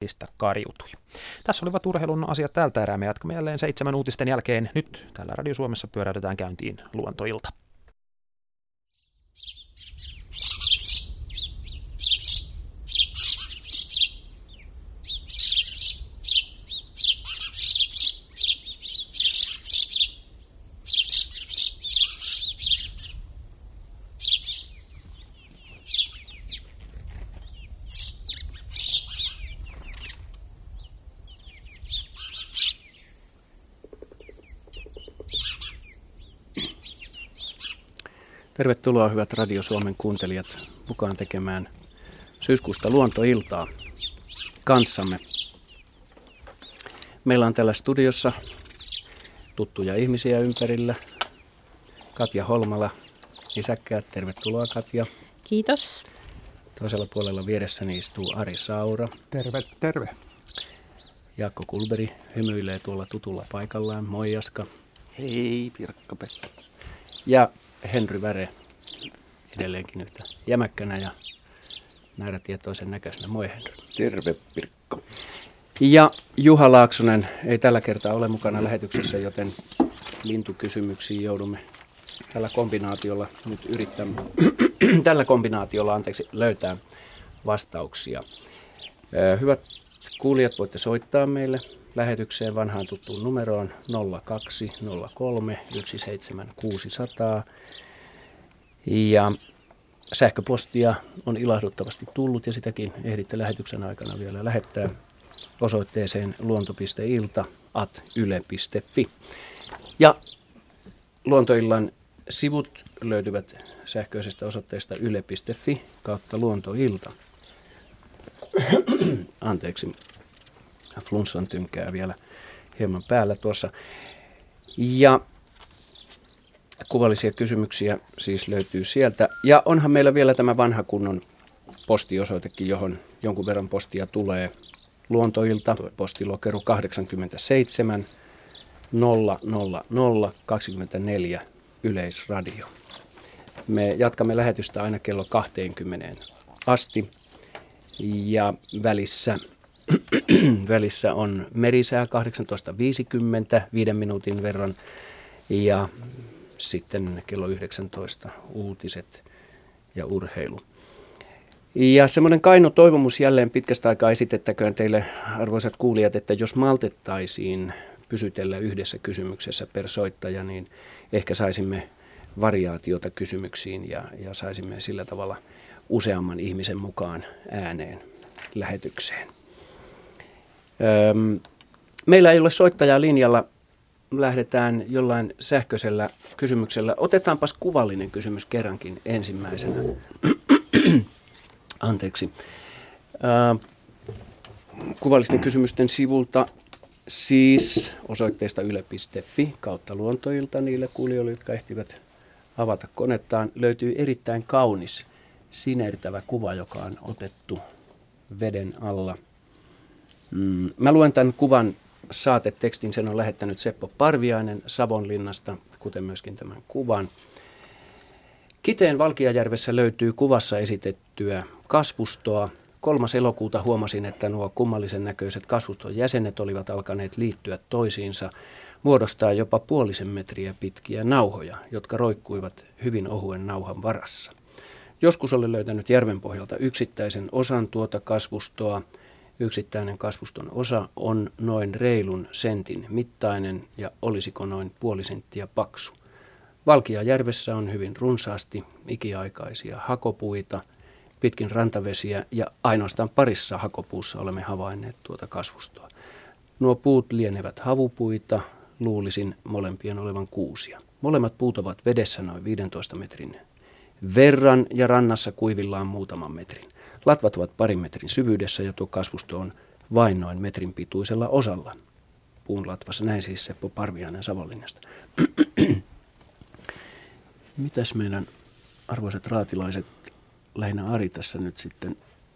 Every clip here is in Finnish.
kariutui. Tässä olivat urheilun asiat tältä erää. Me jatkamme jälleen 7 uutisten jälkeen. Nyt täällä Radio Suomessa pyöräytetään käyntiin luontoilta. Tervetuloa hyvät Radio Suomen kuuntelijat mukaan tekemään syyskuusta luontoiltaa kanssamme. Meillä on täällä studiossa tuttuja ihmisiä ympärillä. Katja Holmala, nisäkkäät, tervetuloa Katja. Kiitos. Toisella puolella vieressäni istuu Ari Saura. Terve, terve. Jaakko Kulberi hymyilee tuolla tutulla paikallaan. Moi Jaska. Hei Pirkka-Pekka. Ja Henry Väre edelleenkin yhtä jämäkkänä ja määrätietoisen näköisenä. Moi Henry. Terve Pirkka. Ja Juha Laaksonen ei tällä kertaa ole mukana lähetyksessä, joten lintukysymyksiin joudumme tällä kombinaatiolla löytää vastauksia. Hyvät kuulijat, voitte soittaa meille lähetykseen vanhaan tuttuun numeroon 0203 17600. Ja sähköpostia on ilahduttavasti tullut ja sitäkin ehditte lähetyksen aikana vielä lähettää osoitteeseen luonto.ilta@yle.fi. Ja luontoillan sivut löytyvät sähköisestä osoitteesta yle.fi/luontoilta. Anteeksi, flunssan tynkää vielä hieman päällä tuossa. Ja kuvallisia kysymyksiä siis löytyy sieltä. Ja onhan meillä vielä tämä vanha kunnon postiosoitekin, johon jonkun verran postia tulee. Luontoilta, postilokero 87 000 24 Yleisradio. Me jatkamme lähetystä aina kello 20 asti ja välissä on merisää 18.50 5 minuutin verran ja sitten kello 19 uutiset ja urheilu. Ja semmoinen kaino toivomus jälleen pitkästä aikaa esitettäköön teille, arvoisat kuulijat, että jos maltettaisiin pysytellä yhdessä kysymyksessä per soittaja, niin ehkä saisimme variaatiota kysymyksiin ja saisimme sillä tavalla useamman ihmisen mukaan ääneen lähetykseen. Meillä ei ole soittajaa linjalla. Lähdetään jollain sähköisellä kysymyksellä. Otetaanpas kuvallinen kysymys kerrankin ensimmäisenä. Anteeksi. Kuvallisten kysymysten sivulta siis osoitteesta yle.fi/luontoilta niille kuulijoille, jotka ehtivät avata konettaan, löytyy erittäin kaunis sinertävä kuva, joka on otettu veden alla. Mä luen tämän kuvan saatetekstin, sen on lähettänyt Seppo Parviainen Savonlinnasta, kuten myöskin tämän kuvan. Kiteen Valkeajärvessä löytyy kuvassa esitettyä kasvustoa. 3. elokuuta huomasin, että nuo kummallisen näköiset kasvuston jäsenet olivat alkaneet liittyä toisiinsa, muodostaa jopa 0,5 metriä pitkiä nauhoja, jotka roikkuivat hyvin ohuen nauhan varassa. Joskus olen löytänyt järven pohjalta yksittäisen osan tuota kasvustoa. Yksittäinen kasvuston osa on noin reilun sentin mittainen ja olisiko noin 0,5 senttiä paksu. Valkeajärvessä on hyvin runsaasti ikiaikaisia hakopuita, pitkin rantavesiä ja ainoastaan parissa hakopuussa olemme havainneet tuota kasvustoa. Nuo puut lienevät havupuita, luulisin molempien olevan kuusia. Molemmat puut ovat vedessä noin 15 metrin verran ja rannassa kuivillaan muutaman metrin. Latvat ovat 2 metrin syvyydessä ja tuo kasvusto on vain noin metrin pituisella osalla. Puun latvassa, näin siis Seppo Parviainen Savonlinnasta. Mitäs meidän arvoisat raatilaiset, lähinnä Ari tässä nyt sitten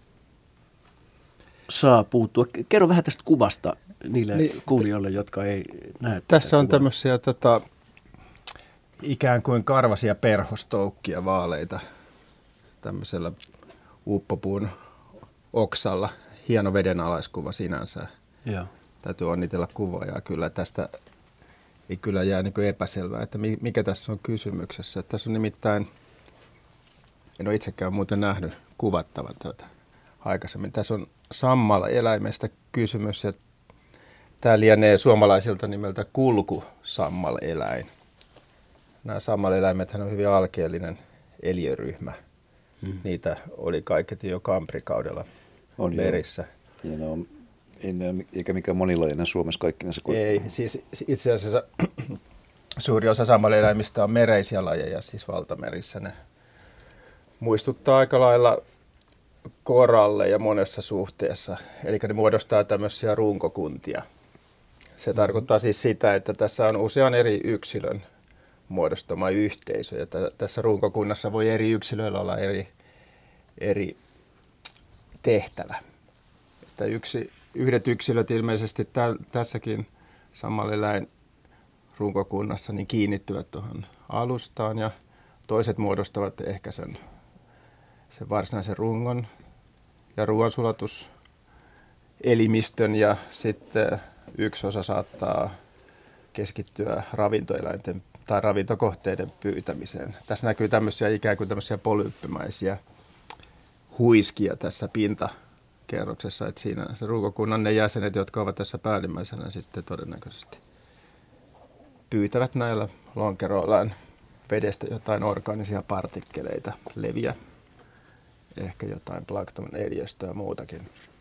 saa puuttua? Kerro vähän tästä kuvasta niille kuulijoille, jotka ei näe. Tässä on tämmöisiä ikään kuin karvasia perhostoukkia vaaleita tämmöisellä uuppopuun oksalla hieno vedenalaiskuva sinänsä. Joo. Täytyy onnitella kuvaajaa kyllä. Tästä ei kyllä jää niin kuin epäselvää, että mikä tässä on kysymyksessä. Tässä on nimittäin, en ole itsekään muuten nähnyt kuvattavan tätä aikaisemmin. Tässä on sammaleläimestä kysymys ja tämä lienee suomalaisilta nimeltä kulkusammaleläin. Nämä sammaleläimethän on hyvin alkeellinen eliöryhmä. Niitä oli kaiketi jo kamprikaudella merissä. Ja ne on, eikä mikään monilajinen Suomessa kaikkinensa. Ei, siis itse asiassa suuri osa sammaleläimistä on mereisiä lajeja, siis valtamerissä. Ne muistuttaa aika lailla koralleja monessa suhteessa, eli ne muodostaa tämmöisiä runkokuntia. Se tarkoittaa siis sitä, että tässä on usean eri yksilön muodostama yhteisö, ja tässä runkokunnassa voi eri yksilöillä olla eri tehtävä. Että yhdet yksilöt ilmeisesti tässäkin sammaleläin runkokunnassa niin kiinnittyvät tuohon alustaan, ja toiset muodostavat ehkä sen varsinaisen rungon ja ruoansulatus-elimistön, ja sitten yksi osa saattaa keskittyä ravintoeläinten tai ravintokohteiden pyytämiseen. Tässä näkyy tämmöisiä ikään kuin tämmöisiä polyyppimäisiä huiskia tässä pintakerroksessa, että siinä se runkokunnan ne jäsenet, jotka ovat tässä päällimmäisenä, sitten todennäköisesti pyytävät näillä lonkeroillaan vedestä jotain orgaanisia partikkeleita, leviä, ehkä jotain planktonin eliöstöä ja muutakin.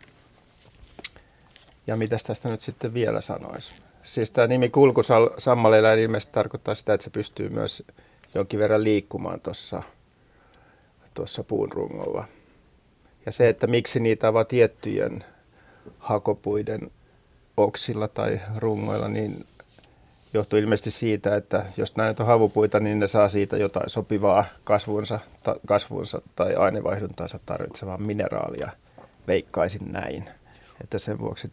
Ja mitäs tästä nyt sitten vielä sanoisi? Siis tämä nimi kulkusammaleläin ilmeisesti tarkoittaa sitä, että se pystyy myös jonkin verran liikkumaan tuossa puun rungolla. Ja se, että miksi niitä ovat tiettyjen hakopuiden oksilla tai rungoilla, niin johtuu ilmeisesti siitä, että jos näitä on havupuita, niin ne saa siitä jotain sopivaa kasvuunsa tai ainevaihduntaansa tarvitsevaa mineraalia. Veikkaisin näin. Että sen vuoksi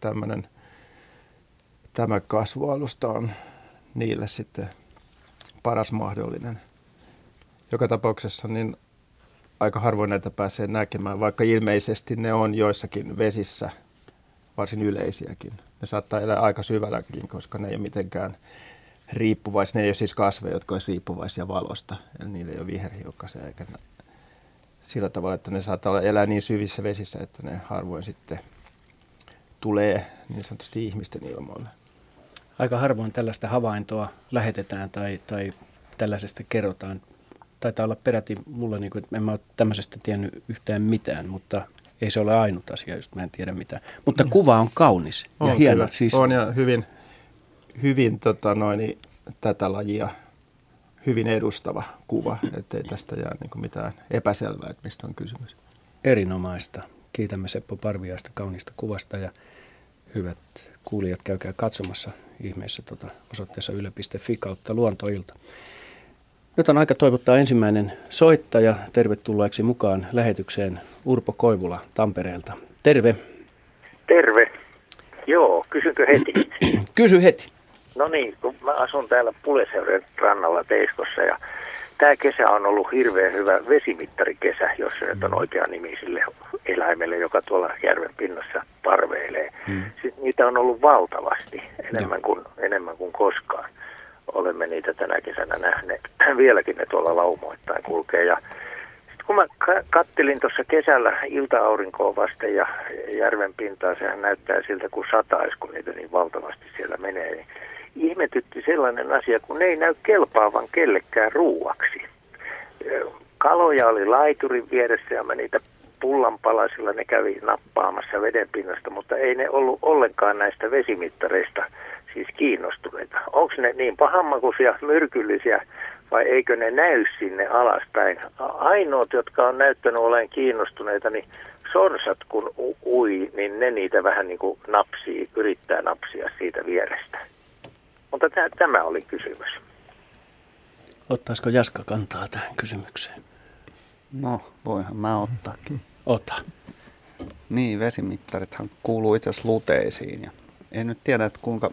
tämä kasvualusta on niille sitten paras mahdollinen. Joka tapauksessa niin aika harvoin näitä pääsee näkemään, vaikka ilmeisesti ne on joissakin vesissä varsin yleisiäkin. Ne saattaa elää aika syvälläkin, koska ne ei ole mitenkään riippuvaisia. Ne ei ole siis kasveja, jotka olisivat riippuvaisia valosta. Eli niillä ei ole viherhiukkasia eikä sillä tavalla, että ne saattaa elää niin syvissä vesissä, että ne harvoin sitten tulee niin sanotusti ihmisten ilmoille. Aika harvoin tällaista havaintoa lähetetään tai tällaisesta kerrotaan. Taitaa olla peräti mulla, niin kuin, että en mä ole tämmöisestä tiennyt yhtään mitään, mutta ei se ole ainut asia, just mä en tiedä mitään. Mutta kuva on kaunis ja hieno. Siis on ja hyvin tätä lajia hyvin edustava kuva, ettei tästä jää niin kuin mitään epäselvää, että mistä on kysymys. Erinomaista. Kiitämme Seppo Parviaista kaunista kuvasta ja hyvät kuulijat, käykää katsomassa ihmeessä osoitteessa yle.fi/luontoilta. Nyt on aika toivottaa ensimmäinen soittaja tervetulleeksi mukaan lähetykseen Urpo Koivula Tampereelta. Terve. Terve. Joo, kysynkö heti? Kysy heti. No niin, kun mä asun täällä Pulesjärven rannalla Teiskossa ja tämä kesä on ollut hirveän hyvä vesimittarikesä, jos se nyt on oikea nimi sille eläimelle, joka tuolla järven pinnassa parveilee. Siis niitä on ollut valtavasti, enemmän kuin koskaan. Olemme niitä tänä kesänä nähneet. Vieläkin ne tuolla laumoittain kulkee. Ja sitten kun mä kattelin tuossa kesällä ilta-aurinkoa vasten ja järven pintaa, sehän näyttää siltä kuin sataisi, kun niitä niin valtavasti siellä menee. Niin ihmetytti sellainen asia, kun ne ei näy kelpaavan kellekään ruuaksi. Kaloja oli laiturin vieressä ja mä niitä pullanpalasilla ne kävi nappaamassa vedenpinnasta, mutta ei ne ollut ollenkaan näistä vesimittareista siis kiinnostuneita. Onko ne niin pahanmakuisia, myrkyllisiä vai eikö ne näy sinne alaspäin? Ainoat, jotka on näyttänyt olemaan kiinnostuneita, niin sorsat kun ui, niin ne niitä vähän niin kuin yrittää napsia siitä vierestä. Mutta tämä oli kysymys. Ottaisiko Jaska kantaa tähän kysymykseen? No, voinhan mä ottaakin. Ota. Niin, vesimittarithan kuuluu itse asiassa luteisiin. Ja en nyt tiedä, että kuinka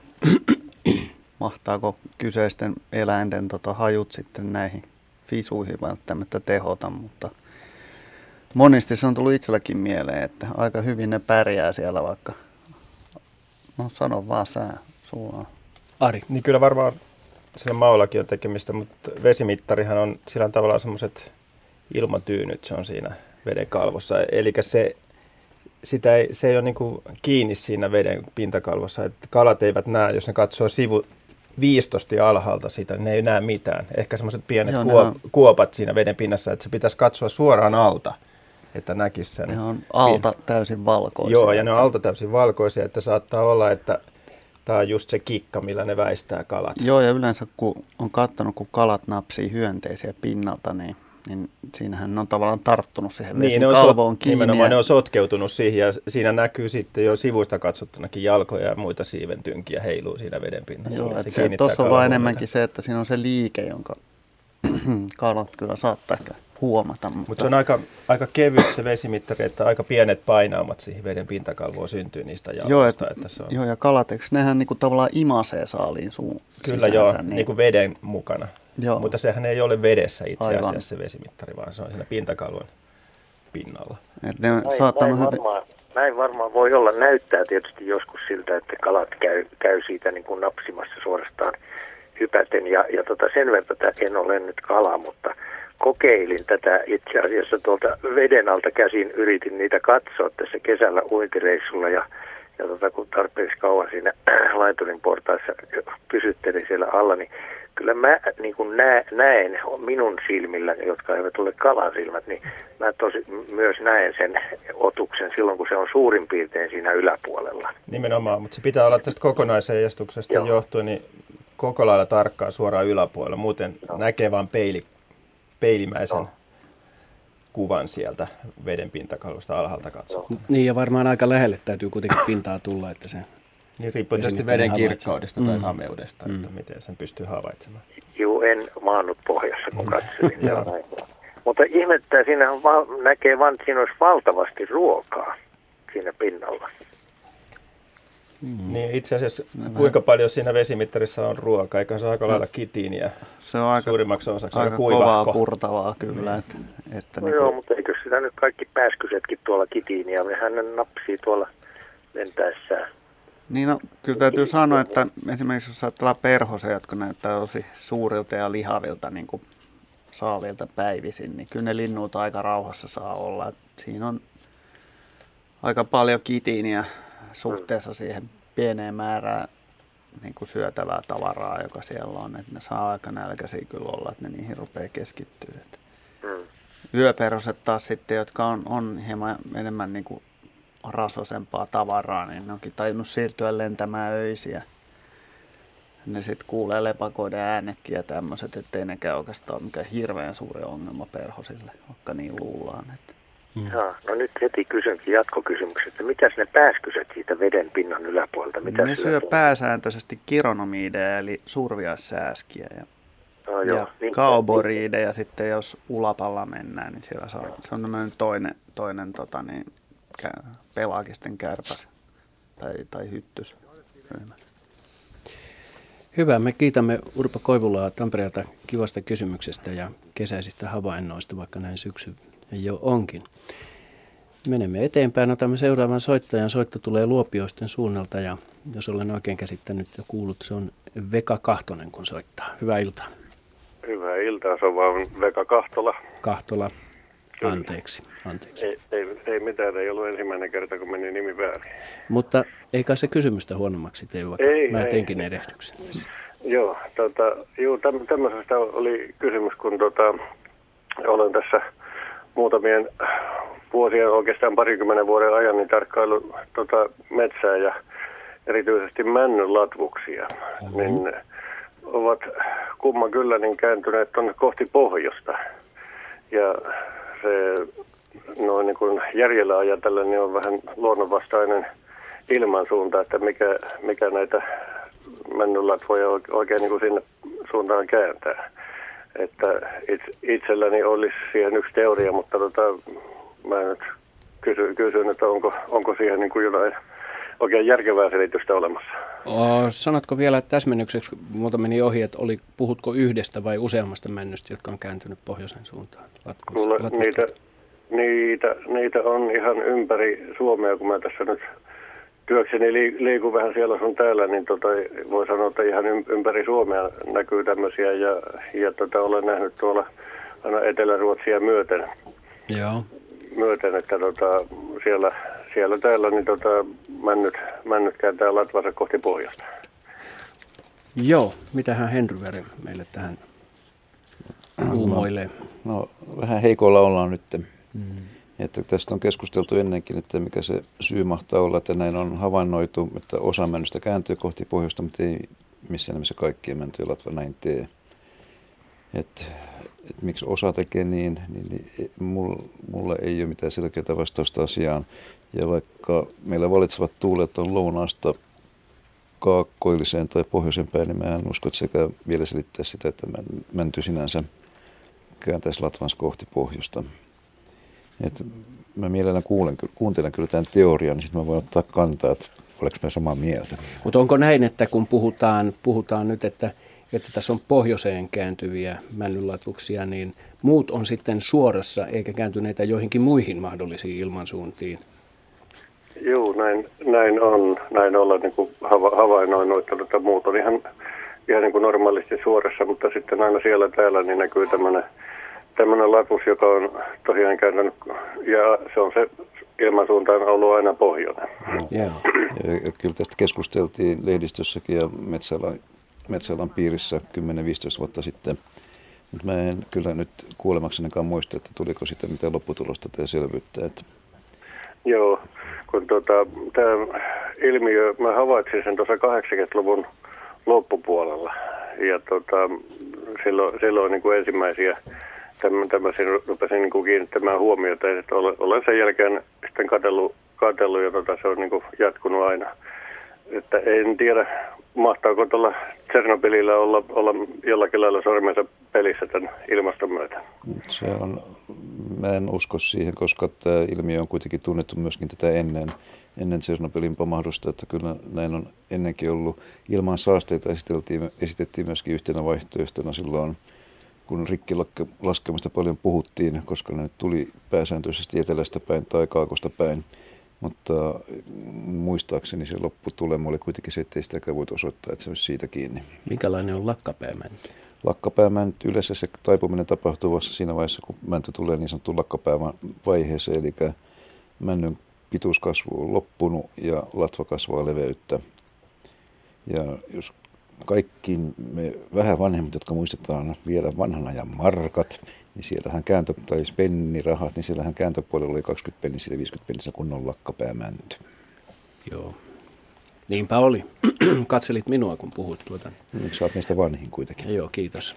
mahtaako kyseisten eläinten hajut sitten näihin fisuihin välttämättä tehota, mutta Monesti se on tullut itselläkin mieleen, että aika hyvin ne pärjää siellä vaikka. No sano vaan sä, sulla on. Ari. Niin kyllä varmaan sillä maullakin on tekemistä, mutta vesimittarihan on sillä tavalla semmoiset ilmatyynyt, se on siinä veden kalvossa. Eli se ei ole niin kuin kiinni siinä veden pintakalvossa. Että kalat eivät näe, jos ne katsoo viistosti alhaalta sitä, niin ne ei näe mitään. Ehkä semmoiset pienet kuopat siinä veden pinnassa, että se pitäisi katsoa suoraan alta, että näkisi sen. Ne on alta täysin valkoisia. Joo, ja ne on alta täysin valkoisia, että saattaa olla, että tämä on just se kikka, millä ne väistää kalat. Joo, ja yleensä kun on katsonut, kun kalat napsii hyönteisiä pinnalta, niin siinähän ne on tavallaan tarttunut siihen vesin kalvoon kiinni. Nimenomaan ne on sotkeutunut siihen, ja siinä näkyy sitten jo sivuista katsottunakin jalkoja ja muita siiventynkiä heiluu siinä veden pinnassa. Joo, että tuossa on vaan enemmänkin se, että siinä on se liike, jonka kalat kyllä saattaa ehkä huomata. Mutta se on aika kevyt se vesimittari, että aika pienet painaumat siihen veden pintakalvoon syntyy niistä jalkoista. Joo, ja kalat, eikö nehän niinku tavallaan imasee saaliin suun kyllä sisäänsä, joo, niin kuin veden mukana. Joo. Mutta sehän ei ole vedessä itse asiassa se vesimittari, vaan se on siinä pintakalvon pinnalla. Näin varmaan voi olla. Näyttää tietysti joskus siltä, että kalat käy siitä niin kuin napsimassa suorastaan hypäten. Ja sen verran en ole nyt kala, mutta kokeilin tätä itse asiassa tuolta veden alta käsin. Yritin niitä katsoa tässä kesällä uintireissulla ja kun tarpeeksi kauan siinä laiturin portaissa pysyttelin siellä alla, niin kyllä mä niin kuin näen minun silmillä, jotka eivät ole kalan silmät, niin mä myös näen sen otuksen silloin, kun se on suurin piirtein siinä yläpuolella. Nimenomaan, mutta se pitää olla tästä kokonaiseijastuksesta johtuen, niin koko lailla tarkkaan suoraan yläpuolella. Muuten näkee vain peilimäisen kuvan sieltä veden pintakalvosta alhaalta katsottuna. Niin, ja varmaan aika lähelle täytyy kuitenkin pintaa tulla, että se... Niin riippuu tietysti veden kirkkaudesta tai sameudesta, että miten sen pystyy havaitsemaan. Joo, en maannut pohjassa, kun katselin. Mutta ihmettää, siinähän näkee vaan, että siinä olisi valtavasti ruokaa siinä pinnalla. Niin itse asiassa kuinka paljon siinä vesimittarissa on ruokaa, eikä se aika lailla kitiiniä se on aika, suurimmaksi osaksi aika kovaa purtavaa kyllä. Että no joo, mutta eikö sitä nyt kaikki pääskysetkin tuolla kitiiniä, nehän ne napsii tuolla lentäessään. Niin no, kyllä täytyy sanoa, että esimerkiksi jos ajatellaan perhosia, jotka näyttää tosi suurilta ja lihavilta niin kuin saavilta päivisin, niin kyllä ne linnut aika rauhassa saa olla. Et siinä on aika paljon kitiiniä suhteessa siihen pieneen määrään niin kuin syötävää tavaraa, joka siellä on. Että ne saa aika nälkäisiä kyllä olla, että ne niihin rupeaa keskittyä. Yöperhoset taas sitten, jotka on hieman enemmän niin kuin rasvasempaa tavaraa, niin ne onkin tajunnut siirtyä lentämään öisiä. Ne sitten kuulee lepakoiden äänetkin ja tämmöiset, ettei nekään oikeastaan ole mikään hirveän suuri ongelma perhosille, vaikka niin luullaan. No nyt heti kysynkin jatkokysymykset, että mitäs ne pääskyset siitä veden pinnan yläpuolelta? Ne syö pääsääntöisesti kironomiideja eli surviaissääskiä ja kaoboriideja ja sitten jos ulapalla mennään, niin siellä se on toinen pelaagisten kärpäs tai hyttysryhmä. Hyvä, me kiitämme Urpo Koivulaa Tampereelta kivasta kysymyksestä ja kesäisistä havainnoista, vaikka näin syksy jo onkin. Menemme eteenpäin, otamme seuraavan soittajan. Soitto tulee Luopioisten suunnalta ja jos olen oikein käsittänyt ja kuullut, se on Veka Kahtonen, kun soittaa. Hyvää iltaa. Hyvää iltaa, se on vaan Veka Kahtola. Kahtola, anteeksi. Ei mitään, ei ollut ensimmäinen kerta, kun meni nimi väärin. Mutta ei kai se kysymystä huonommaksi tee, vaikka mä teinkin erehdyksen. Joo, tämmöisestä oli kysymys, kun olen tässä muutamien vuosien, oikeastaan 20 vuoden ajan, niin tarkkailu metsää ja erityisesti männyn latvuksia, niin ovat kumma kyllä niin kääntyneet tuonne kohti pohjoista. Ja se noin niin kuin järjellä ajatellen niin on vähän luonnonvastainen ilmansuunta, että mikä näitä männynlatvoja oikein niin kuin sinne suuntaan kääntää. Että itselläni olisi siihen yksi teoria, mutta mä nyt kysyn, että onko siihen niin kuin jotain oikein järkevää selitystä olemassa. Sanotko vielä täsmennykseksi, muuta meni ohi, että puhutko yhdestä vai useammasta männystä, jotka on kääntynyt pohjoisen suuntaan? Niitä on ihan ympäri Suomea, kun mä tässä nyt työkseni liikun vähän siellä sun täällä, niin voi sanoa, että ihan ympäri Suomea näkyy tämmöisiä ja olen nähnyt tuolla aina Etelä-Ruotsia myöten. Joo. Myöten, että siellä täällä niin männyt kääntää latvansa kohti pohjasta. Joo, mitähän Henry Vere meille tähän uumoilee? No vähän heikolla ollaan nyt. Että tästä on keskusteltu ennenkin, että mikä se syy mahtaa olla, että näin on havainnoitu, että osa männystä kääntyy kohti pohjoista, mutta ei missään nimessä kaikkien mäntyjä latva näin tee. Että miksi osa tekee niin mulla ei ole mitään selkeää vastausta asiaan. Ja vaikka meillä valitsevat tuulet on lounaasta kaakkoilliseen tai pohjoisen päin, niin mä en usko, että sekä vielä selittää sitä, että mänty sinänsä kääntäisi latvansa kohti pohjoista. Et mä mielellään kuuntelen kyllä tämän teorian, niin sitten mä voin ottaa kantaa, että olenko mä samaa mieltä. Mutta onko näin, että kun puhutaan nyt, että tässä on pohjoiseen kääntyviä männynlatvuksia, niin muut on sitten suorassa eikä kääntyneitä joihinkin muihin mahdollisiin ilmansuuntiin? Joo, näin ollaan niin kuin havainnoinut, että muut on ihan niin kuin normaalisti suorassa, mutta sitten aina siellä täällä niin näkyy tämmöinen latvus, joka on tosiaan kääntänyt, ja se on se ilmansuuntaan ollut aina pohjoinen. Ja kyllä tästä keskusteltiin lehdistössäkin ja Metsäalan piirissä 10-15 vuotta sitten, mutta mä en kyllä nyt kuolemaksenakaan muista, että tuliko sitä mitään lopputulosta tai selvyyttä. Että... Joo, kun tämä ilmiö, mä havaitsin sen tuossa 80-luvun loppupuolella, ja silloin niin kuin ensimmäisiä tämmöisiä rupesin niin kuin kiinnittämään huomiota, että olen sen jälkeen sitten katsellut ja se on niin kuin jatkunut aina. Että en tiedä, mahtaako tuolla Tsernobylillä olla jollakin lailla sormensa pelissä tämän ilmaston myötä. Mä en usko siihen, koska tämä ilmiö on kuitenkin tunnettu myöskin tätä ennen Tsernobylin pamahdusta, että kyllä näin on ennenkin ollut. Ilman saasteita esitettiin myöskin yhtenä vaihtoehtona silloin, kun rikkilaskemasta paljon puhuttiin, koska ne tuli pääsääntöisesti etelästä päin tai kaakosta päin. Mutta muistaakseni se lopputulema oli kuitenkin se, ettei sitäkään voitu osoittaa, että se olisi siitä kiinni. Minkälainen on lakkapäämänty? Lakkapäämänty, yleensä se taipuminen tapahtuu vasta siinä vaiheessa, kun mänty tulee niin sanottuun lakkapäämän vaiheeseen, eli männyn pituuskasvu on loppunut ja latva kasvaa leveyttä. Ja jos kaikki me vähän vanhemmat, jotka muistetaan vielä vanhan ajan markat, niin siellähän tai pennirahat, niin siellähän kääntöpuolella oli 20 pennisiä ja 50 pennisiä kunnon lakkapäämänty. Joo. Niinpä oli. Katselit minua, kun puhuit tuota. Nyt sä oot meistä vanhin kuitenkin. Joo, kiitos.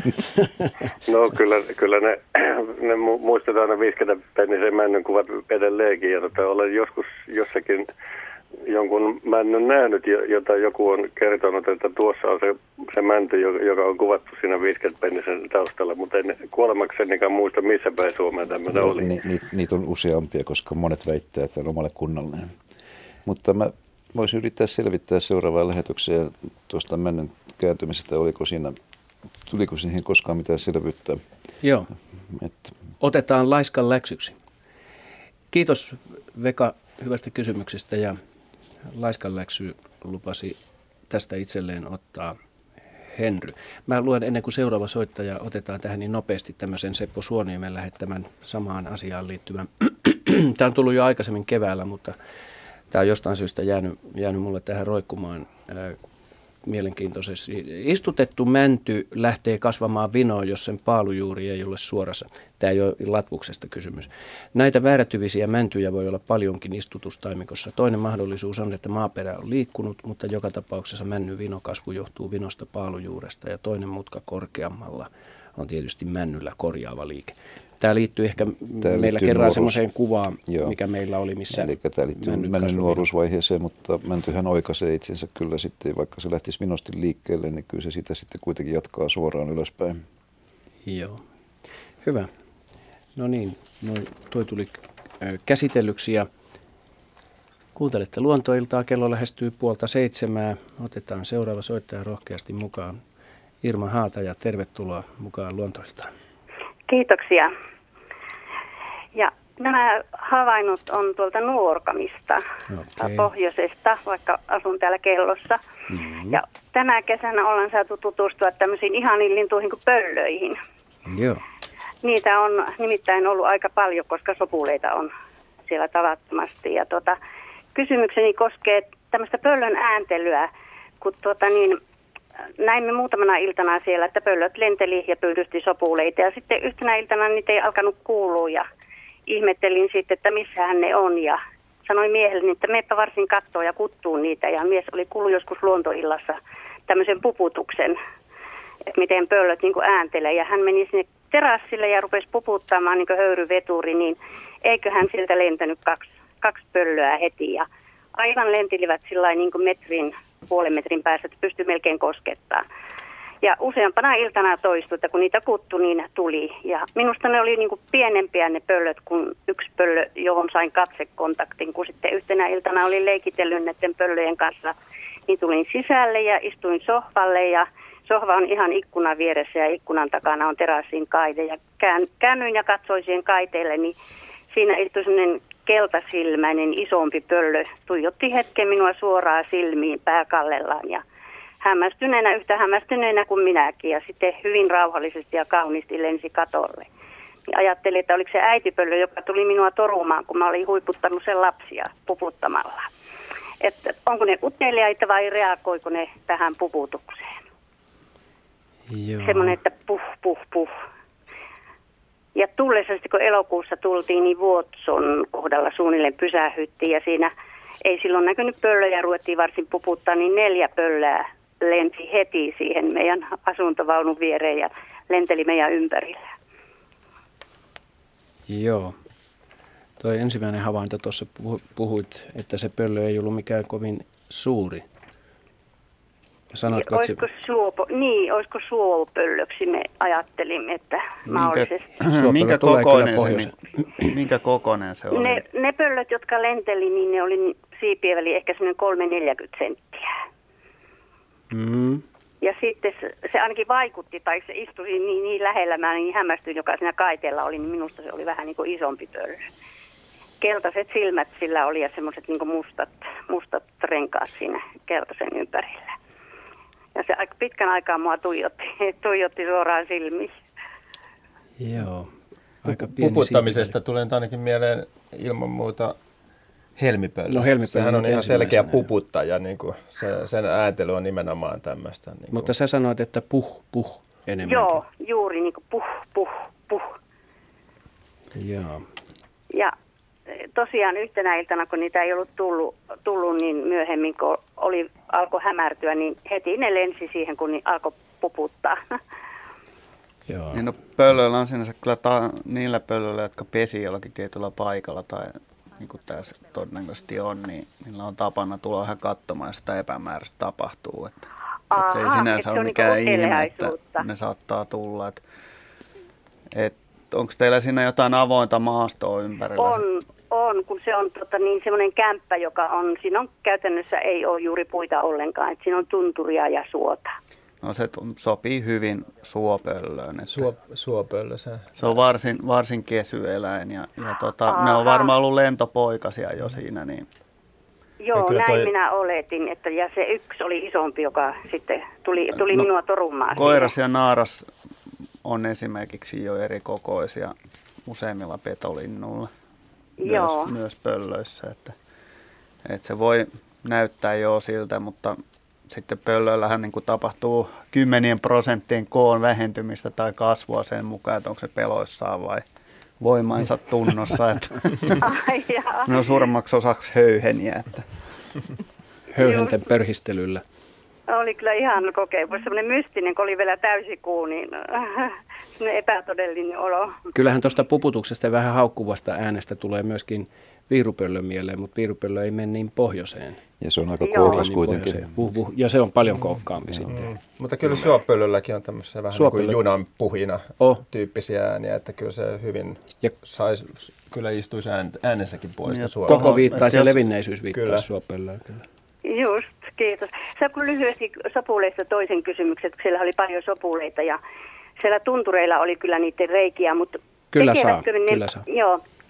No kyllä ne muistetaan ne 50 pennisen männyn kuvat edelleenkin. Ja olen joskus jossakin jonkun männyn nähnyt, jota joku on kertonut, että tuossa on se mänty, joka on kuvattu siinä 50 pennisen taustalla, mutta en kuolemaksenikaan muista, missä päin Suomea tämmöinen oli. Niitä on useampia, koska monet väittää, että on omalle kunnallinen. Mutta mä voisin yrittää selvittää seuraavaan lähetykseen tuosta männyn kääntymisestä, tuliko siihen koskaan mitään selvyyttä. Joo. Otetaan laiskan läksyksi. Kiitos Veka hyvästä kysymyksestä, ja laiskan läksy lupasi tästä itselleen ottaa Henry. Mä luen ennen kuin seuraava soittaja otetaan tähän niin nopeasti tämmöisen Seppo Suoniemen lähettämän samaan asiaan liittyvän. Tämä on tullut jo aikaisemmin keväällä, mutta tämä on jostain syystä jäänyt mulle tähän roikkumaan mielenkiintoisesti. Istutettu mänty lähtee kasvamaan vinoon, jos sen paalujuuri ei ole suorassa. Tämä ei ole latvuksesta kysymys. Näitä väärätyvisiä mäntyjä voi olla paljonkin istutustaimikossa. Toinen mahdollisuus on, että maaperä on liikkunut, mutta joka tapauksessa männyn vinokasvu johtuu vinosta paalujuuresta, ja toinen mutka korkeammalla on tietysti männyllä korjaava liike. Tämä liittyy ehkä meillä kerran semmoiseen kuvaan, mikä meillä oli, missä eli tämä liittyy männyn nuoruusvaiheeseen, mutta mäntyhän oikaisee itsensä kyllä sitten, vaikka se lähtisi vinosti liikkeelle, niin kyllä se sitä sitten kuitenkin jatkaa suoraan ylöspäin. Joo, hyvä. No niin, toi tuli käsitellyksi, ja kuuntelette Luontoiltaa, kello lähestyy 6:30. Otetaan seuraava soittaja rohkeasti mukaan. Irma Haataja, tervetuloa mukaan Luontoiltaan. Kiitoksia. Ja nämä havainnot on tuolta Nuorgamista, pohjoisesta, vaikka asun täällä Kellossa. Mm-hmm. Ja tänä kesänä ollaan saatu tutustua tämmöisiin ihaniin lintuihin kuin pöllöihin. Joo. Niitä on nimittäin ollut aika paljon, koska sopuleita on siellä tavattomasti. Ja kysymykseni koskee tämmöistä pöllön ääntelyä, kun näimme muutamana iltana siellä, että pöllöt lenteli ja pyydysti sopuleita. Ja sitten yhtenä iltana niitä ei alkanut kuulua ja ihmettelin sitten, että missähän ne on. Ja sanoin miehelle, että meepä varsin kattoo ja kuttuu niitä. Ja mies oli kuullut joskus luontoillassa tämmöisen puputuksen, että miten pöllöt niin kuin ääntelee. Ja hän meni sinne terassille ja rupesi puputtamaan niin kuin höyryveturi, niin eiköhän sieltä lentänyt kaksi pöllöä heti. Ja aivan lentilivät sillä niin kuin puolen metrin päässä, että pystyi melkein koskettaa. Ja useampana iltana toistui, että kun niitä kuttui, niin tuli. Ja minusta ne oli niin kuin pienempiä ne pöllöt kuin yksi pöllö, johon sain katsekontaktin. Kun sitten yhtenä iltana olin leikitellyt näiden pöllöjen kanssa, niin tulin sisälle ja istuin sohvalle. Ja sohva on ihan ikkunan vieressä ja ikkunan takana on terassin kaide. Ja käännyin ja katsoin siihen kaiteelle, niin siinä istui sellainen keltasilmäinen isompi pöllö. Tuijotti hetken minua suoraan silmiin pääkallellaan ja yhtä hämmästyneenä kuin minäkin. Ja sitten hyvin rauhallisesti ja kauniisti lensi katolle. Niin ajattelin, että oliko se äitipöllö, joka tuli minua torumaan, kun mä olin huiputtanut sen lapsia puputtamalla. Että onko ne uteliaita vai reagoiko ne tähän puputukseen? Joo. Semmoinen, että puh, puh, puh. Ja tullessa sitten, kun elokuussa tultiin, niin Vuotson kohdalla suunnilleen pysähyttiin. Ja siinä ei silloin näkynyt pöllöjä, ruvettiin varsin puputtaa, niin 4 pöllöä lensi heti siihen meidän asuntovaunun viereen ja lenteli meidän ympärillä. Joo. Toi ensimmäinen havainto tuossa puhuit, että se pöllö ei ollut mikään kovin suuri. Sanotko, olisiko suopöllöksi me ajattelimme, että mahdollisesti. Minkä kokoinen se oli? Ne pöllöt, jotka lenteli, niin ne oli siipien väliin ehkä semmoinen 3-40 senttiä. Mm. Ja sitten se ainakin vaikutti, tai se istui niin lähellä, mä niin hämmästyin, joka siinä kaiteella oli, niin minusta se oli vähän niin kuin isompi pöllö. Keltaiset silmät sillä oli ja semmoiset niin kuin mustat renkaat siinä keltaisen ympärillä. Ja se aika pitkän aikaa mua tuijotti suoraan silmiin. Joo. Aika pieni puputtamisesta tulee ainakin mieleen ilman muuta helmipöllö. No helmipöllö. Sehän on ihan selkeä puputtaja. Niin kuin sen ääntely on nimenomaan tämmöistä. Niin mutta sä sanoit, että puh enemmänkin. Joo, juuri niin kuin puh. Joo. Ja tosiaan yhtenä iltana, kun niitä ei ollut tullut niin myöhemmin, kun alkoi hämärtyä, niin heti ne lensi siihen, kun ne alkoi puputtaa. Joo. Niin pöllöillä on sinänsä kyllä niillä pöllöillä, jotka pesi jollakin tietyllä paikalla tai niin kuin tässä todennäköisesti on, niin niillä on tapana tulla ihan katsomaan, jos sitä epämääräistä tapahtuu. Että se ei sinänsä ole mikään ihme, että ne saattaa tulla. Onko teillä siinä jotain avointa maastoa ympärillä? On, kun se on semmoinen kämppä, joka on, siinä on käytännössä ei ole juuri puita ollenkaan, että siinä on tunturia ja suota. No se sopii hyvin suopöllöön. Suopöllö se on varsin kesyeläin ja ne on varmaan ollut lentopoikasia jo siinä. Niin. Joo, näin minä oletin, että ja se yksi oli isompi, joka sitten tuli minua torumaan. Koiras ja naaras on esimerkiksi jo eri kokoisia useimmilla petolinnuilla, myös pöllöissä. Että se voi näyttää jo siltä, mutta sitten pöllöillähän niin kuin tapahtuu 10% koon vähentymistä tai kasvua sen mukaan, että onko se peloissaan vai voimansa tunnossa. Että ne on suurimmaksi osaksi höyheniä. Että. Höyhenten pörhistelyllä. Oli kyllä ihan kokemus. Sellainen mystinen, kun oli vielä täysikuu, niin sellainen epätodellinen olo. Kyllähän tuosta puputuksesta ja vähän haukkuvasta äänestä tulee myöskin viirupöllön mieleen, mutta viirupöllö ei mene niin pohjoiseen. Ja se on aika koukas kuitenkin. Ja se on paljon koukkaampi sitten. Mutta kyllä suopöllölläkin on tämmöisiä vähän niin kuin junan puhina tyyppisiä ääniä, että kyllä se hyvin kyllä istuisi äänensäkin puolesta suopöllöä. Koko viittaisi ja levinneisyys viittaisi suopöllöön. Just, kiitos. Saanko lyhyesti sopuleista toisen kysymyksen, kun siellä oli paljon sopuleita ja siellä tuntureilla oli kyllä niiden reikiä, mutta kyllä saa. Joo,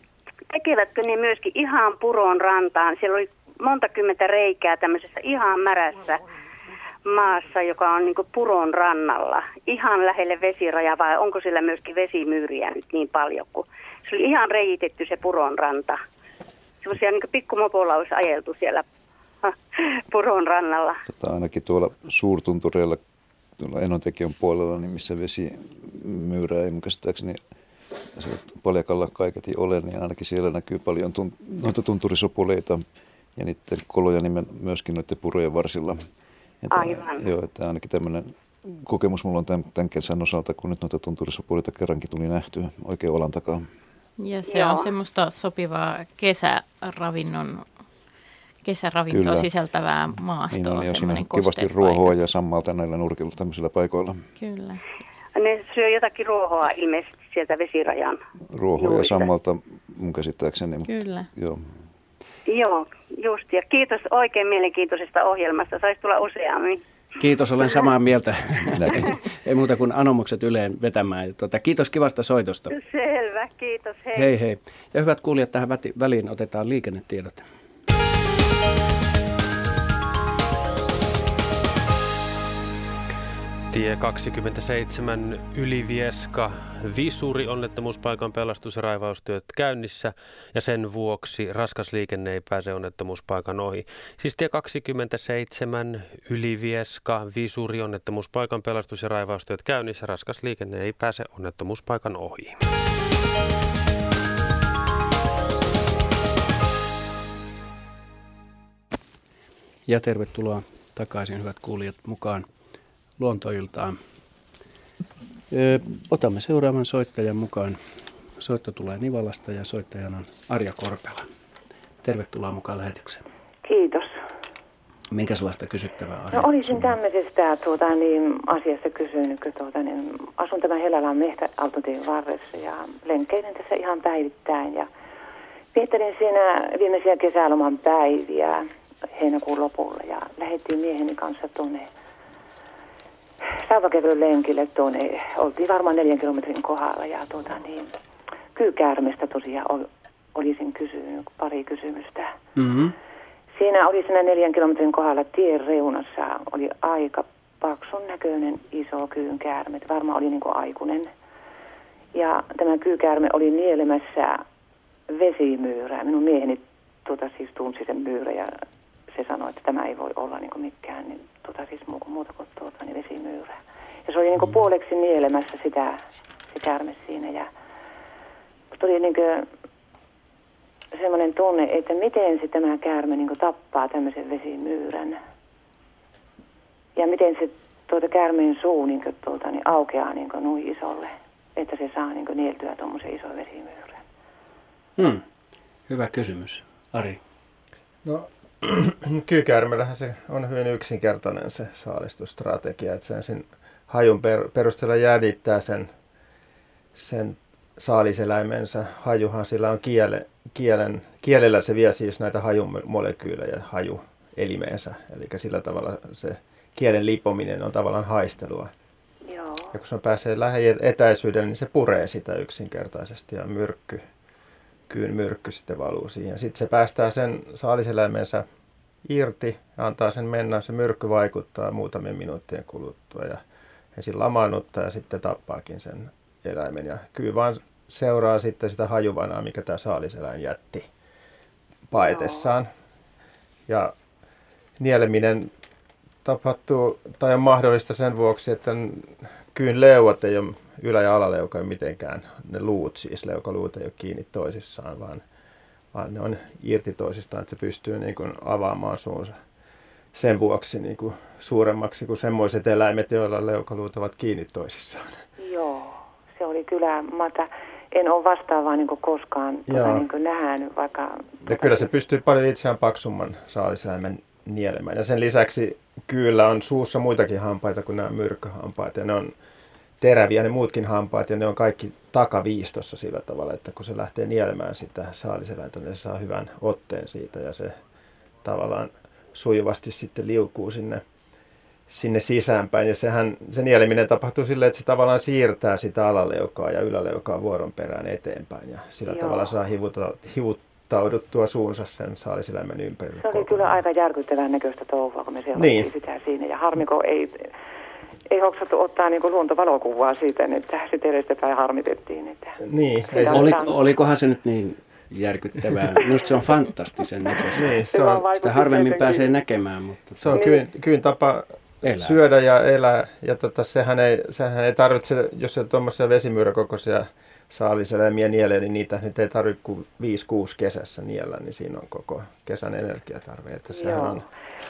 tekevätkö ne myöskin ihan puron rantaan? Siellä oli monta kymmentä reikää tämmöisessä ihan märässä maassa, joka on niin kuin puron rannalla, ihan lähelle vesirajaa, vai onko siellä myöskin vesimyyriä nyt niin paljon, kun se oli ihan reiitetty se puron ranta. Semmoisia niin kuin pikkumopolla olisi ajeltu siellä puron rannalla. Ainakin tuolla suurtuntureilla, tuolla Enontekiön puolella, niin missä vesimyyrää ei mun käsittääkseni Paljakalla kaiketi ole, niin ainakin siellä näkyy paljon noita tunturisopuleita ja niiden koloja myöskin noiden purojen varsilla. Aivan. Joo, että ainakin tämmöinen kokemus mulla on tämän kesän osalta, kun nyt noita tunturisopuleita kerrankin tuli nähtyä oikein olan takaa. Ja se on semmoista sopivaa kesäravintoa sisältävää maastoa. Niin, siinä on kivasti ruohoa ja sammalta näillä nurkilla tämmöisillä paikoilla. Kyllä. Ne syö jotakin ruohoa ilmeisesti sieltä vesirajan. Ruohoa ja sammalta mun käsittääkseni. Kyllä. Joo. Joo, just. Ja kiitos oikein mielenkiintoisesta ohjelmasta. Saisi tulla useammin. Kiitos, olen samaa mieltä. Ei muuta kuin anomukset Yleen vetämään. Kiitos kivasta soitosta. Selvä, kiitos. Hei. Hei hei. Ja hyvät kuulijat, tähän väliin otetaan liikennetiedot. Tie 27 Ylivieska Visuri onnettomuuspaikan pelastus- ja raivaustyöt käynnissä ja sen vuoksi raskas liikenne ei pääse onnettomuuspaikan ohi. Siis tie 27 Ylivieska Visuri onnettomuuspaikan pelastus- ja raivaustyöt käynnissä, raskas liikenne ei pääse onnettomuuspaikan ohi. Ja tervetuloa takaisin, hyvät kuulijat, mukaan Luontoiltaan. Otamme seuraavan soittajan mukaan. Soitto tulee Nivalasta ja soittajana on Arja Korpela. Tervetuloa mukaan lähetykseen. Kiitos. Minkälaista kysyttävää, Arja? No olisin tämmöisestä asiasta kysynyt, kun asun tämän Helälän Mehtäaltotien varressa ja lenkkeilen tässä ihan päivittäin. Ja viettelin siinä viimeisiä kesäloman päiviä heinäkuun lopulla ja lähdettiin mieheni kanssa tuonne sauvakävelyn lenkille tuonne, oltiin varmaan 4 kilometrin kohdalla ja kyykäärmeestä tosiaan olisin kysynyt pari kysymystä. Mm-hmm. Siinä oli siinä 4 kilometrin kohdalla tien reunassa, oli aika paksun näköinen iso kyynkäärme, varmaan oli niin kuin aikuinen. Ja tämä kyykäärme oli nielemässä vesimyyrää. Minun mieheni siis tunsi sen myyrä ja se sanoi, että tämä ei voi olla niin kuin mikään niin, siis muuta kuin niin vesimyyrä. Ja se oli niin kuin puoleksi nielemässä se käärme siinä. Ja tuli niin kuin semmoinen tunne, että miten se tämä käärme niin kuin tappaa tämmöisen vesimyyrän. Ja miten se käärmeen suu niin kuin niin aukeaa niin kuin noin isolle, että se saa niin kuin nieltyä tuommoisen ison vesimyyrän. Hyvä kysymys. Ari? No, kyykäärmellähän se on hyvin yksinkertainen se saalistusstrategia, että se ensin hajun perusteella jäljittää sen saaliseläimensä. Hajuhan sillä on kielellä se vie siis näitä hajumolekyylejä hajuelimeensä, eli sillä tavalla se kielen lipominen on tavallaan haistelua. Joo. Ja kun se pääsee lähietäisyydelle, niin se puree sitä yksinkertaisesti ja kyyn myrkky sitten valuu siihen. Sitten se päästää sen saaliseläimensä irti ja antaa sen mennä. Se myrkky vaikuttaa muutamien minuuttien kuluttua ja ensin lamaannuttaa ja sitten tappaakin sen eläimen. Ja kyy vaan seuraa sitten sitä hajuvanaa, mikä tämä saaliseläin jätti paetessaan. Ja nieleminen tapahtuu tai on mahdollista sen vuoksi, että kyyn leuat ei ole ylä- ja alaleuka mitenkään, ne luut siis, leukaluut ei ole kiinni toisissaan, vaan ne on irti toisistaan, että se pystyy niin kuin avaamaan suunsa sen vuoksi niin kuin suuremmaksi kuin semmoiset eläimet, joilla leukaluut ovat kiinni toisissaan. Joo, se oli kyllä, en ole vastaavaa niin kuin koskaan niin kuin nähnyt, vaikka... Ja kyllä se pystyy paljon itseään paksumman saaliseläimen nielemään. Ja sen lisäksi kyllä on suussa muitakin hampaita kuin nämä myrkkyhampaat. Ja ne on teräviä ne muutkin hampaat ja ne on kaikki takaviistossa sillä tavalla, että kun se lähtee nielemään sitä saaliseläintä, niin se saa hyvän otteen siitä ja se tavallaan sujuvasti sitten liukuu sinne sinne sisäänpäin. Ja se nieleminen tapahtuu silleen, että se tavallaan siirtää sitä alaleukaa ja yläleukaa vuoron perään eteenpäin. Ja sillä tavalla saa hivuttauduttua suunsa sen saaliseläimen ympärille. Se oli kyllä aika järkyttävän näköistä touhua, kun me seurattiin sitä siinä. Ja harmiko ei hoksattu ottaa niin kuin luontovalokuvaa siitä, että se edestäpäin harmitettiin. Että niin. Olikohan se nyt niin järkyttävää? Minusta se on fantastisen näköistä. Niin, sitä harvemmin pääsee näkemään. Mutta se on kyyn tapa syödä ja elää. Ja sehän ei tarvitse, jos on tuommoisia vesimyyrä-kokoisia saaliseläimiä nielee, niin niitä nyt ei tarvitse kuin 5-6 kesässä niellä, niin siinä on koko kesän energiatarve. Että sehän on,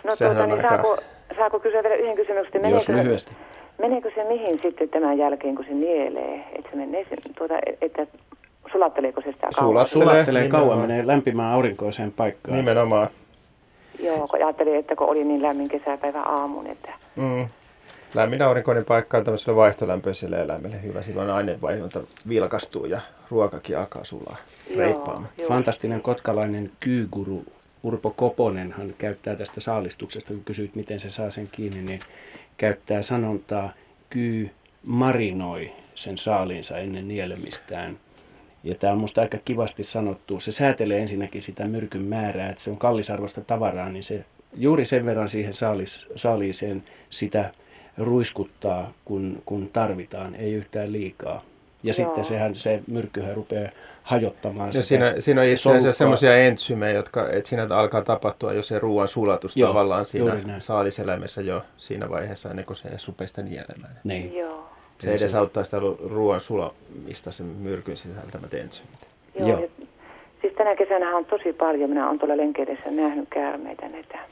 saako kysyä vielä yhden kysymyksen? Jos lyhyesti. Meneekö se mihin sitten tämän jälkeen, kun se nielee? Että se menee, että sulatteleeko se sitä kauan? Sulattelee kauan, menee lämpimään aurinkoiseen paikkaan. Nimenomaan. Joo, kun ajattelin, että kun oli niin lämmin kesäpäivä aamun, että... Lämmin aurinkoinen paikka on tämmöiselle vaihtolämpöiselle eläimelle hyvä. Silloin aineenvaihdunta vilkastuu ja ruokakin alkaa sulaa reippaamaan. Fantastinen kotkalainen kyyguru Urpo Koponenhan käyttää tästä saalistuksesta, kun kysyit, miten se saa sen kiinni, niin käyttää sanontaa, kyy marinoi sen saaliinsa ennen nielemistään. Ja tämä on musta aika kivasti sanottu. Se säätelee ensinnäkin sitä myrkyn määrää, että se on kallisarvoista tavaraa, niin se juuri sen verran siihen saaliiseen sitä ruiskuttaa, kun tarvitaan, ei yhtään liikaa. Ja sitten se myrkkyhän rupeaa hajottamaan sitä. Siinä on itse asiassa semmoisia entsyymejä, että siinä alkaa tapahtua jo se ruoan sulatus tavallaan siinä saaliseläimessä jo siinä vaiheessa, ennen kuin se edes rupeaa sitä nielemään. Niin. Se edesauttaa sitä ruoan sulamista, sen myrkyn sisältämät entsyymit. Joo. Siis tänä kesänä on tosi paljon, minä olen tuolla lenkeydessä nähnyt käärmeitä.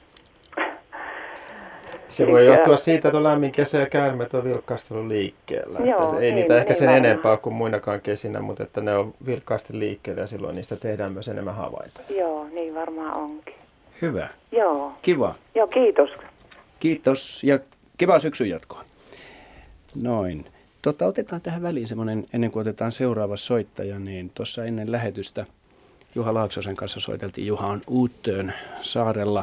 Se voi johtua siitä, että on lämmin kesä ja käärmeet on vilkkaasti ollut liikkeellä. Ei niitä ehkä sen enempää kuin muinakaan kesinä, mutta että ne on vilkkaasti liikkeellä ja silloin niistä tehdään myös enemmän havaintoja. Joo, niin varmaan onkin. Hyvä. Joo. Kiva. Joo, kiitos. Kiitos ja kivaa syksyn jatkoa. Noin. Otetaan tähän väliin semmoinen, ennen kuin otetaan seuraava soittaja, niin tuossa ennen lähetystä Juha Laaksosen kanssa soiteltiin. Juha on Uuttöön saarella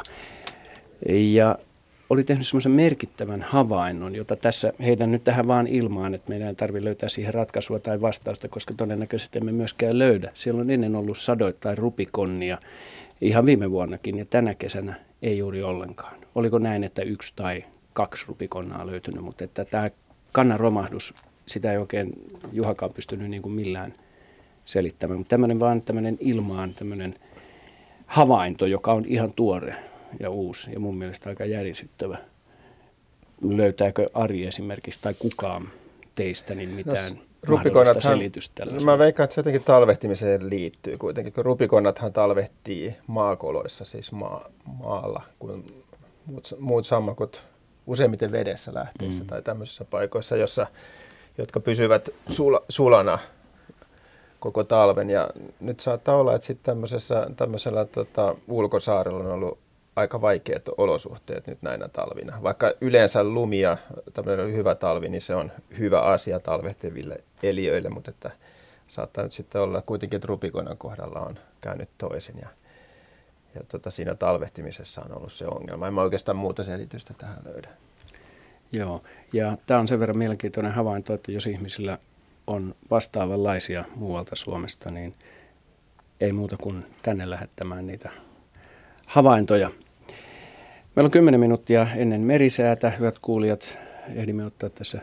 ja oli tehnyt semmoisen merkittävän havainnon, jota tässä heitän nyt tähän vaan ilmaan, että meidän ei tarvitse löytää siihen ratkaisua tai vastausta, koska todennäköisesti emme myöskään löydä. Siellä on ennen ollut sadoittain rupikonnia, ihan viime vuonnakin, ja tänä kesänä ei juuri ollenkaan. Oliko näin, että 1 tai 2 rupikonnaa löytynyt, mutta että tämä kannan romahdus, sitä ei oikein Juhakaan pystynyt niin kuin millään selittämään. Mutta tämmöinen ilmaan tämmöinen havainto, joka on ihan tuore ja uusi ja mun mielestä aika järisyttävä. Löytääkö Ari esimerkiksi tai kukaan teistä niin mitään mahdollista selitystä tällaista? Mä veikkaan, että se jotenkin talvehtimiseen liittyy kuitenkin, kun rupikonnathan talvehtii maakoloissa, siis maalla, kun muut sammakot useimmiten vedessä lähteissä tai tämmöisissä paikoissa, jotka pysyvät sulana koko talven. Ja nyt saattaa olla, että sitten tämmöisellä ulkosaarella on ollut aika vaikeat olosuhteet nyt näinä talvina. Vaikka yleensä lumi ja tämmöinen hyvä talvi, niin se on hyvä asia talvehtiville eliöille, mutta että saattaa nyt sitten olla kuitenkin, että rupikonnan kohdalla on käynyt toisin ja siinä talvehtimisessa on ollut se ongelma. En mä oikeastaan muuta selitystä tähän löydä. Joo, ja tämä on sen verran mielenkiintoinen havainto, että jos ihmisillä on vastaavanlaisia muualta Suomesta, niin ei muuta kuin tänne lähettämään niitä havaintoja. Meillä on 10 minuuttia ennen merisäätä. Hyvät kuulijat, ehdimme ottaa tässä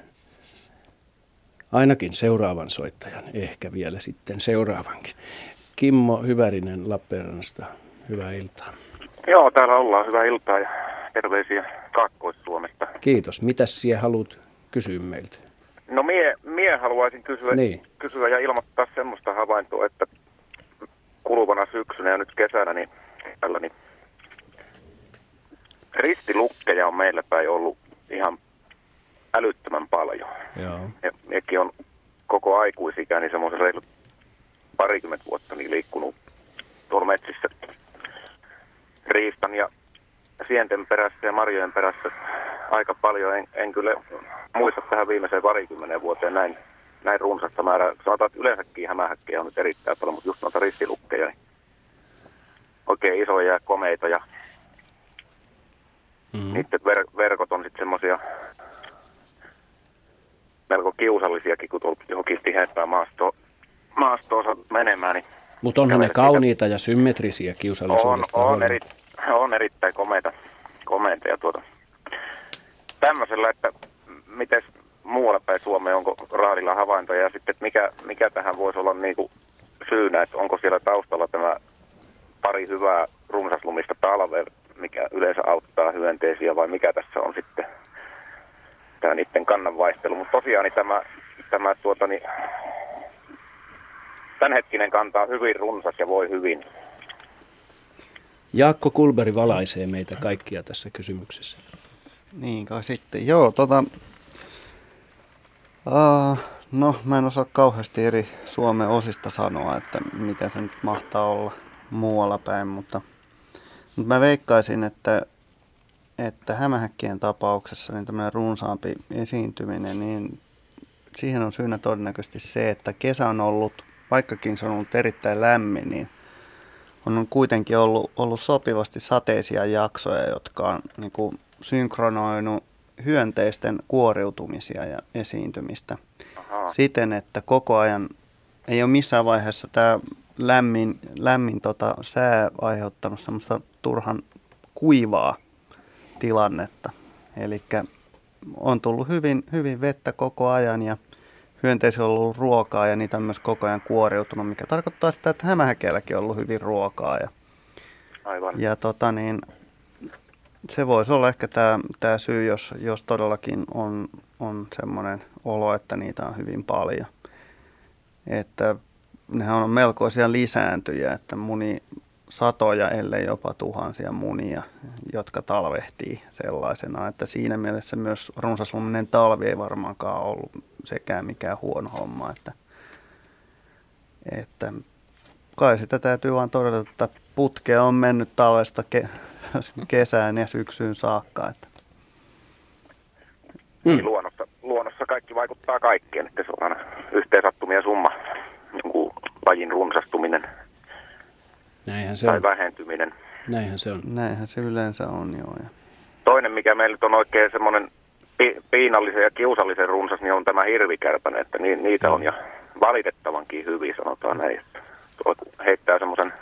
ainakin seuraavan soittajan, ehkä vielä sitten seuraavankin. Kimmo Hyvärinen Lappeenrannasta, hyvää iltaa. Joo, täällä ollaan. Hyvää iltaa ja terveisiä Kaakkois-Suomesta. Kiitos. Mitäs sinä haluat kysyä meiltä? No mie haluaisin kysyä ja ilmoittaa semmoista havaintoa, että kuluvana syksynä ja nyt kesänä niin ristilukkeja on meillä päin ollut ihan älyttömän paljon. Joo. Ja mekin on koko aikuisikäni semmoisen reilut 20 vuotta niin liikkunut tuolla metsissä riistan ja sienten perässä ja marjojen perässä aika paljon. En kyllä muista tähän viimeiseen 20 vuoteen näin runsasta määrää. Sanotaan, että yleensäkin hämähäkkejä on nyt erittäin paljon, mutta just noita ristilukkeja, niin oikein isoja ja komeita ja niiden verkot on sitten semmoisia melko kiusallisiakin, kun tuolta johonkin tiheämpään maastoon menemään. Niin mutta onhan ne kauniita ja symmetrisiä kiusallisuudesta. On erittäin komeita ja tämmöisellä, että miten muualla päin Suomea, onko raadilla havaintoja ja sitten, että mikä tähän voisi olla niin kuin syynä, että onko siellä taustalla tämä pari hyvää runsaslumista talvea, mikä yleensä auttaa hyönteisiä vai mikä tässä on sitten tämä niiden kannanvaihtelu. Mutta tosiaan niin tämä tämänhetkinen kanta on hyvin runsas ja voi hyvin. Jaakko Kulberi valaisee meitä kaikkia tässä kysymyksessä. Niin kai sitten. Joo, no mä en osaa kauheasti eri Suomen osista sanoa, että miten se nyt mahtaa olla muualla päin, mutta mä veikkaisin, että hämähäkkien tapauksessa niin tämmöinen runsaampi esiintyminen, niin siihen on syynä todennäköisesti se, että kesä on ollut, vaikkakin se on ollut erittäin lämmin, niin on kuitenkin ollut sopivasti sateisia jaksoja, jotka on niin kuin synkronoinut hyönteisten kuoriutumisia ja esiintymistä. Aha. Siten, että koko ajan ei ole missään vaiheessa tämä lämmin sää aiheuttanut semmoista turhan kuivaa tilannetta. Eli on tullut hyvin vettä koko ajan ja hyönteisillä on ollut ruokaa ja niitä on myös koko ajan kuoriutunut, mikä tarkoittaa sitä, että hämähäkeilläkin on ollut hyvin ruokaa. Aivan. Ja se voisi olla ehkä tämä syy, jos todellakin on semmoinen olo, että niitä on hyvin paljon. Että nehän on melkoisia lisääntyjä, että satoja, ellei jopa tuhansia munia, jotka talvehtii sellaisena. Että siinä mielessä myös runsasluminen talvi ei varmaankaan ollut sekään mikään huono homma. Että kai sitä täytyy vaan todeta, että putkea on mennyt talvesta kesään ja syksyyn saakka. Että. Luonnossa kaikki vaikuttaa kaikkeen, että se on aina yhteensattumia summa, jonkun lajin runsastuminen. Näinhän se tai on. Vähentyminen. Näinhän se on. Näinhän se yleensä on, joo. Toinen, mikä meillä on oikein semmoinen piinallisen ja kiusallisen runsas, niin on tämä hirvikärpänen, että niitä on ja valitettavankin hyvin, sanotaan näin. Että heittää semmoisen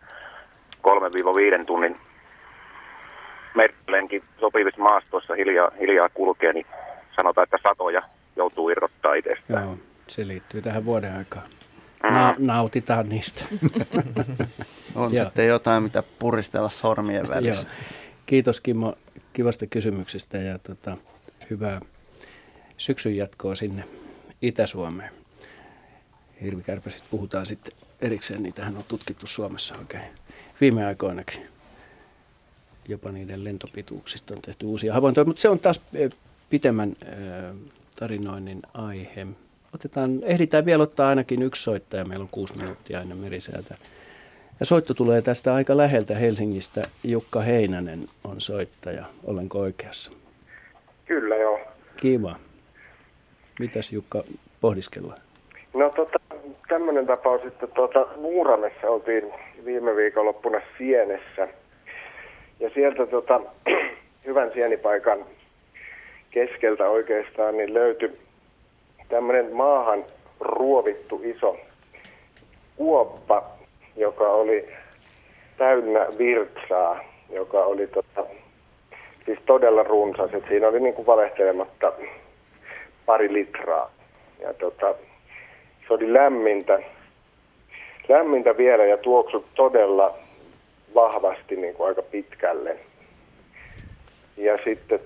3-5 tunnin merkkilenkin sopivissa maastoissa hiljaa kulkee, niin sanotaan, että satoja joutuu irrottaa itsestään. Joo, se liittyy tähän vuoden aikaan. Nautitaan niistä. On sitten jotain, mitä puristella sormien välissä. Joo. Kiitos Kimmo kivasta kysymyksestä ja hyvää syksyn jatkoa sinne Itä-Suomeen. Hirvikärpäsistä puhutaan sitten erikseen, niitähän on tutkittu Suomessa oikein viime aikoinakin. Jopa niiden lentopituuksista on tehty uusia havaintoja, mutta se on taas pitemmän tarinoinnin aihe. Ehditään vielä ottaa ainakin yksi soittaja, meillä on 6 minuuttia ennen merisäätä. Ja soitto tulee tästä aika läheltä Helsingistä. Jukka Heinänen on soittaja. Olenko oikeassa? Kyllä joo. Kiva. Mitäs Jukka pohdiskellaan? No tämmöinen tapaus, että Muuramessa oltiin viime viikonloppuna Sienessä. Ja sieltä hyvän sienipaikan keskeltä oikeastaan niin löytyi tämmöinen maahan ruovittu iso kuoppa, joka oli täynnä virtsaa, joka oli siis todella runsas. Et siinä oli niin kuin valehtelematta 2 litraa. Ja se oli lämmintä vielä ja tuoksui todella vahvasti niin kuin aika pitkälle. Ja sitten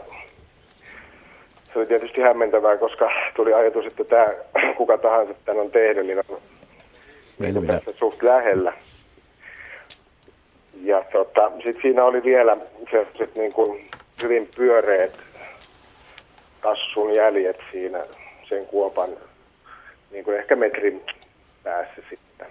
se oli tietysti hämmentävää, koska tuli ajatus, että tämä kuka tahansa tämän on tehnyt, niin on niin tässä suht lähellä. Ja sitten siinä oli vielä sellaiset niin kuin hyvin pyöreät tassun jäljet siinä sen kuopan niin kuin ehkä metrin päässä sitten.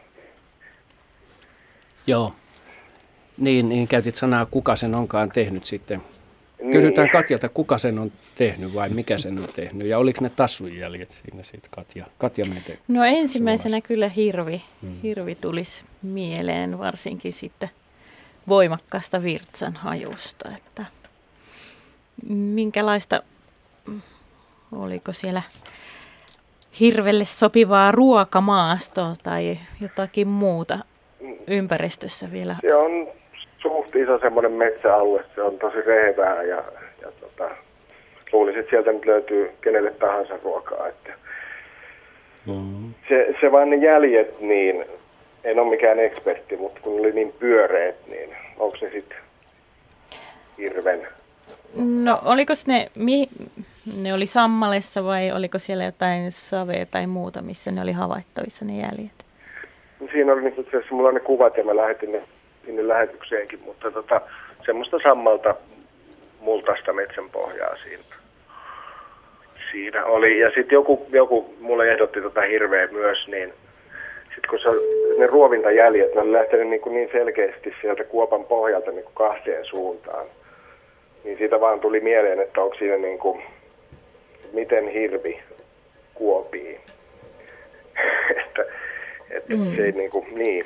Joo. Niin käytit sanaa, kuka sen onkaan tehnyt sitten. Kysytään Katjalta, kuka sen on tehnyt vai mikä sen on tehnyt? Ja oliko ne tassunjäljet siinä sitten, Katja meitä? No ensimmäisenä kyllä hirvi tulisi mieleen, varsinkin sitten voimakkaasta virtsan hajusta. minkälaista, oliko siellä hirvelle sopivaa ruokamaastoa tai jotakin muuta ympäristössä vielä? Se on suht iso semmoinen metsäalue, se on tosi rehevää ja luulisin, että sieltä nyt löytyy kenelle tahansa ruokaa. Että se vaan ne jäljet, niin en ole mikään ekspertti, mutta kun oli niin pyöreät, niin onko se sitten hirven? No oliko ne oli sammalessa vai oliko siellä jotain savea tai muuta, missä ne oli havaittavissa ne jäljet? Siinä oli itse asiassa, mulla on ne kuvat ja mä lähetin ne sinne lähetykseenkin, mutta semmoista sammalta multaista metsänpohjaa siinä oli. Ja sitten joku mulle ehdotti hirveä myös, niin sitten kun ne ruovintajäljet, ne oli lähtenyt niin selkeästi sieltä kuopan pohjalta niin kuin kahteen suuntaan, niin siitä vaan tuli mieleen, että onko siinä miten hirvi kuopii. että se ei niin.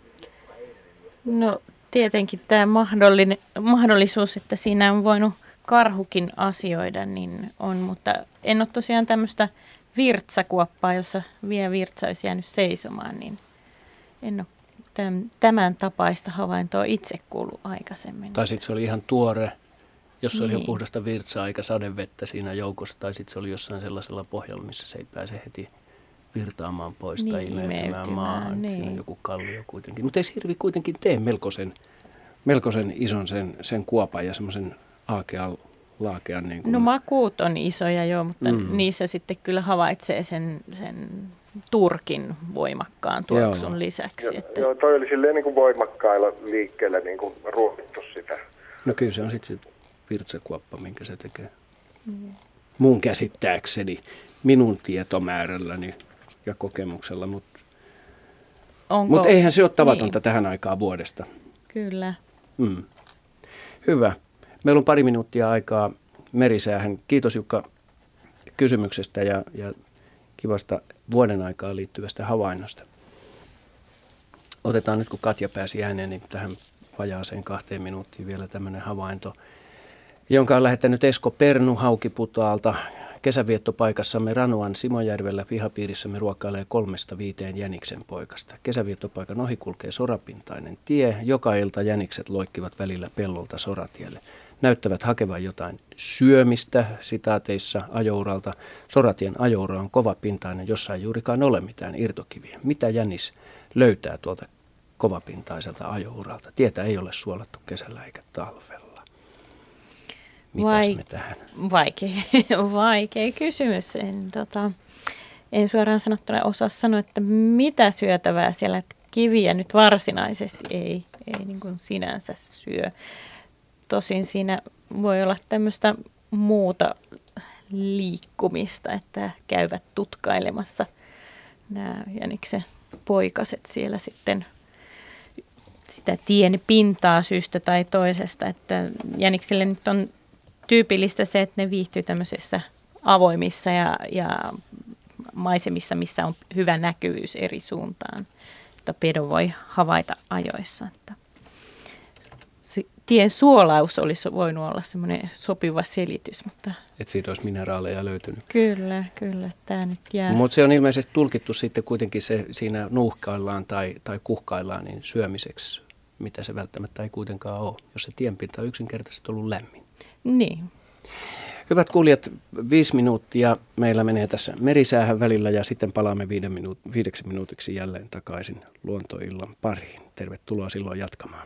No tietenkin tämä mahdollisuus, että siinä on voinut karhukin asioida, niin on, mutta en ole tosiaan tämmöistä virtsakuoppaa, jossa vielä virtsa olisi jäänyt seisomaan, niin en ole tämän tapaista havaintoa itse kuullut aikaisemmin. Tai sitten se oli ihan tuore, jos oli ihan puhdasta virtsaa eikä sadevettä siinä joukossa, tai sitten se oli jossain sellaisella pohjalla, missä se ei pääse heti virtaamaan pois tai imeytymään maahan. Niin. Siinä on joku kallio kuitenkin. Mutta ei hirvi kuitenkin tee melkoisen ison sen kuopan ja semmoisen laakean. Niin kuin... No makuut on isoja joo, mutta niissä sitten kyllä havaitsee sen turkin voimakkaan tuoksun lisäksi. Joo, toi oli silleen niin kuin voimakkailla liikkeellä niin kuin ruokittu sitä. No kyllä se on sitten se virtsakuoppa, minkä se tekee. Mun käsittääkseni, minun tietomäärälläni ja kokemuksella, mutta eihän se ole tavatonta tähän aikaan vuodesta. Kyllä. Hyvä. Meillä on 2 minuuttia aikaa merisäähän. Kiitos Jukka kysymyksestä ja kivasta vuoden aikaan liittyvästä havainnosta. Otetaan nyt, kun Katja pääsi ääneen, niin tähän vajaaseen 2 minuuttiin vielä tämmöinen havainto, jonka on lähettänyt Esko Pernu Haukiputaalta. Kesäviettopaikassamme Ranuan Simojärvellä pihapiirissämme ruokailee 3-5 jäniksen poikasta. Kesäviettopaikan ohi kulkee sorapintainen tie. Joka ilta jänikset loikkivat välillä pellolta soratielle. Näyttävät hakevan jotain syömistä, sitaateissa ajouralta. Soratien ajoura on kovapintainen, jossa ei juurikaan ole mitään irtokiviä. Mitä jänis löytää tuolta kovapintaiselta ajouralta? Tietä ei ole suolattu kesällä eikä talvella. Mitäs me tähän? Vaikea kysymys. En suoraan sanottuna osaa sanoa, että mitä syötävää siellä kiviä nyt varsinaisesti ei niin kuin sinänsä syö. Tosin siinä voi olla tämmöistä muuta liikkumista, että käyvät tutkailemassa nämä jäniksen poikaset siellä sitten sitä tien pintaa syystä tai toisesta, että jäniksille nyt on tyypillistä se, että ne viihtyy tämmöisissä avoimissa ja maisemissa, missä on hyvä näkyvyys eri suuntaan, että pedon voi havaita ajoissa. Että tien suolaus olisi voinut olla semmoinen sopiva selitys. Mutta että siitä olisi mineraaleja löytynyt. Kyllä, tämä nyt jää. Mutta se on ilmeisesti tulkittu sitten kuitenkin se siinä nuuhkaillaan tai kuhkaillaan niin syömiseksi, mitä se välttämättä ei kuitenkaan ole, jos se tienpinta on yksinkertaisesti ollut lämmin. Niin. Hyvät kuulijat, 5 minuuttia meillä menee tässä merisäähän välillä ja sitten palaamme 5 minuutiksi jälleen takaisin luontoillan pariin. Tervetuloa silloin jatkamaan.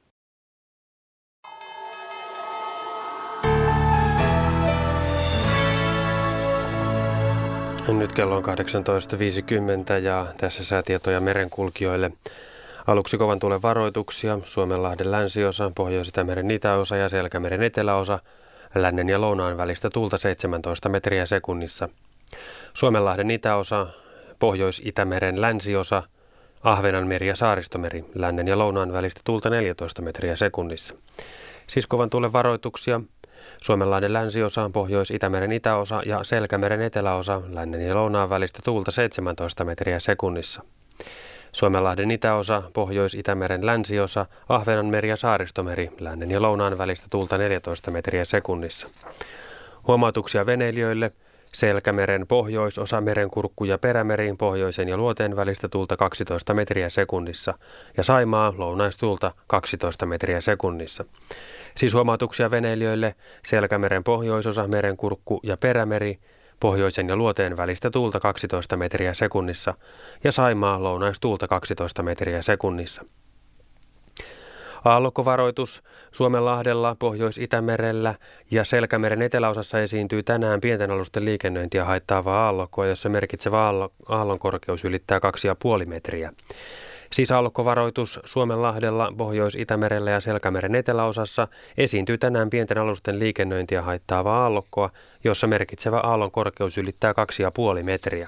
Nyt kello on 18.50 ja tässä säätietoja merenkulkijoille. Aluksi kovan tuulen varoituksia, Suomenlahden länsiosa, Pohjois-Itämeren itäosa ja Selkämeren eteläosa, lännen ja lounaan välistä tuulta 17 metriä sekunnissa. Suomenlahden itäosa, Pohjois-Itämeren länsiosa, Ahvenanmeri ja Saaristomeri, lännen ja lounaan välistä tuulta 14 metriä sekunnissa. Siis kovan tuulen varoituksia, Suomenlahden länsiosa, Pohjois-Itämeren itäosa ja Selkämeren eteläosa, lännen ja lounaan välistä tuulta 17 metriä sekunnissa. Suomenlahden itäosa, Pohjois-Itämeren länsiosa, Ahvenanmeri ja Saaristomeri, lännen ja lounaan välistä tuulta 14 metriä sekunnissa. Huomautuksia veneilijöille: Selkämeren pohjoisosa, Merenkurkku ja Perämeri, pohjoisen ja luoteen välistä tuulta 12 metriä sekunnissa ja Saimaa, lounaistuulta 12 metriä sekunnissa. Siis huomautuksia veneilijöille: Selkämeren pohjoisosa, Merenkurkku ja Perämeri, pohjoisen ja luoteen välistä tuulta 12 metriä sekunnissa ja Saimaa, lounaistuulta 12 metriä sekunnissa. Aallokkovaroitus: Suomenlahdella, Pohjois-Itämerellä ja Selkämeren eteläosassa esiintyy tänään pienten alusten liikennöintiä haittaavaa aallokkoa, jossa merkitsevä aallon korkeus ylittää 2,5 metriä. Siis aallokkovaroitus: Suomenlahdella, Pohjois-Itämerellä ja Selkämeren eteläosassa esiintyy tänään pienten alusten liikennöintiä haittaavaa aallokkoa, jossa merkitsevä aallon korkeus ylittää 2,5 metriä.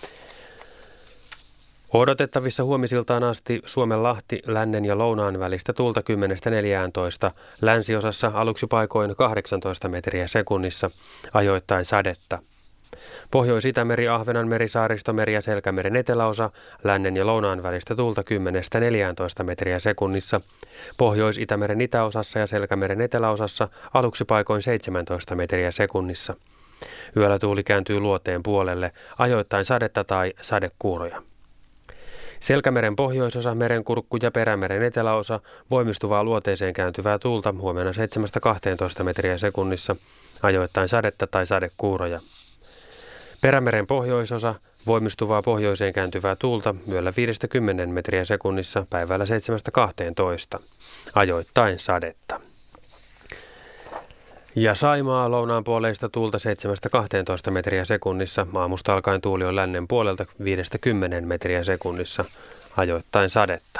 Odotettavissa huomisiltaan asti Suomenlahti, lännen ja lounaan välistä tuulta 10–14, länsiosassa aluksi paikoin 18 metriä sekunnissa, ajoittain sadetta. Pohjois-Itämeri, Ahvenanmeri, Saaristomeri ja Selkämeren eteläosa, lännen ja lounaan välistä tuulta 10–14 metriä sekunnissa, Pohjois-Itämeren itäosassa ja Selkämeren eteläosassa aluksi paikoin 17 metriä sekunnissa. Yöllä tuuli kääntyy luoteen puolelle, ajoittain sadetta tai sadekuuroja. Selkämeren pohjoisosa, Merenkurkku ja Perämeren eteläosa, voimistuvaa luoteeseen kääntyvää tuulta huomenna 7–12 metriä sekunnissa, ajoittain sadetta tai sadekuuroja. Perämeren pohjoisosa, voimistuvaa pohjoiseen kääntyvää tuulta yöllä 5–10 metriä sekunnissa, päivällä 7–12, ajoittain sadetta. Ja Saimaa, lounaan puoleista tuulta 7–12 metriä sekunnissa, aamusta alkaen tuuli on lännen puolelta 5–10 metriä sekunnissa, ajoittain sadetta.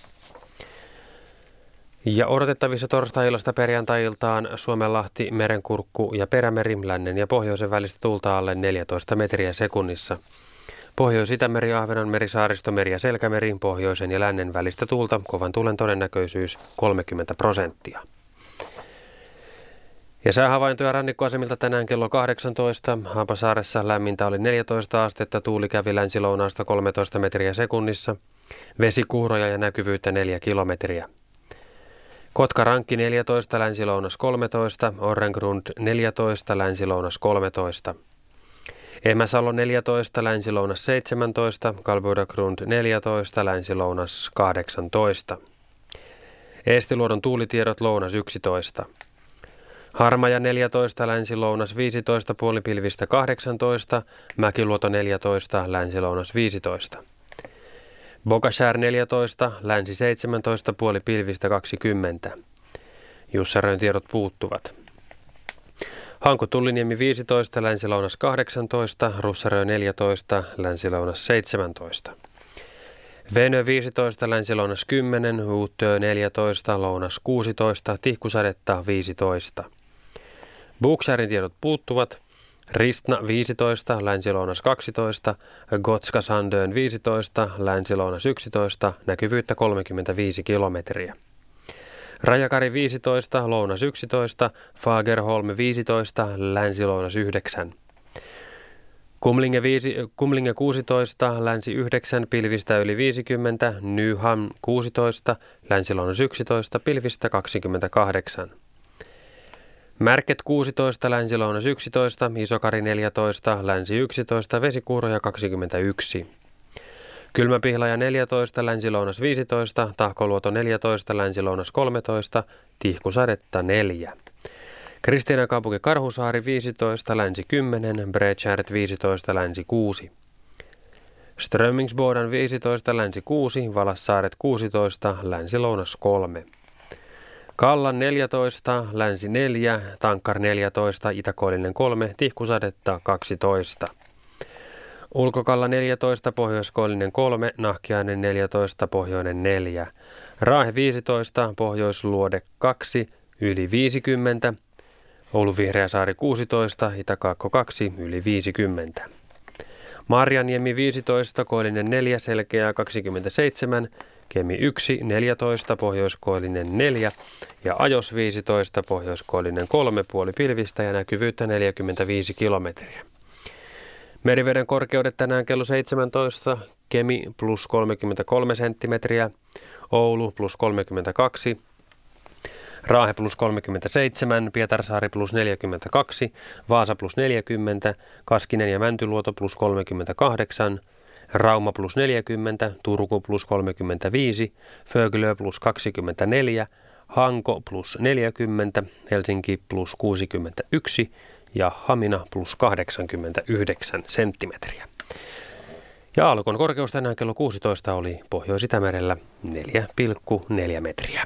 Ja odotettavissa torstai-illasta perjantai-iltaan Suomenlahti, Merenkurkku ja Perämeri, lännen ja pohjoisen välistä tuulta alle 14 metriä sekunnissa. Pohjois-Itämeri, Ahvenanmeri, Saaristomeri ja Selkämeri, pohjoisen ja lännen välistä tuulta, kovan tuulen todennäköisyys 30%. Ja säähavaintoja rannikkoasemilta tänään kello 18. Haapasaaressa lämmintä oli 14 astetta, tuuli kävi länsilounaasta 13 metriä sekunnissa, vesikuuroja ja näkyvyyttä 4 kilometriä. Kotkarankki 14, länsilounas 13, Orrengrund 14, länsilounas 13. Emäsalo 14, länsilounas 17, Kalbudagrund 14, länsilounas 18. Eestiluodon tuulitiedot lounas 11. Harmaja 14, länsilounas 15, puolipilvistä 18, Mäkiluoto 14, länsilounas 15. Bogashär 14, länsi 17, puolipilvistä 20. Jussarön tiedot puuttuvat. Hanko-Tulliniemi 15, länsilounas 18, Russarö 14, länsilounas 17. Venö 15, länsilounas 10, Uuttöö 14, lounas 16, Tihkusadetta 15. Buksjärin tiedot puuttuvat. Ristna 15, länsilounas 12, Gotska Sandön 15, länsilounas 11, näkyvyyttä 35 kilometriä. Rajakari 15, lounas 11, Fagerholm 15, länsilounas 9. Kumlinge 16, länsi 9, pilvistä yli 50, Nyham 16, länsilounas 11, pilvistä 28. Märket 16, länsilounas 11, Isokari 14, länsi 11, vesikuuroja 21. Kylmäpihlaja 14, länsilounas 15, Tahkoluoto 14, länsilounas 13, Tihkusadetta 4. Kristiinankaupunki Karhusaari 15, länsi 10, Bredtjärvet 15, länsi 6. Strömmingsbodan 15, länsi 6, Valassaaret 16, länsilounas 3. Kallan 14, länsi 4, Tankkar 14, Itäkoillinen 3, Tihkusadetta 12. Ulkokalla 14, Pohjoiskoillinen 3, Nahkiainen 14, Pohjoinen 4. Raahe 15, Pohjoisluode 2, yli 50. Oulu Vihreäsaari 16, Itäkaakko 2, yli 50. Marjaniemi 15, Koillinen 4, Selkeää 27, Kemi 1, 14, Pohjoiskoillinen 4 ja Ajos 15, Pohjoiskoillinen 3, puolipilvistä ja näkyvyyttä 45 kilometriä. Meriveden korkeudet tänään kello 17. Kemi plus 33 senttimetriä, Oulu plus 32, Raahe plus 37, Pietarsaari plus 42, Vaasa plus 40, Kaskinen ja Mäntyluoto plus 38, Rauma plus 40, Turku plus 35, Föglö plus 24, Hanko plus 40, Helsinki plus 61 ja Hamina plus 89 senttimetriä. Ja aallokon korkeus tänään kello 16 oli Pohjois-Itämerellä 4,4 metriä.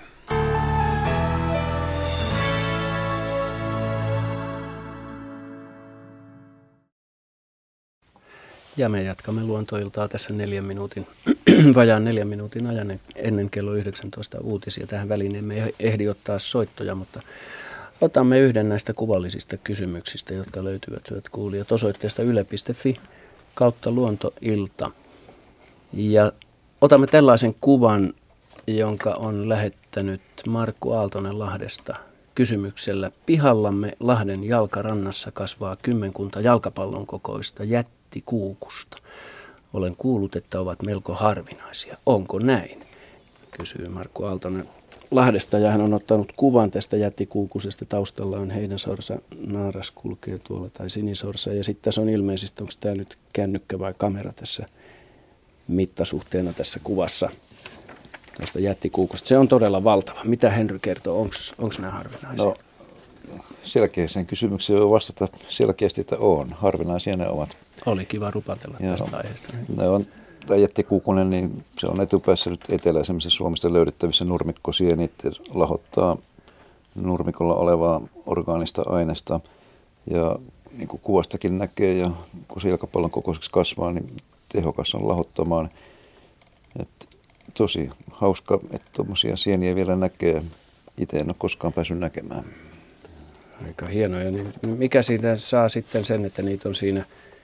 Ja me jatkamme luontoiltaa tässä vajaan 4 minuutin ajan ennen kello 19 uutisia. Tähän väliin emme ehdi ottaa soittoja, mutta otamme yhden näistä kuvallisista kysymyksistä, jotka löytyvät, hyvät kuulijat, osoitteesta yle.fi/luontoilta. Ja otamme tällaisen kuvan, jonka on lähettänyt Markku Aaltonen Lahdesta kysymyksellä: pihallamme Lahden jalkarannassa kasvaa kymmenkunta jalkapallon kokoista jättikuukusta. Olen kuullut, että ovat melko harvinaisia. Onko näin? Kysyy Markku Aaltonen Lahdesta, ja hän on ottanut kuvan tästä jättikuukusesta. Taustalla on heinäsorsa, naaras kulkee tuolla, tai sinisorsa, ja sitten tässä on ilmeisesti, onko tämä nyt kännykkä vai kamera tässä mittasuhteena tässä kuvassa tuosta jättikuukusta. Se on todella valtava. Mitä Henry kertoo, onko nämä harvinaisia? No, selkeäseen kysymykseen voi vastata selkeästi, että on. Harvinaisia ne ovat. Oli kiva rupatella tästä aiheesta. Tämä jättikuukunen, niin se on etupäässä nyt eteläisemmissä Suomesta löydettävissä nurmikkosienit, lahottaa nurmikolla olevaa orgaanista aineesta. Ja niin kuin kuvastakin näkee, ja kun se jalkapallon kokoiseksi kasvaa, niin tehokas on lahottamaan. Tosi hauska, että tuommoisia sieniä vielä näkee. Itse en ole koskaan päässyt näkemään. Aika hienoja. Niin mikä siitä saa sitten sen, että niitä on siinä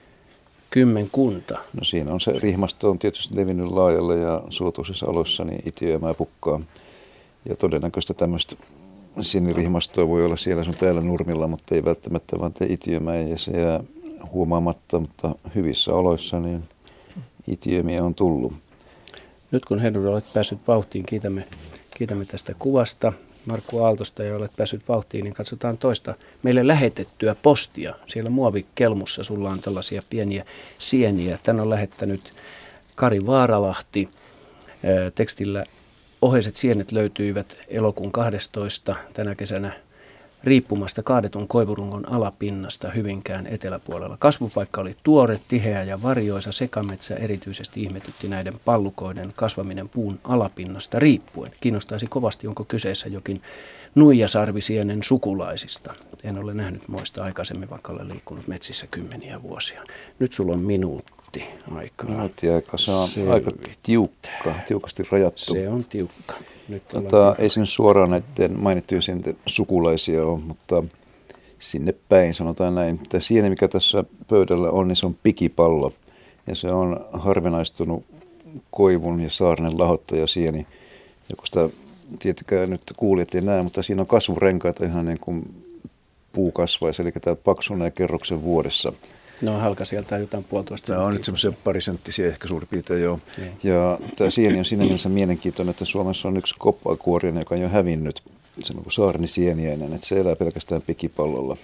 kymmenkunta? No siinä on se rihmasto on tietysti levinnyt laajalle ja suotuisissa oloissa niin itiöimää pukkaa. Ja todennäköistä tämmöistä sienirihmastoa voi olla siellä sun täällä nurmilla, mutta ei välttämättä vaan tee itiöimää ja se jää huomaamatta, mutta hyvissä oloissa niin itiöimiä on tullut. Nyt kun Henry olet päässyt vauhtiin, kiitämme tästä kuvasta Markku Aaltosta ja olet päässyt vauhtiin, niin katsotaan toista meille lähetettyä postia. Siellä muovikelmussa sulla on tällaisia pieniä sieniä. Tän on lähettänyt Kari Vaaralahti. Tekstillä oheiset sienet löytyivät elokuun 12. tänä kesänä riippumasta kaadetun koivurungon alapinnasta Hyvinkään eteläpuolella. Kasvupaikka oli tuore, tiheä ja varjoisa sekametsä. Erityisesti ihmetytti näiden pallukoiden kasvaminen puun alapinnasta riippuen. Kiinnostaisi kovasti, onko kyseessä jokin nuijasarvisienen sukulaisista. En ole nähnyt moista aikaisemmin, vaikka olen liikkunut metsissä kymmeniä vuosia. Nyt sulla on minuutti aikaa. Minuuttiaika, se on aika tiukasti rajattu. Se on tiukka. Ei se nyt suoraan näiden mainittujen sienten sukulaisia ole, mutta sinne päin sanotaan näin. Tämä sieni, mikä tässä pöydällä on, niin se on pikipallo. Ja se on harvinaistunut koivun ja saarnen lahottajasieni. Ja kun sitä tietenkään nyt kuulijat ei näe, mutta siinä on kasvurenkaita ihan niin kuin puu kasvaisi, eli tämä paksunee kerroksen vuodessa. No halka sieltä jotain 1,5 senttiä. Tämä on nyt semmoisia parisenttisiä ehkä suurin piirtein, joo. Ja tämä sieni on siinä mielessä mielenkiintoinen, että Suomessa on yksi koppakuoriainen, joka on jo hävinnyt. Se on kuin saarnisieniäinen, että se elää pelkästään pikipallolla.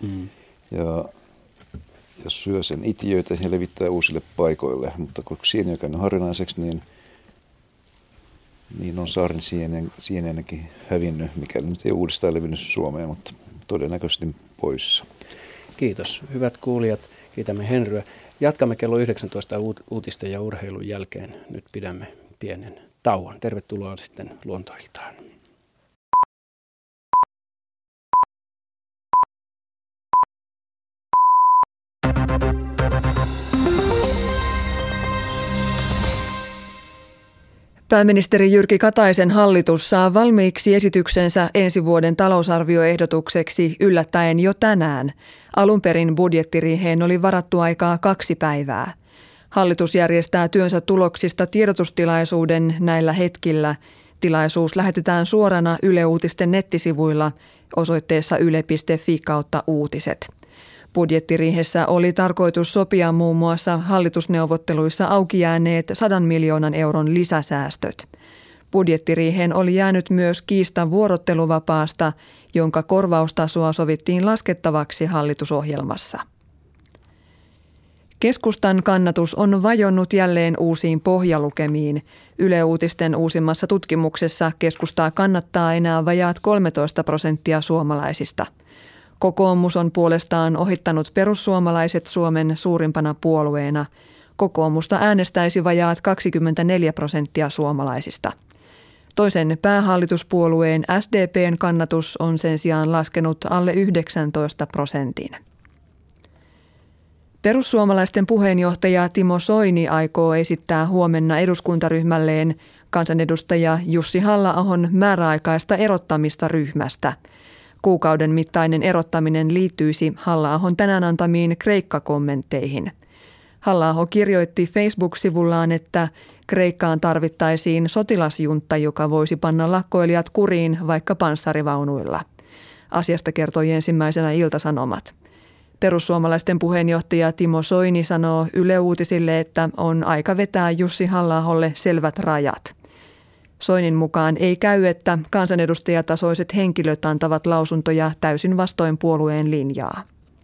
Ja jos syö sen itiöitä ja levittää uusille paikoille, mutta kun sieni on käynyt harvinaiseksi, niin on saarnisieniäinenkin hävinnyt, mikäli nyt ei uudestaan levinnyt Suomeen, mutta todennäköisesti poissa. Kiitos. Hyvät kuulijat, kiitämme Henryä. Jatkamme kello 19 uutisten ja urheilun jälkeen. Nyt pidämme pienen tauon. Tervetuloa sitten luontoiltaan. Pääministeri Jyrki Kataisen hallitus saa valmiiksi esityksensä ensi vuoden talousarvioehdotukseksi yllättäen jo tänään. Alun perin budjettiriiheen oli varattu aikaa 2 päivää. Hallitus järjestää työnsä tuloksista tiedotustilaisuuden näillä hetkillä. Tilaisuus lähetetään suorana Yle Uutisten nettisivuilla osoitteessa yle.fi/uutiset. Budjettiriihessä oli tarkoitus sopia muun muassa hallitusneuvotteluissa auki jääneet 100 miljoonan euron lisäsäästöt. Budjettiriiheen oli jäänyt myös kiista vuorotteluvapaasta, jonka korvaustasoa sovittiin laskettavaksi hallitusohjelmassa. Keskustan kannatus on vajonnut jälleen uusiin pohjalukemiin. Yle Uutisten uusimmassa tutkimuksessa keskustaa kannattaa enää vajaat 13% suomalaisista. Kokoomus on puolestaan ohittanut perussuomalaiset Suomen suurimpana puolueena. Kokoomusta äänestäisi vajaat 24% suomalaisista. Toisen päähallituspuolueen SDP:n kannatus on sen sijaan laskenut alle 19%. Perussuomalaisten puheenjohtaja Timo Soini aikoo esittää huomenna eduskuntaryhmälleen kansanedustaja Jussi Halla-ahon määräaikaista erottamista ryhmästä. Kuukauden mittainen erottaminen liittyisi Halla-ahon tänään antamiin Kreikka-kommentteihin. Halla-aho kirjoitti Facebook-sivullaan, että Kreikkaan tarvittaisiin sotilasjuntta, joka voisi panna lakkoilijat kuriin vaikka panssarivaunuilla. Asiasta kertoi ensimmäisenä Ilta-Sanomat. Perussuomalaisten puheenjohtaja Timo Soini sanoo Yle Uutisille, että on aika vetää Jussi Halla-aholle selvät rajat. Soinin mukaan ei käy, että kansanedustajatasoiset henkilöt antavat lausuntoja täysin vastoin puolueen linjaa.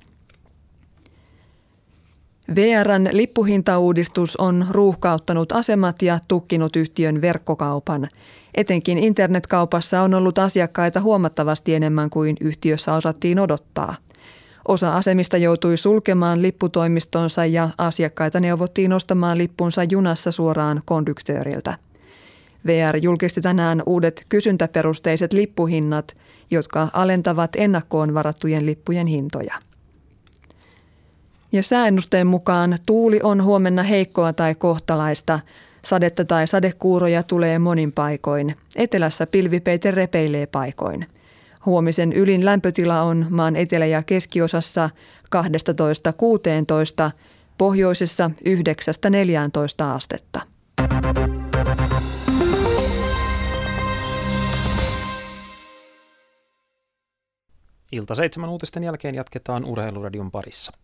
VR:n lippuhintauudistus on ruuhkauttanut asemat ja tukkinut yhtiön verkkokaupan. Etenkin internetkaupassa on ollut asiakkaita huomattavasti enemmän kuin yhtiössä osattiin odottaa. Osa asemista joutui sulkemaan lipputoimistonsa ja asiakkaita neuvottiin ostamaan lippunsa junassa suoraan konduktööriltä. VR julkisti tänään uudet kysyntäperusteiset lippuhinnat, jotka alentavat ennakkoon varattujen lippujen hintoja. Ja sääennusteen mukaan tuuli on huomenna heikkoa tai kohtalaista. Sadetta tai sadekuuroja tulee monin paikoin. Etelässä pilvipeite repeilee paikoin. Huomisen ylin lämpötila on maan etelä- ja keskiosassa 12–16, pohjoisessa 9–14 astetta. Ilta 7 uutisten jälkeen jatketaan Urheiluradion parissa.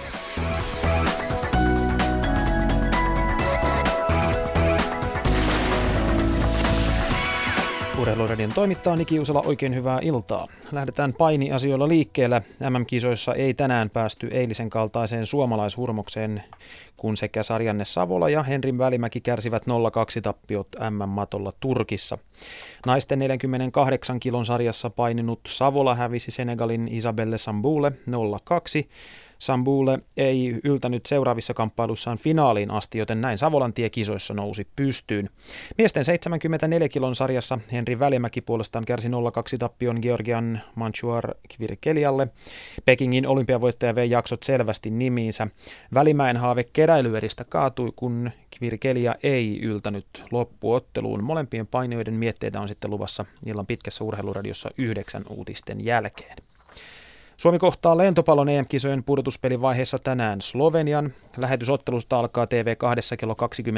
Urheiluradion toimittaa Niki Uusala, oikein hyvää iltaa. Lähdetään painiasioilla liikkeelle. MM-kisoissa ei tänään päästy eilisen kaltaiseen suomalaishurmokseen, kun sekä Sarjanne Savola ja Henri Välimäki kärsivät 0-2 tappiot MM-matolla Turkissa. Naisten 48 kilon sarjassa paininut Savola hävisi Senegalin Isabelle Samboule 0-2. Samboule ei yltänyt seuraavissa kamppailussaan finaaliin asti, joten näin Savolan tie kisoissa nousi pystyyn. Miesten 74 kilon sarjassa Henri Välimäki puolestaan kärsi 0-2 tappion Georgian Manchuar Kvirkelialle. Pekingin olympiavoittaja vei jaksot selvästi nimiinsä. Välimäen haave keräilyeristä kaatui, kun Kvirkelia ei yltänyt loppuotteluun. Molempien painijoiden mietteitä on sitten luvassa illan pitkässä Urheiluradiossa 9 uutisten jälkeen. Suomi kohtaa lentopallon EM-kisojen pudotuspelivaiheessa tänään Slovenian. Lähetysottelusta alkaa TV2 kello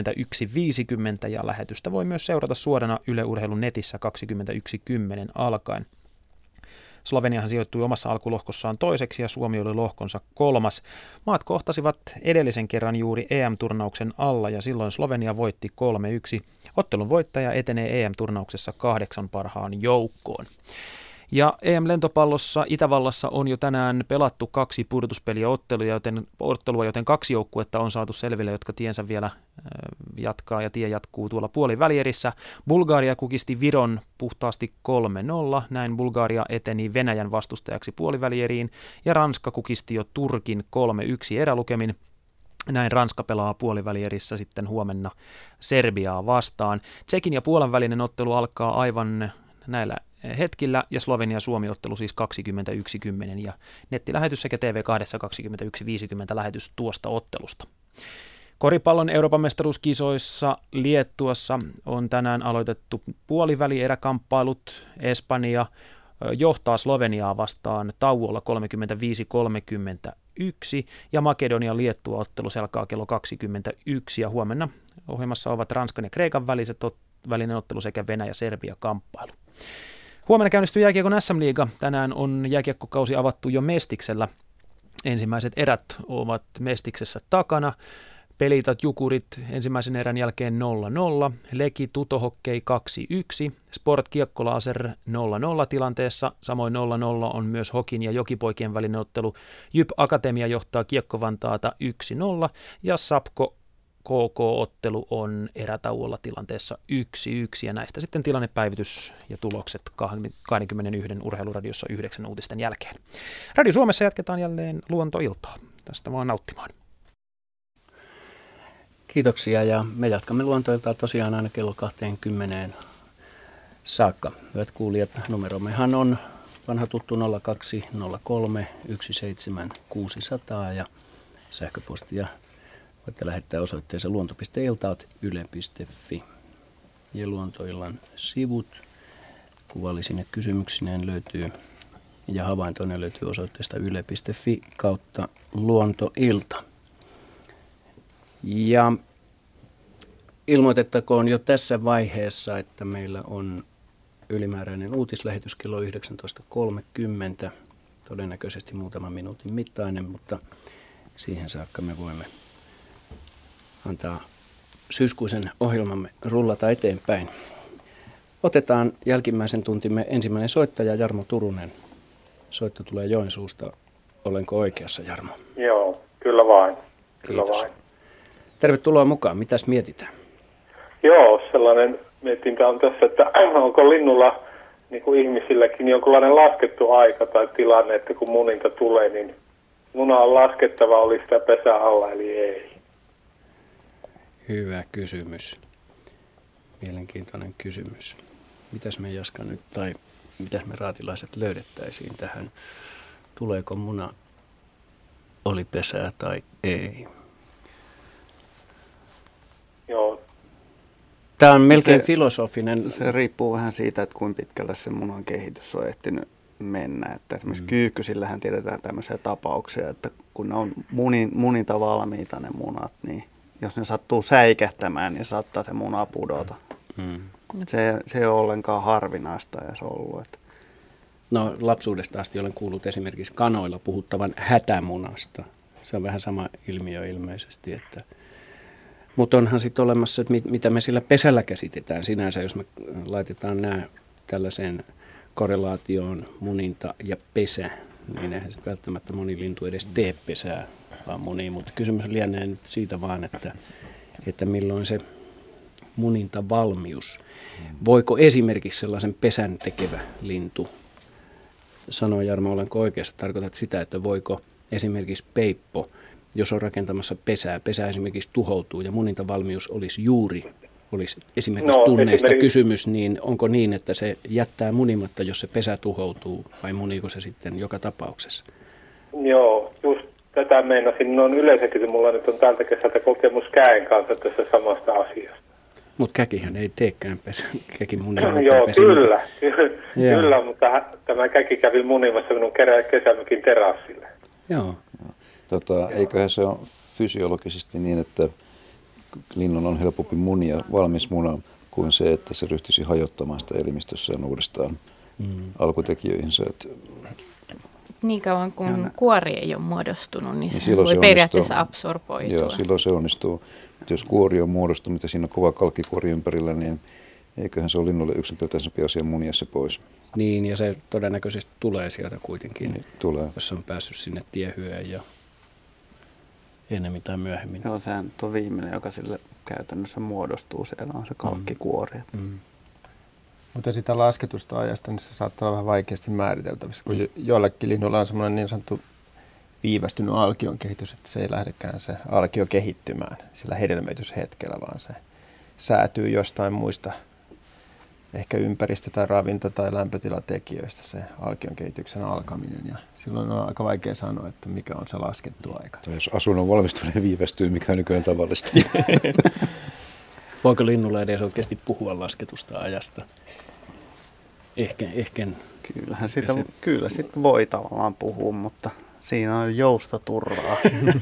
21.50 ja lähetystä voi myös seurata suorana Yle Urheilun netissä 21.10 alkaen. Sloveniahan sijoittui omassa alkulohkossaan toiseksi ja Suomi oli lohkonsa kolmas. Maat kohtasivat edellisen kerran juuri EM-turnauksen alla ja silloin Slovenia voitti 3-1. Ottelun voittaja etenee EM-turnauksessa 8 parhaan joukkoon. Ja EM-lentopallossa Itävallassa on jo tänään pelattu 2 pudotuspeliottelua, joten 2 joukkuetta on saatu selville, jotka tiensä vielä jatkaa ja tie jatkuu tuolla puolivälierissä. Bulgaria kukisti Viron puhtaasti 3-0, näin Bulgaria eteni Venäjän vastustajaksi puolivälieriin ja Ranska kukisti jo Turkin 3-1 erälukemin. Näin Ranska pelaa puolivälierissä sitten huomenna Serbiaa vastaan. Tsekin ja Puolan välinen ottelu alkaa aivan näillä hetkillä ja Slovenia-Suomi-ottelu siis 21.10 ja nettilähetys sekä TV2 21.50 lähetys tuosta ottelusta. Koripallon Euroopan mestaruuskisoissa Liettuassa on tänään aloitettu puolivälieräkamppailut. Espanja johtaa Sloveniaa vastaan tauolla 35-31 ja Makedonia-Liettua-ottelu selkaa kello 21 ja huomenna ohjelmassa ovat Ranskan ja Kreikan välinen ottelu sekä Venäjä-Serbia-kamppailu. Huomenna käynnistyy jääkiekon SM-liiga. Tänään on jääkiekkokausi avattu jo Mestiksellä. Ensimmäiset erät ovat Mestiksessä takana. Pelitat Jukurit ensimmäisen erän jälkeen 0-0, Leki Tutohokkei 2-1, Sport Kiekko Laser 0-0 tilanteessa, samoin 0-0 on myös Hokin ja Jokipoikien välinen ottelu. Jyp Akatemia johtaa Kiekko Vantaata 1-0 ja Sapko KK-ottelu on erätauolla tilanteessa 1-1 ja näistä sitten tilannepäivitys ja tulokset 21 Urheiluradiossa 9 uutisten jälkeen. Radio Suomessa jatketaan jälleen luontoiltaa. Tästä vaan nauttimaan. Kiitoksia ja me jatkamme luontoiltaa tosiaan aina kello 20 saakka. Hyvät kuulijat, numerommehan on vanha tuttu 0203 17600 ja sähköpostia voitte lähettää osoitteessa luonto.iltaat.yle.fi. Ja luontoillan sivut kuvallisine kysymyksineen löytyy ja havaintoinen löytyy osoitteesta yle.fi kautta luontoilta. Ja ilmoitettakoon jo tässä vaiheessa, että meillä on ylimääräinen uutislähetys kello 19.30, todennäköisesti muutaman minuutin mittainen, mutta siihen saakka me voimme antaa syyskuisen ohjelmamme rullata eteenpäin. Otetaan jälkimmäisen tuntimme ensimmäinen soittaja Jarmo Turunen. Soitto tulee Joensuusta. Olenko oikeassa, Jarmo? Joo, kyllä vain. Kyllä vain. Tervetuloa mukaan. Mitäs mietitään? Joo, sellainen mietintä on tässä, että onko linnulla, niin kuin ihmisilläkin, jonkunlainen laskettu aika tai tilanne, että kun muninta tulee, niin muna on laskettava, oli sitä pesää alla, eli ei. Hyvä kysymys. Mielenkiintoinen kysymys. Mitäs me Jaska nyt, tai mitäs me raatilaiset löydettäisiin tähän? Tuleeko muna, oli pesää tai ei? Joo. Tämä on melkein filosofinen. Se riippuu vähän siitä, että kuinka pitkälle se munan kehitys on ehtinyt mennä. Että esimerkiksi kyykkysillähän tiedetään tämmöisiä tapauksia, että kun ne on muninta valmiita ne munat, niin jos ne sattuu säikähtämään, niin saattaa se muna pudota. Se ei ole ollenkaan harvinaista edes ollut. Että. No lapsuudesta asti olen kuullut esimerkiksi kanoilla puhuttavan hätämunasta. Se on vähän sama ilmiö ilmeisesti, että. Mutta onhan sitten olemassa, että mitä me sillä pesällä käsitetään sinänsä, jos me laitetaan nämä tällaiseen korrelaatioon muninta ja pesä, niin eihän sitten välttämättä moni lintu edes tee pesää, vaan moni. Mutta kysymys lienee nyt siitä vaan, että milloin se muninta valmius. Voiko esimerkiksi sellaisen pesän tekevä lintu, sanoo Jarmo, olenko oikeassa, tarkoitat sitä, että voiko esimerkiksi peippo, jos on rakentamassa pesää esimerkiksi tuhoutuu ja munintavalmius olisi esimerkiksi tunneista kysymys, niin onko niin, että se jättää munimatta, jos se pesä tuhoutuu, vai muniiko se sitten joka tapauksessa? Joo, just tätä meinasin. No yleensäkin mulla nyt on tältä kesältä kokemus käen kanssa tässä samasta asiasta. Mutta käkihän ei teekään pesän, käki munimatta. Joo, kyllä, mutta tämä käki kävi munimassa minun kesämökin terassille. Joo. Eiköhän se ole fysiologisesti niin, että linnun on helpompi munia valmis muna kuin se, että se ryhtyisi hajottamaan sitä elimistössään uudestaan alkutekijöihinsä. Niin kauan kun kuori ei ole muodostunut, niin se voi periaatteessa absorboitua. Joo, silloin se onnistuu. Jos kuori on muodostunut ja siinä on kova kalkkikuori ympärillä, niin eiköhän se ole linnulle yksinkertaisempi asia munia se pois. Niin, ja se todennäköisesti tulee sieltä kuitenkin, niin, tulee. Jos on päässyt sinne tiehyöön ja ennemmin tai myöhemmin. Joo, sehän tuo viimeinen, joka sille käytännössä muodostuu, siellä on se kalkkikuori. Mutta sitä lasketusta ajasta, niin se saattaa olla vähän vaikeasti määriteltävissä, kun joillakin linnuilla on semmoinen niin sanottu viivästynyt alkion kehitys, että se ei lähdekään se alkio kehittymään sillä hedelmöityshetkellä, vaan se säätyy jostain muista, ehkä ympäristö- tai ravinto- tai lämpötilatekijöistä se alkion kehityksen alkaminen. Ja silloin on aika vaikea sanoa, että mikä on se laskettu aika. Tai jos asunnon valmistuminen viivästyy, mikä on nykyään tavallista. Voiko linnulla edes oikeasti puhua lasketusta ajasta? Ehkä. Kyllä sit voi tavallaan puhua, mutta siinä on joustoturvaa.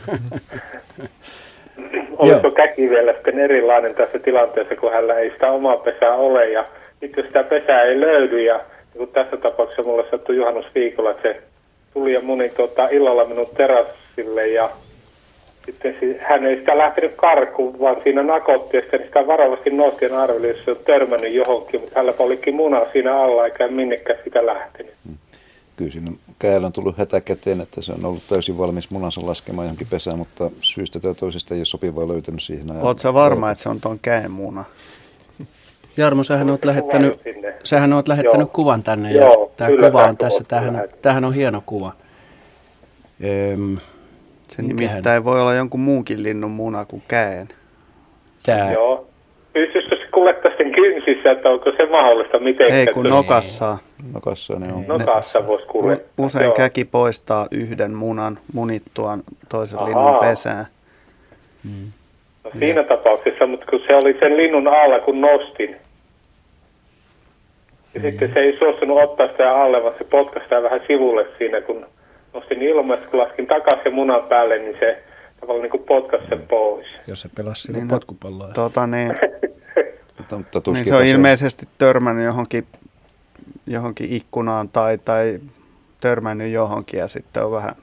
Olisiko käki vielä erilainen tässä tilanteessa, kun hänellä ei sitä omaa pesää ole ja nyt jos sitä pesää ei löydy ja niin tässä tapauksessa mulle sattui juhannusviikolla, että se tuli ja muni illalla minun terassille ja sitten hän ei sitä lähtenyt karkuun, vaan siinä nakotti ja sitten sitä varovasti nosti ja arveli, jos se on törmännyt johonkin, mutta hänellä olikin muna siinä alla eikä minnekään sitä lähtenyt. Kyllä siinä kädellä on tullut hätä käteen, että se on ollut täysin valmis munansa laskemaan johonkin pesään, mutta syystä tai toisesta ei ole sopivaa löytänyt siihen ajan. Oletko sä varma, että se on tuon käen muna? Jarmo, sähän oot lähettänyt kuvan tänne ja tämä kuva on tässä. Tämähän on hieno kuva. Se nimittäin voi olla jonkun muunkin linnun muna kuin käen. Joo. Pystyisikö se kuljettaa sen kynsissä, että onko se mahdollista mitenkään? Ei, kun nokassa. Nokassa ne on. Nokassa voisi kuljettaa. Usein käki poistaa yhden munan munittuaan toisen linnun pesään. No, siinä tapauksessa, mutta kun se oli sen linnun alla, kun nostin. Ja sitten se ei suostunut ottaa sitä alle, vaan se potkasi sitä vähän sivulle siinä, kun nostin ilmasta, kun laskin takaisin munan päälle, niin se tavallaan niin kuin potkasi sen pois. Jos se pelasi silloin potkupalloa. Niin se on ilmeisesti törmännyt johonkin ikkunaan tai törmännyt johonkin ja sitten on vähän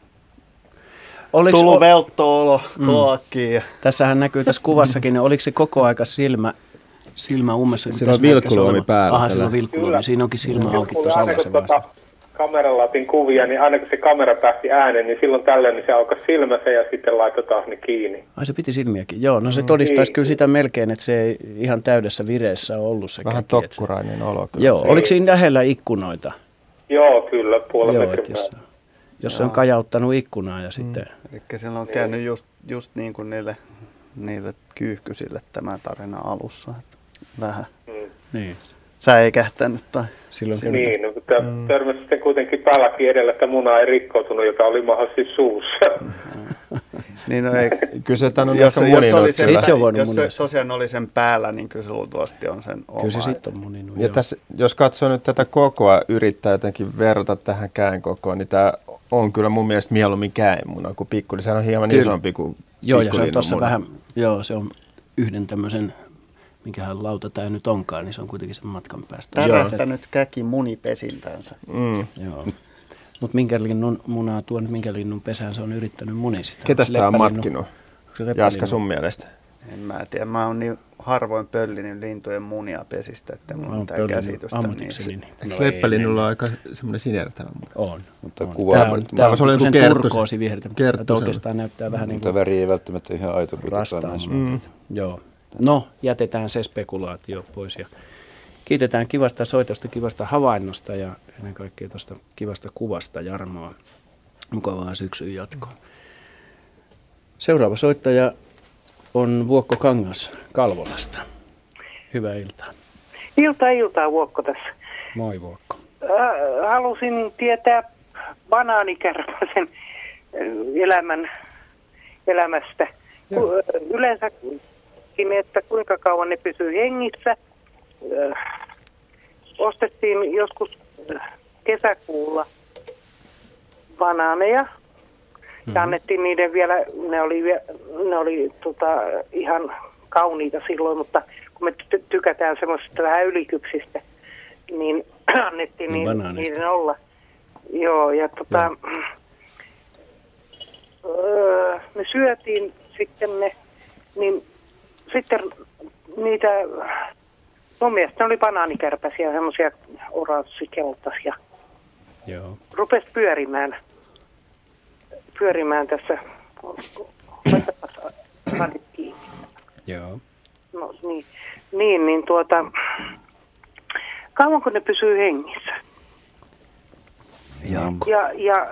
tullut veltto-olo koakkiin. Tässähän näkyy tässä kuvassakin, niin oliko se koko aika silmä ummessa? Sillä on vilkkuloomi päällä. Aha, sillä on vilkkuloomi. Siinä onkin silmä auki tuossa alla. Kameralla otin kuvia, niin aina kun se kamera päästi ääneen, niin silloin tällöin niin se aukasi silmänsä ja sitten laittoi taas ne kiinni. Ai se piti silmiäkin, joo. No se todistaisi kyllä sitä melkein, että se ei ihan täydessä vireessä ole ollut se vähän käki. tokkurainen olo. Joo, oliko siinä lähellä ikkunoita? Joo, kyllä, puolen metrin päällä. Jos se on kajauttanut ikkunaa ja sitten... Eli siellä on käynyt just niin kuin niille kyyhkysille tämä tarina alussa. Vähän. Niin. Säikähtänyt tai... Niin, no, törmäsi sitten kuitenkin päälläkin edellä, että muna ei rikkoutunut, joka oli mahdollisesti suussa. Niin, no ei. Kyllä se on jos se tosiaan oli sen päällä, niin kyllä se luultavasti on sen oma. Kyllä se sitten on muninut. Ja tässä, jos katsoo nyt tätä kokoa, yrittää jotenkin verrata tähän käen kokoon, niin tämä on kyllä mun mielestä mieluummin käenmuna kuin pikkuli. Sehän on hieman isompi kuin joo, ja se on tuossa vähän, joo, se on yhden tämmöisen, minkähän lauta tämä nyt onkaan, niin se on kuitenkin sen matkan päästä. Tärähtänyt käki munipesiltänsä. Joo. Mutta minkä linnun munaa tuon, minkä linnun pesään se on yrittänyt munistaa? Ketäs tämä on matkinut? Jaska sun mielestä? En mä tiedä. Mä oon niin harvoin pöllinyt lintujen munia pesistä, että mulla on mitään käsitystä niissä. Leppälinnulla on aika semmoinen sinertävä muna. On. Mutta Tämä on sen turkoosi vihertä, mutta oikeastaan näyttää vähän niin kuin... Mutta väri ei välttämättä ihan aito. Joo. No, jätetään se spekulaatio pois ja kiitetään kivasta soitosta, kivasta havainnosta ja ennen kaikkea tuosta kivasta kuvasta Jarmoa. Mukavaa syksyn jatkoa. Seuraava soittaja on Vuokko Kangas Kalvolasta. Hyvää iltaa. Iltaa Vuokko tässä. Moi Vuokko. Halusin tietää banaanikärpäsen elämästä. Yleensä että kuinka kauan ne pysyy hengissä. Ostettiin joskus kesäkuulla banaaneja ja annettiin niiden vielä, ne oli ihan kauniita silloin, mutta kun me tykätään semmoisista vähän ylikypsistä, niin annettiin niiden olla. Joo, ja me syötiin sitten ne, niin sitten niitä, mun mielestä ne oli banaanikärpäsiä, semmoisia oranssikeltaisia. Joo. Rupesi pyörimään tässä. Joo. No niin kauanko ne pysyy hengissä? Ja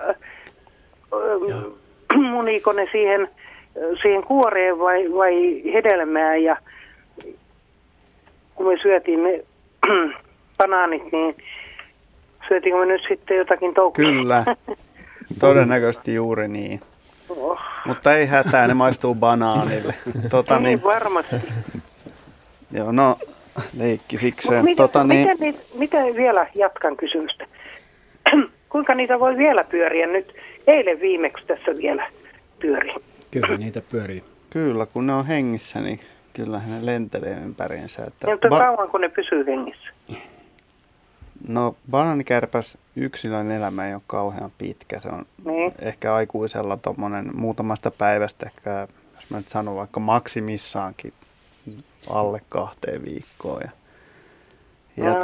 muniiko ne siihen kuoreen vai hedelmään, ja kun me syötiin ne banaanit, niin syötiinkö me nyt sitten jotakin toukkua? Kyllä, todennäköisesti juuri niin. Mutta ei hätää, ne maistuu banaanille. Niin varmasti. Joo, no leikki sikseen. Miten vielä jatkan kysymystä? Kuinka niitä voi vielä pyöriä nyt? Eilen viimeksi tässä vielä pyöri. Kyllä niitä pyörii. Kyllä, kun ne on hengissä, niin kyllähän ne lentelee ympäriinsä. Mutta kauan kun ne pysyy hengissä? No banaanikärpäs yksilön elämä ei ole kauhean pitkä. Se on ehkä aikuisella tommonen muutamasta päivästä, ehkä, jos mä nyt sanon vaikka maksimissaankin alle 2 viikkoon. Ja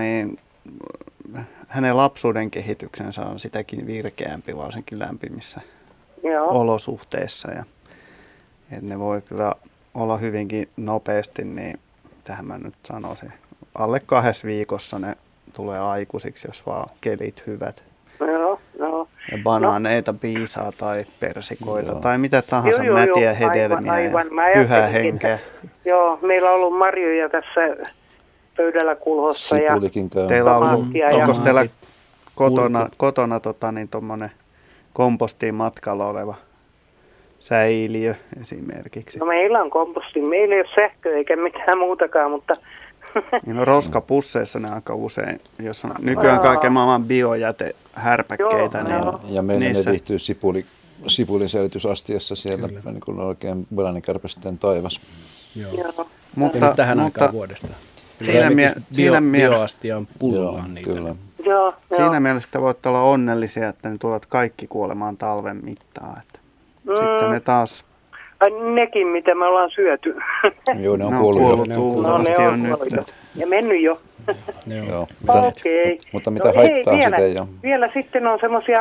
hänen lapsuuden kehityksensä on sitäkin virkeämpi, varsinkin lämpimissä olosuhteissa. Ja, että ne voi kyllä olla hyvinkin nopeasti, niin tähän mä nyt sanoisin, alle 2 viikossa ne tulee aikuisiksi, jos vaan kelit hyvät. Ja banaaneita, piisaa tai persikoita tai mitä tahansa mätiä hedelmiä aivan. ja pyhää henkeä. Joo, meillä on ollut marjoja tässä pöydällä kulhossa. Sipulikin käy. Teillä on ollut, onko teillä kotona tuommoinen kompostiin matkalla oleva säiliö esimerkiksi? No meillä on komposti. Meillä ei ole sähköä eikä mitään muutakaan, mutta... No roskapusseissa ne aika usein, jos on nykyään kaiken maailman biojätehärpäkkeitä. Ja meillä ne viihtyy sipulin säilytysastiassa siellä, niin kuin oikein banaanikärpästen taivas. Joo. Mutta tähän aikaan vuodesta. Bioastia on pullollaan niitä. Kyllä. Siinä mielessä voitte olla onnellisia, että ne tulevat kaikki kuolemaan talven mittaan. Sitten ne taas... Ai nekin, mitä me ollaan syöty. Joo, ne on kuollut jo. Ja mennyt jo. Joo. Okei. Mutta mitä haittaa sitä ei ole? Vielä sitten on semmoisia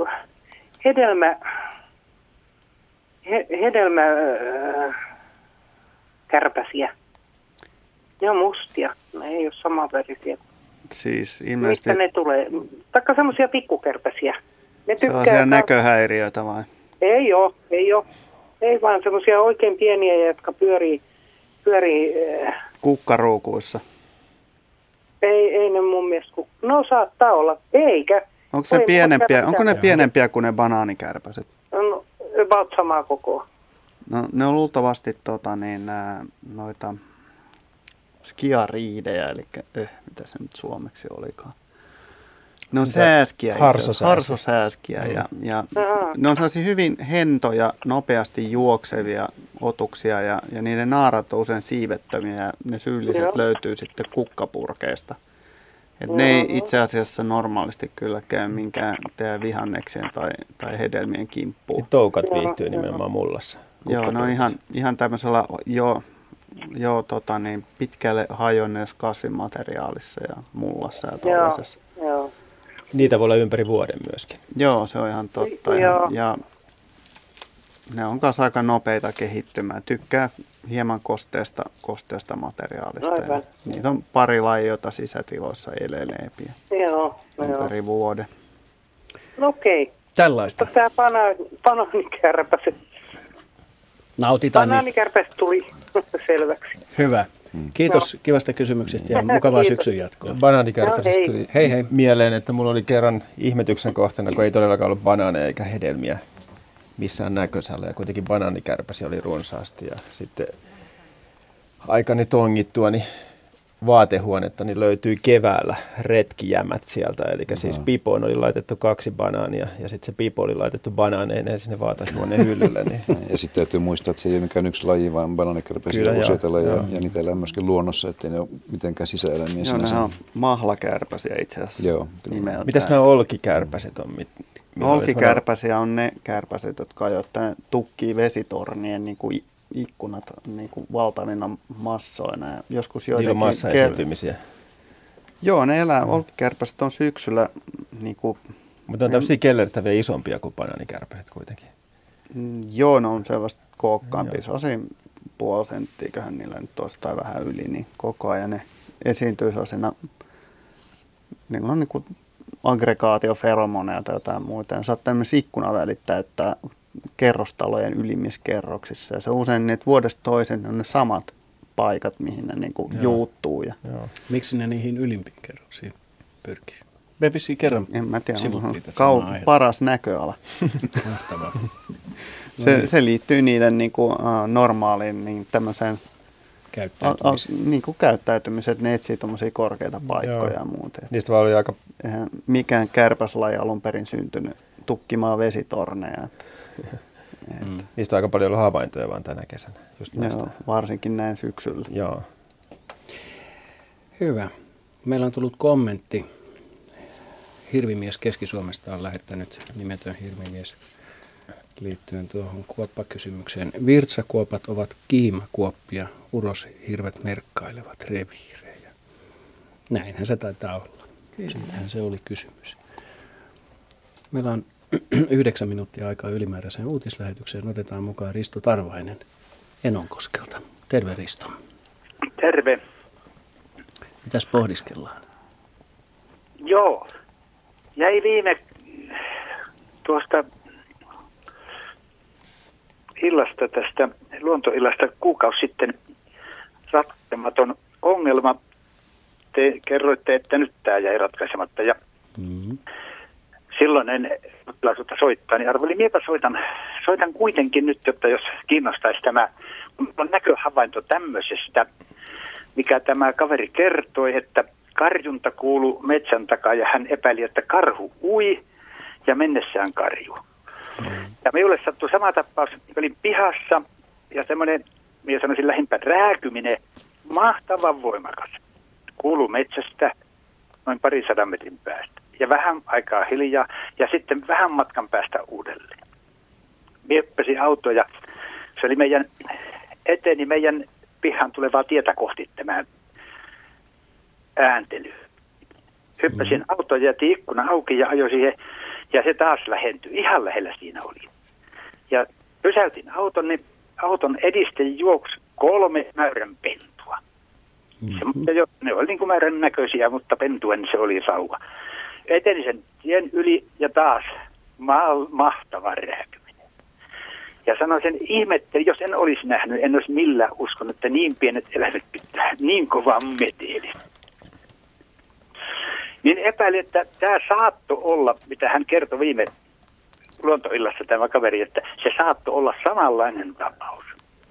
hedelmäkärpäsiä. Ne on mustia. Ne ei ole samanvärisiä. Siis ilmeisesti... Mistä ne tulee? Taikka semmoisia pikkukärpäsiä. Ne sellaisia näköhäiriöitä vai? Ei ole. Ei vaan semmoisia oikein pieniä, jotka pyörii kukkaruukuissa. Ei ne mun mielestä. No saattaa olla. Eikä. Onko ne pienempiä kuin ne banaanikärpäset? No, about samaa kokoa. No ne on luultavasti noita skiariidejä, eli mitä se nyt suomeksi olikaan. Ne on sääskiä, harsosääskiä ja ne on sellaisia hyvin hentoja, nopeasti juoksevia otuksia ja niiden naarat on usein siivettömiä ja ne syylliset löytyy sitten kukkapurkeista. Et ne ei itse asiassa normaalisti kyllä käy minkään teidän vihanneksien tai hedelmien kimppuun. Toukat viihtyy nimenomaan mullassa. Joo, ne on ihan tämmöisellä pitkälle hajonneessa kasvimateriaalissa ja mullassa ja tuollaisessa. Joo. Niitä voi olla ympäri vuoden myöskin. Joo, se on ihan totta. Ja ne on kanssa aika nopeita kehittymään. Tykkää hieman kosteesta materiaalista. Niitä on pari lajia, jota sisätiloissa eleleepi ympäri vuoden. Okei. Tällaista. Tämä banaanikärpäset. Nautitaan banaanikärpäset tuli selväksi. Hyvä. Kiitos kivasta kysymyksistä ja mukavaa syksyn jatkoa. Banaanikärpäsestä tuli mieleen, että mulla oli kerran ihmetyksen kohteena, kun ei todellakaan ollut banaaneja eikä hedelmiä missään näköisellä. Ja kuitenkin banaanikärpäsiä oli runsaasti. Ja sitten aikani tongittua vaatehuonetta niin löytyi keväällä retkijämät sieltä. Eli siis pipoon oli laitettu 2 banaania ja sitten se pipo oli laitettu banaaneineen sinne vaatehuoneen hyllylle. Niin. Ja sitten täytyy muistaa, että se ei ole mikään yksi laji, vaan banaanikärpäsiä on useita lajeja ja niitä elää myöskin luonnossa, ettei ne ole mitenkään sisäeläimiä. Joo, ne on mahlakärpäsiä itse asiassa. Joo. Mitäs nämä olkikärpäset on? Olkikärpäsiä on ne kärpäset, jotka ajoittain tukkii vesitornien niin kuin ikkunat niin kuin valtavina massoina. Ja joskus joidenkin massaesiintymisiä. Joo, ne olkikärpäset on syksyllä. Niin kuin, mutta on tämmöisiä kellertäviä isompia kuin banaanikärpäset kuitenkin. Joo, ne on sellaista kookkaampia. Se on siinä 0,5 senttiäköhän niillä nyt olisi tai vähän yli, niin koko ajan ne esiintyy sellaisena, niillä on niin kuin aggregaatioferomoneja tai jotain muuta. Ne saattaa myös ikkunavälit täyttää kerrostalojen ylimmissä kerroksissa. Ja se usein niin, että vuodesta toiseen on ne samat paikat, mihin ne niin kuin juuttuu. Ja. Miksi ne niihin ylimpiin kerroksiin pyrkii? Me vissiin kerran en mä tiedä, on paras näköala. se liittyy niiden niin kuin, normaaliin niin tämmöiseen käyttäytymiseen, että ne etsii tuommoisia korkeita paikkoja ja muuta. Niistä vaan oli aika... Eihän mikään kärpäslaji alun perin syntynyt tukkimaan vesitorneja. Niistä on aika paljon ollut havaintoja vaan tänä kesänä. Just joo, varsinkin näin syksyllä. Joo. Hyvä. Meillä on tullut kommentti hirvimies Keski-Suomesta on lähettänyt nimetön hirvimies liittyen tuohon kuoppakysymykseen. Virtsakuopat ovat kiimakuoppia, uroshirvet merkkailevat reviirejä. Näinhän se taitaa olla. Siitähän se oli kysymys. Meillä on 9 minuuttia aikaa ylimääräiseen uutislähetykseen. Otetaan mukaan Risto Tarvainen Enonkoskelta. Terve Risto. Terve. Mitäs pohdiskellaan? Joo. Jäi viime tuosta illasta, tästä luontoillasta kuukausi sitten ratkaisematon ongelma. Te kerroitte, että nyt tämä jäi ratkaisematta ja silloin en tilaisuutta soittaa, niin arvelin, miepä soitan kuitenkin nyt, jotta jos kiinnostaisi tämä, on näköhavainto tämmöisestä, mikä tämä kaveri kertoi, että karjunta kuului metsän takaa ja hän epäili, että karhu ui ja mennessään karju. Ja minulle sattui sama tapaus, olin pihassa ja semmoinen, minä sanoisin lähimpä rääkyminen, mahtavan voimakas. Kuului metsästä noin 200 metrin päästä ja vähän aikaa hiljaa ja sitten vähän matkan päästä uudelleen. Mieppäsin auto ja se oli eteni meidän pihan tulevaa tietä kohti tämä ääntely. Hyppäsin autoon ja jätin ikkuna auki ja ajoin siihen ja se taas lähentyi. Ihan lähellä siinä oli. Ja pysäytin auton, niin auton ediste juoksi 3 mäyränpentua. Ne oli niin kuin mäyrän näköisiä, mutta pentuen se oli sauva. Eteni sen tien yli ja taas mahtava rääkyminen. Ja sanoin sen ihmettelin, jos en olisi nähnyt, en olisi millään uskonut, että niin pienet eläimet pitää niin kovaa meteli. Niin epäili, että tämä saattoi olla, mitä hän kertoi viime luontoillassa tämä kaveri, että se saattoi olla samanlainen tapaus.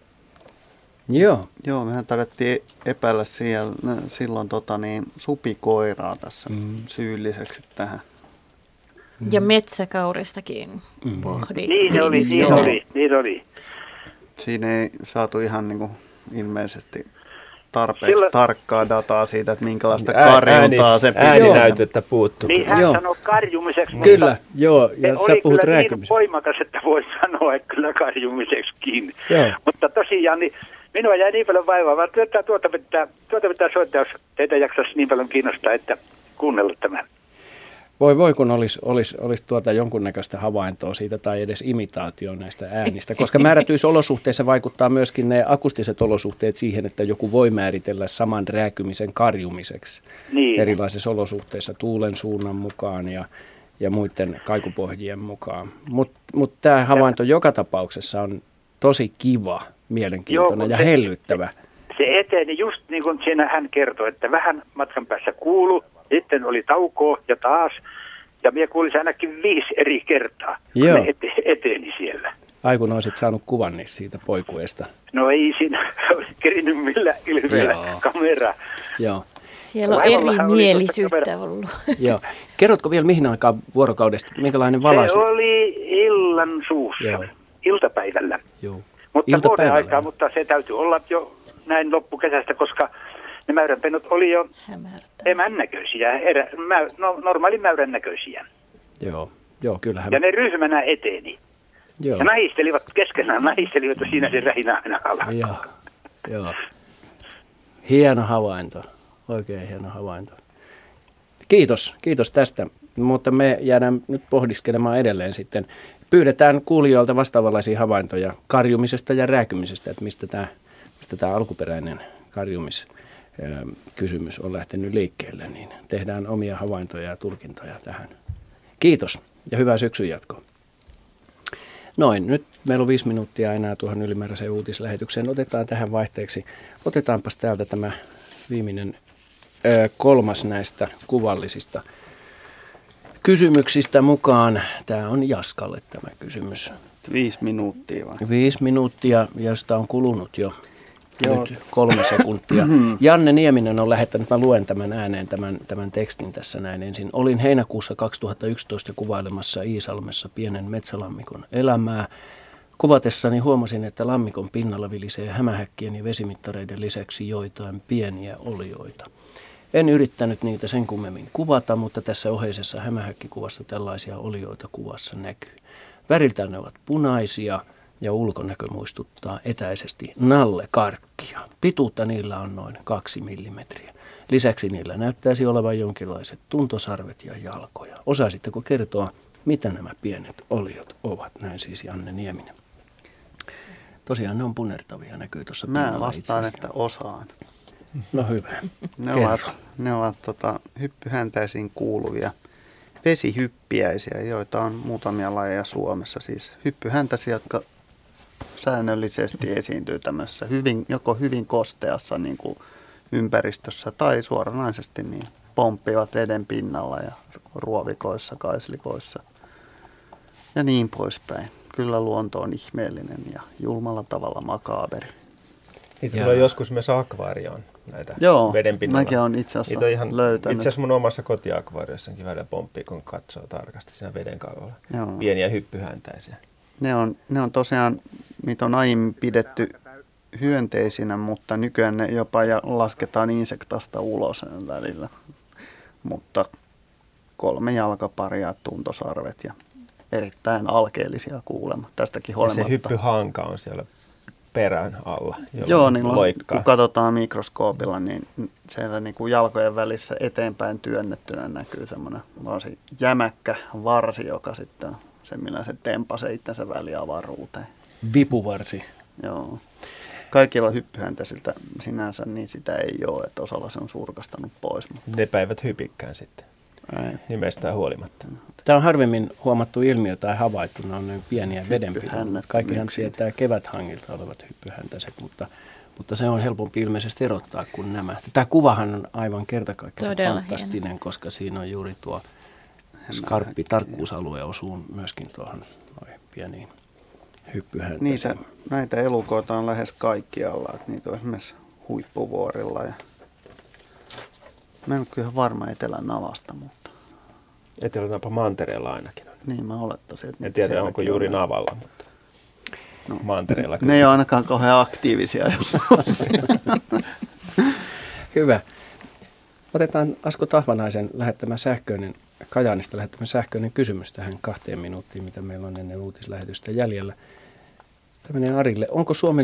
Joo, mehän taidettiin epäillä silloin supikoiraa tässä syylliseksi tähän. Ja metsäkauristakin pohdittiin. Niin oli. Siinä ei saatu ihan niin kuin ilmeisesti tarpeeksi tarkkaa dataa siitä, että minkälaista karjuntaa se pitää. Ääninäytettä puuttuu. Niin hän sanoi karjumiseksi. Kyllä, joo. Ja sä puhut rääkymiseksi. Niin voimakas, että voi sanoa, että kyllä karjumiseksikin. Mutta tosiaan niin minua jäi niin paljon vaivaa, että tuota pitää soittaa, jos teitä jaksaisi niin paljon kiinnostaa, että kuunnella tämän. Voi kun olisi jonkunnäköistä havaintoa siitä tai edes imitaatio näistä äänistä, koska määrätyissä olosuhteissa vaikuttaa myöskin ne akustiset olosuhteet siihen, että joku voi määritellä saman rääkymisen karjumiseksi erilaisissa olosuhteissa tuulen suunnan mukaan ja muiden kaikupohjien mukaan. Mutta tämä havainto joka tapauksessa on tosi kiva, mielenkiintoinen ja hellyttävä. Se eteni just niin kuin siinä hän kertoi, että vähän matkan päässä kuului. Sitten oli taukoa ja taas, ja minä kuulisin ainakin 5 eri kertaa, kun ne eteni siellä. Ai kun olisit saanut kuvan siitä poikueesta. No ei siinä olisi kerinyt millään ilmeellä kameraa. Joo. Siellä on erimielisyyttä ollut. Joo. Kerrotko vielä mihin aikaan vuorokaudesta, minkälainen valaisu? Se oli illan suussa, iltapäivällä. Joo. Mutta vuoden aikaa, mutta se täytyy olla jo näin loppukesästä, koska ne mäyränpennut oli jo emän näköisiä, normaali mäyrän näköisiä. Joo, kyllähän. Ja ne ryhmänä eteni. Joo. Ja nahistelivat keskenään, ja siinä se rähinä aina alla. Joo. Hieno havainto, oikein hieno havainto. Kiitos tästä, mutta me jäädään nyt pohdiskelemaan edelleen sitten. Pyydetään kuulijoilta vastaavanlaisia havaintoja karjumisesta ja rääkymisestä, että mistä tämä alkuperäinen karjumiskysymys on lähtenyt liikkeelle, niin tehdään omia havaintoja ja tulkintoja tähän. Kiitos ja hyvää syksyn jatkoa. Noin, nyt meillä on 5 minuuttia enää tuohon ylimääräiseen uutislähetykseen. Otetaan tähän vaihteeksi. Otetaanpas täältä tämä viimeinen 3. näistä kuvallisista kysymyksistä mukaan. Tämä on Jaskalle tämä kysymys. 5 minuuttia vai? 5 minuuttia, josta on kulunut jo nyt 3 sekuntia. Janne Nieminen on lähettänyt, mä luen tämän ääneen tämän tekstin tässä näin ensin. Olin heinäkuussa 2011 kuvailemassa Iisalmessa pienen metsälammikon elämää. Kuvatessani huomasin, että lammikon pinnalla vilisee hämähäkkien ja vesimittareiden lisäksi joitain pieniä olioita. En yrittänyt niitä sen kummemmin kuvata, mutta tässä oheisessa hämähäkkikuvassa tällaisia olioita kuvassa näkyy. Väriltään ne ovat punaisia ja ulkonäkö muistuttaa etäisesti nallekarkkia. Pituutta niillä on noin 2 millimetriä. Lisäksi niillä näyttäisi olevan jonkinlaiset tuntosarvet ja jalkoja. Osaisitteko kertoa, mitä nämä pienet oliot ovat? Näin siis Janne Nieminen. Tosiaan ne on punertavia, näkyy tuossa pinnalla. Mä vastaan, että osaan. No hyvä. Ne ovat hyppyhäntäisiin kuuluvia vesihyppiäisiä, joita on muutamia lajeja Suomessa. Siis hyppyhäntäisiä, jotka säännöllisesti esiintyy tämmöisessä joko hyvin kosteassa niin kuin ympäristössä tai suoranaisesti niin pomppivat veden pinnalla ja ruovikoissa, kaislikoissa ja niin poispäin. Kyllä luonto on ihmeellinen ja julmalla tavalla makaaberi. Niitä tulee joskus myös akvaarioon, näitä veden pinnalla. Mäkin olen itse asiassa löytänyt. Itse asiassa mun omassa kotiakvaariossakin välillä pomppii, kun katsoo tarkasti siinä veden kalvolla. Pieniä hyppyhäntäisiä. Ne on tosiaan, niitä on aiemmin pidetty hyönteisinä, mutta nykyään ne jopa lasketaan insektasta ulos välillä. Mutta 3 jalkaparia, tuntosarvet ja erittäin alkeellisia kuulemma. Tästäkin huolimatta. Ja se hyppyhanka on siellä perän alla. Joo, niin kun katsotaan mikroskoopilla, niin siellä niin kuin jalkojen välissä eteenpäin työnnettynä näkyy semmoinen varsin jämäkkä varsi, joka sitten se, millä se tempasee itsensä väliavaruuteen. Vipuvarsi. Joo. Kaikilla hyppyhäntäisiltä sinänsä niin sitä ei ole, että osalla se on surkastanut pois. Mutta ne päivät hypikkään sitten, nimestään huolimatta. Tämä on harvemmin huomattu ilmiö tai havaittu, ne on ne pieniä vedenpitoja. Kaikkihan tietää keväthangilta olevat hyppyhäntäiset, mutta se on helpompi ilmeisesti erottaa kuin nämä. Tämä kuvahan on aivan kertakaikkisen fantastinen, hieno. Koska siinä on juuri tuo skarppi tarkkuusalue osuu myöskin tuohon pieniin hyppyhäntäisiin. Näitä elukoita on lähes kaikkialla, että niitä on esimerkiksi huippuvuorilla. Ja mä en ole kyllä varma etelän navasta, mutta Etelänapa mantereella ainakin on. Niin mä olettaisin. En tiedä, onko juuri navalla, mutta mantereella kyllä. Ne ei ole ainakaan kauhean aktiivisia. Hyvä. Otetaan Asko Tahvanaisen Kajaanista lähettämä sähköinen kysymys tähän 2 minuuttiin, mitä meillä on ennen uutislähetystä jäljellä. Tämmöinen Arille. Onko Suomen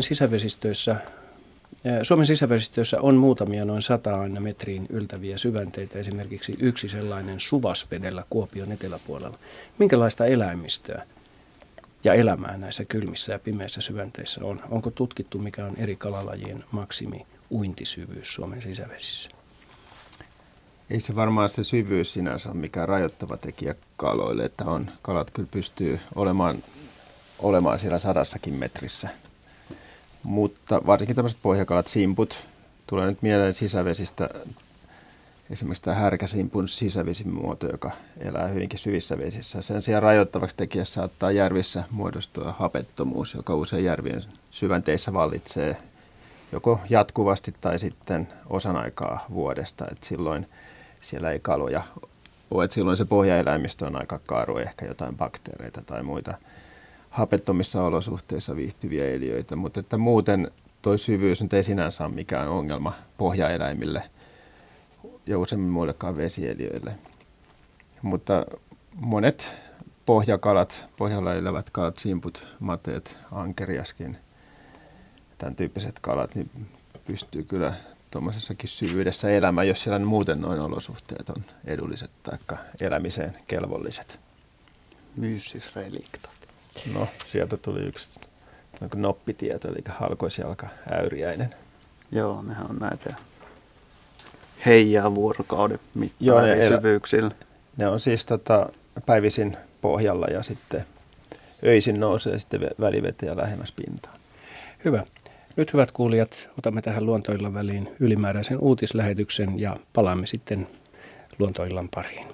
sisävesistöissä on muutamia noin 100 aina metriin yltäviä syvänteitä, esimerkiksi yksi sellainen Suvasvedellä Kuopion eteläpuolella. Minkälaista eläimistöä ja elämää näissä kylmissä ja pimeissä syvänteissä on? Onko tutkittu, mikä on eri kalalajien maksimi uintisyvyys Suomen sisävesissä? Ei se varmaan se syvyys sinänsä ole mikään rajoittava tekijä kaloille, että kalat kyllä pystyy olemaan siellä 100 metrissä. Mutta varsinkin tämmöiset pohjakalat, simput, tulee nyt mieleen sisävesistä esimerkiksi tämä härkäsimpun sisävesimuoto, joka elää hyvinkin syvissä vesissä. Sen sijaan rajoittavaksi tekijässä saattaa järvissä muodostua hapettomuus, joka usein järvien syvänteissä vallitsee joko jatkuvasti tai sitten osan aikaa vuodesta. Et silloin siellä ei kaloja ole, että silloin se pohjaeläimistö on aika karu, ehkä jotain bakteereita tai muita hapettomissa olosuhteissa viihtyviä eliöitä, mutta että muuten tuo syvyys nyt ei sinänsä ole mikään ongelma pohjaeläimille ja useimmin muillekaan vesieliöille. Mutta monet pohjakalat, pohjalla elävät kalat, simput, mateet, ankeriaskin, tämän tyyppiset kalat, niin pystyy kyllä tuommoisessakin syvyydessä elämään, jos siellä muuten noin olosuhteet on edulliset tai elämiseen kelvolliset. Myysisreliktat. No, sieltä tuli yksi noppitieto, eli halkoisjalka äyriäinen. Joo, nehän on näitä heijaa vuorokauden mittaavia syvyyksillä. Ne on siis päivisin pohjalla ja sitten öisin nousee sitten väliveteen lähemmäs pintaan. Hyvä. Nyt hyvät kuulijat, otamme tähän Luontoillan väliin ylimääräisen uutislähetyksen ja palaamme sitten Luontoillan pariin.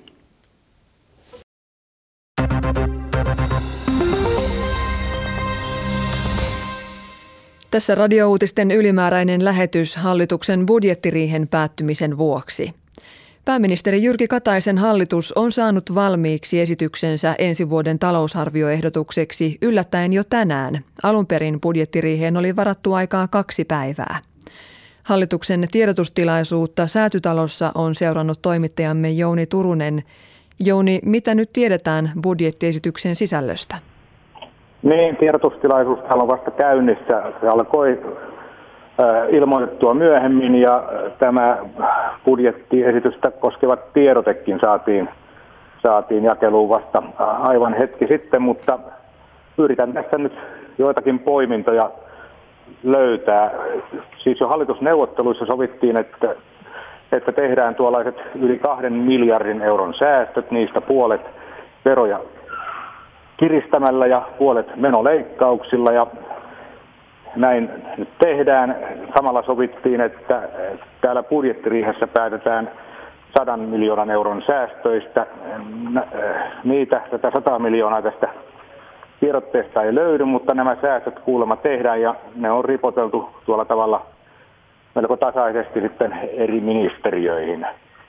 Tässä radiouutisten ylimääräinen lähetys hallituksen budjettiriihen päättymisen vuoksi. Pääministeri Jyrki Kataisen hallitus on saanut valmiiksi esityksensä ensi vuoden talousarvioehdotukseksi yllättäen jo tänään. Alun perin budjettiriiheen oli varattu aikaa 2 päivää. Hallituksen tiedotustilaisuutta Säätytalossa on seurannut toimittajamme Jouni Turunen. Jouni, mitä nyt tiedetään budjettiesityksen sisällöstä? Niin, tiedotustilaisuus on vasta käynnissä. Se alkoi ilmoitettua myöhemmin ja tämä budjettiesitystä koskevat tiedotekin saatiin jakeluun vasta aivan hetki sitten, mutta yritän tässä nyt joitakin poimintoja löytää. Siis jo hallitusneuvotteluissa sovittiin, että tehdään tuollaiset yli 2 miljardin euron säästöt, niistä puolet veroja kiristämällä ja puolet menoleikkauksilla ja näin nyt tehdään. Samalla sovittiin, että täällä budjettiriihessä päätetään 100 miljoonan euron säästöistä. Tätä 100 miljoonaa tästä tiedotteesta ei löydy, mutta nämä säästöt kuulemma tehdään ja ne on ripoteltu tuolla tavalla melko tasaisesti sitten eri ministeriöihin.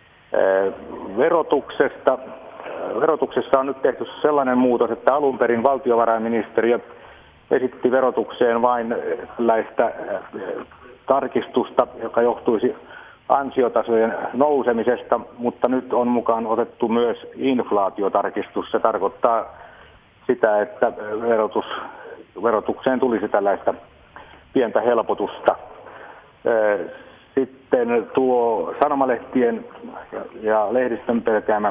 Verotuksessa on nyt tehty sellainen muutos, että alun perin valtiovarainministeriö esitti verotukseen vain tällaista tarkistusta, joka johtuisi ansiotasojen nousemisesta, mutta nyt on mukaan otettu myös inflaatiotarkistus. Se tarkoittaa sitä, että verotukseen tulisi tällaista pientä helpotusta. Sitten tuo sanomalehtien ja lehdistön pelkäämä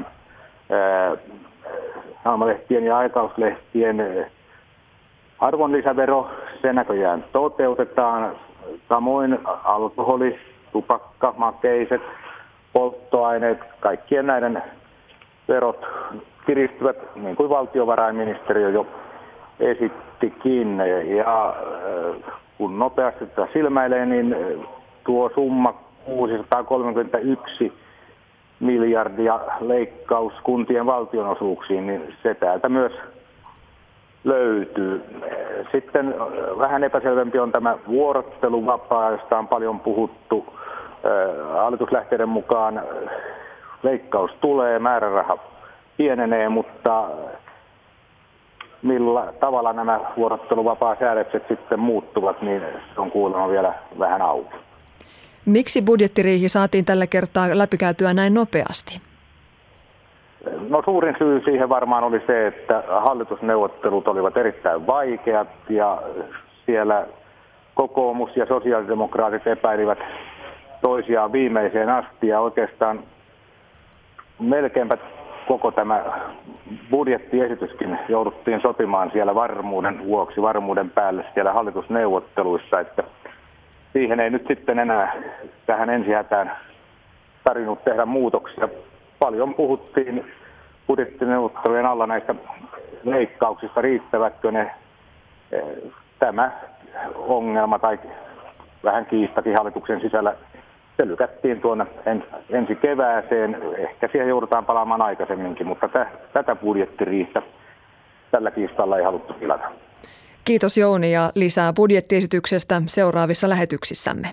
sanomalehtien ja aikakauslehtien arvonlisävero, se näköjään toteutetaan. Samoin alkoholi, tupakka, makeiset, polttoaineet, kaikkien näiden verot kiristyvät, niin kuin valtiovarainministeriö jo esittikin. Ja kun nopeasti tätä silmäilee, niin tuo summa 631 miljardia leikkaus kuntien valtionosuuksiin, niin se täältä myös löytyy. Sitten vähän epäselvempi on tämä vuorotteluvapaa, josta on paljon puhuttu. Hallituslähteiden mukaan leikkaus tulee, määräraha pienenee, mutta millä tavalla nämä vuorotteluvapaa-säädökset sitten muuttuvat, niin se on kuulemma vielä vähän auki. Miksi budjettiriihi saatiin tällä kertaa läpikäytyä näin nopeasti? No suurin syy siihen varmaan oli se, että hallitusneuvottelut olivat erittäin vaikeat ja siellä kokoomus ja sosiaalidemokraatit epäilivät toisiaan viimeiseen asti ja oikeastaan melkeinpä koko tämä budjettiesityskin jouduttiin sopimaan siellä varmuuden päälle siellä hallitusneuvotteluissa, että siihen ei nyt sitten enää tähän ensihätään tarvinnut tehdä muutoksia. Paljon puhuttiin budjettineuvottelujen alla näistä leikkauksista, riittävätkö ne. Tämä ongelma tai vähän kiistakin hallituksen sisällä, se lykättiin tuonne ensi kevääseen. Ehkä siihen joudutaan palaamaan aikaisemminkin, mutta tätä budjettiriihtä tällä kiistalla ei haluttu pilata. Kiitos Jouni ja lisää budjettiesityksestä seuraavissa lähetyksissämme.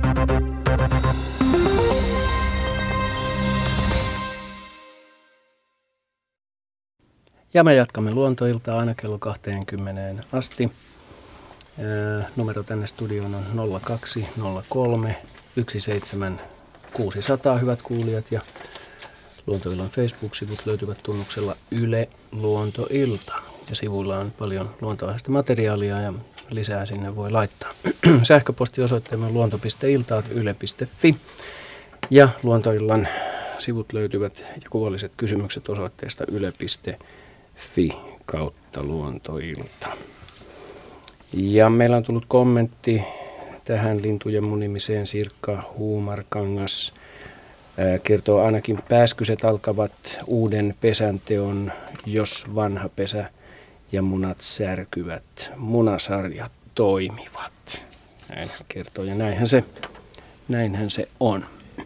Ja me jatkamme luontoiltaa aina kello 20 asti. Numero tänne studioon on 0203 17600, hyvät kuulijat. Ja Luontoillan Facebook-sivut löytyvät tunnuksella Yle Luontoilta. Ja sivuilla on paljon luontoaiheista materiaalia ja lisää sinne voi laittaa. Sähköpostiosoitteemme on luonto.ilta@yle.fi. Ja Luontoillan sivut löytyvät ja kuvalliset kysymykset osoitteesta yle.fi/luontoilta. Ja meillä on tullut kommentti tähän lintujen munimiseen. Sirkka Huumarkangas kertoo, ainakin pääskyset alkavat uuden pesänteon, jos vanha pesä ja munat särkyvät. Munasarjat toimivat. Näin hän kertoo ja näinhän se on.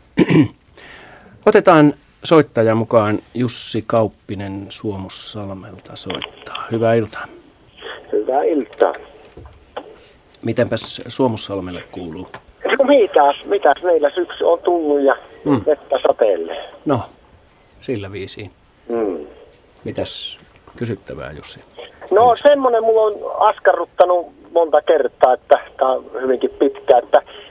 Otetaan soittaja mukaan. Jussi Kauppinen Suomussalmelta soittaa. Hyvää iltaa. Hyvää iltaa. Mitenpäs Suomussalmelle kuuluu? No mitäs meillä syksy on tullut ja vettä sateelle. No, sillä viisiin. Mitäs kysyttävää, Jussi? No semmoinen mulla on askarruttanut monta kertaa, että tämä on hyvinkin pitkä, että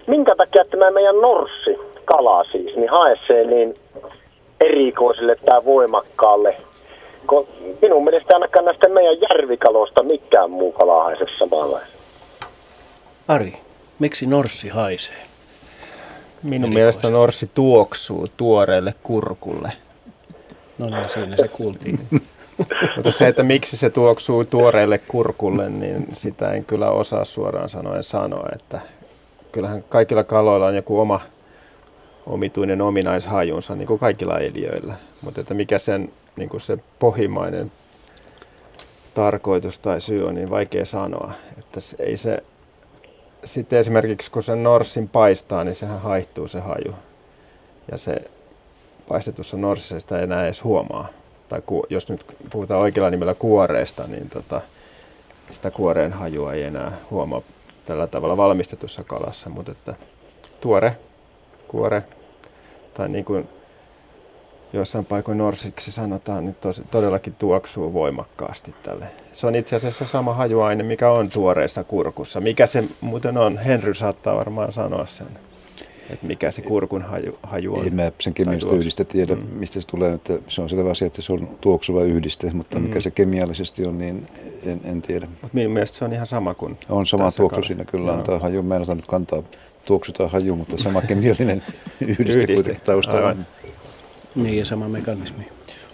minkä takia tämä meidän norssi, kala siis, niin haesee niin erikoiselle tai voimakkaalle. Minun mielestä ainakaan näistä meidän järvikaloista mikään muu kala haise samanlaista. Ari, miksi norssi haisee? Minun mielestä norssi tuoksuu tuoreelle kurkulle. No niin, siinä se kuultiin. Mutta se, että miksi se tuoksuu tuoreelle kurkulle, niin sitä en kyllä osaa suoraan sanoa. Että kyllähän kaikilla kaloilla on joku oma omituinen ominaishajunsa, niin kuin kaikilla eliöillä. Mutta että mikä sen niin kuin se pohjimmainen tarkoitus tai syy on, niin vaikea sanoa. Että ei se, sitten esimerkiksi kun sen norssin paistaa, niin sehän haihtuu se haju. Ja se paistetussa norssissa sitä ei enää edes huomaa. Tai jos nyt puhutaan oikealla nimellä kuoreesta, niin sitä kuoreen hajua ei enää huomaa tällä tavalla valmistetussa kalassa. Mutta että kuore, tai niin kuin joissain paikoin norsiksi sanotaan, niin todellakin tuoksuu voimakkaasti tälle. Se on itse asiassa sama hajuaine, mikä on tuoreessa kurkussa. Mikä se muuten on? Henry saattaa varmaan sanoa sen, että mikä se kurkun haju on. Ei mä sen kemiallista yhdistä tiedä, mistä se tulee. Että se on selvä asia, että se on tuoksuva yhdiste, mutta mikä se kemiallisesti on, niin en tiedä. Mutta minun mielestä se on ihan sama kuin... On sama tuoksu siinä kyllä, antaa haju. Mä en ota nyt kantaa tuoksu tai haju, mutta sama kemiallinen yhdiste kuitenkin taustalla. Niin, ja sama mekanismi.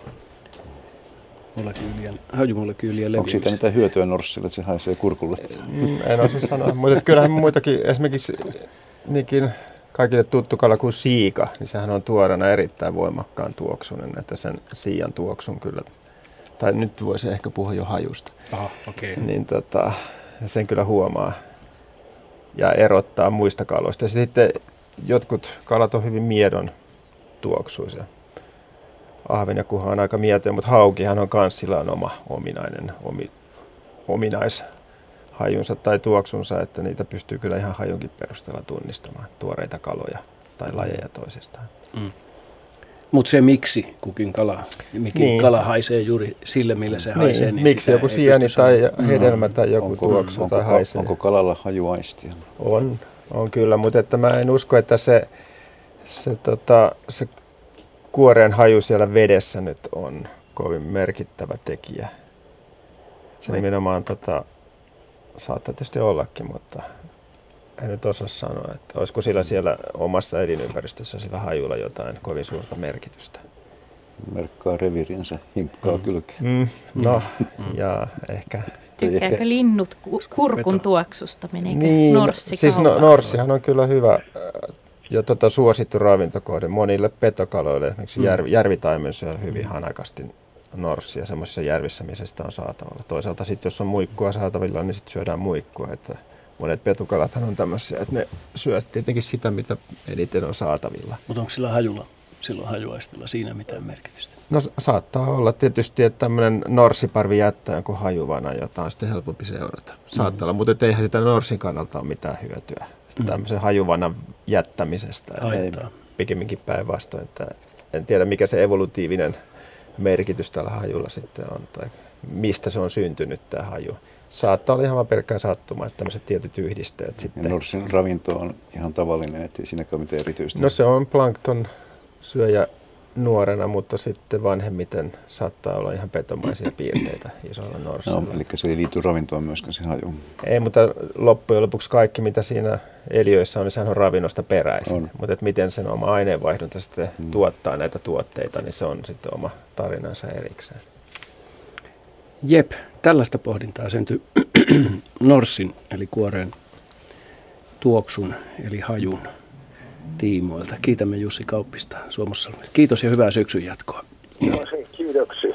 Hajumolekyylien leviämistä. Onko siitä mitään hyötyä norssille, että se haisee kurkulle? En osaa sanoa, mutta kyllähän muitakin, esimerkiksi niinkin kaikille tuttu kala kuin siika, niin sehän on tuorena erittäin voimakkaan tuoksunen, että sen siian tuoksun kyllä, tai nyt voisi ehkä puhua jo hajusta. Aha, okei. Niin sen kyllä huomaa ja erottaa muista kaloista. Ja sitten jotkut kalat on hyvin miedon tuoksuisia. Ahven ja kuha on aika mietoja, mutta haukihan on kans, sillä on oma ominaishajunsa tai tuoksunsa, että niitä pystyy kyllä ihan hajunkin perusteella tunnistamaan, tuoreita kaloja tai lajeja toisistaan. Mutta se miksi kukin kala haisee juuri sille, millä se haisee. Niin miksi joku sieni tai hedelmä tai joku tuoksu tai haisee. Onko kalalla hajuaistia? On kyllä, mutta että mä en usko, että se kuoreen haju siellä vedessä nyt on kovin merkittävä tekijä. Se nimenomaan saattaa tietysti ollakin, mutta en nyt osaa sanoa, että olisiko sillä siellä omassa elinympäristössä sillä hajulla jotain kovin suurta merkitystä. Merkkaa reviirinsä, hinkkaa kylkeen. Ja ehkä... Tykkääkö linnut kurkun tuoksusta? Meneekö norssi siis norssihan on kyllä hyvä ja suosittu ravintokohde monille petokaloille. Esimerkiksi järvitaimen syö hyvin hanakasti norssia semmoisissa järvissä, missä sitä on saatavilla. Toisaalta sitten, jos on muikkua saatavilla, niin sitten syödään muikkua. Että monet petukalathan on tämmöisiä, että ne syö tietenkin sitä, mitä eniten on saatavilla. Mutta onko sillä hajulla, silloin hajuaistilla siinä mitään merkitystä? No saattaa olla tietysti, että tämmöinen norssiparvi jättää jonkun hajuvana, jota on sitten helpompi seurata. Saattaa olla, mutta eihän sitä norssin kannalta ole mitään hyötyä. Tämmöisen hajuvanan jättämisestä. Pikemminkin päinvastoin. Että en tiedä, mikä se evolutiivinen merkitys tällä hajulla sitten on, tai mistä se on syntynyt tämä haju. Saattaa olla ihan vaan pelkkää sattumaa, että tämmöiset tietyt yhdisteet sitten. Ja norssin ravinto on ihan tavallinen, ettei siinäkään ole mitään erityistä. No se on plankton syöjä nuorena, mutta sitten vanhemmiten saattaa olla ihan petomaisia piirteitä isoilla norsilla. No, eli se ei liity ravintoon myöskään se haju. Ei, mutta loppujen lopuksi kaikki, mitä siinä eliöissä on, niin sehän on ravinnosta peräisin. Mutta miten sen oma aineenvaihdunta sitten tuottaa näitä tuotteita, niin se on sitten oma tarinansa erikseen. Jep, tällaista pohdintaa syntyi norssin eli kuoreen tuoksun eli hajun tiimoilta. Kiitämme Jussi Kauppista Suomussalmelta. Kiitos ja hyvää syksyn jatkoa. Kiitoksia.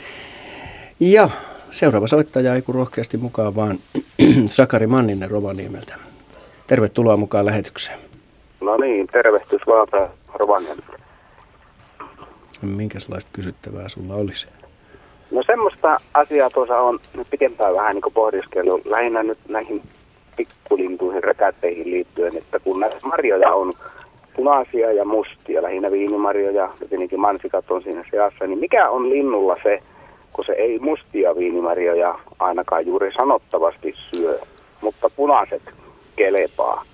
Ja seuraava soittaja ei kun rohkeasti mukaan vaan Sakari Manninen Rovaniemeltä. Tervetuloa mukaan lähetykseen. No niin, tervehtys vaan Rovaniemeltä. Minkälaista kysyttävää sulla olisi? No semmoista asiaa tuossa on pitempään vähän niin kuin pohdiskellut, lähinnä nyt näihin pikkulintuihin, räkätteihin liittyen, että kun näitä marjoja on punaisia ja mustia, lähinnä viinimarjoja ja tietenkin mansikat on siinä seassa, niin mikä on linnulla se, kun se ei mustia viinimarjoja ainakaan juuri sanottavasti syö, mutta punaiset kelepaa.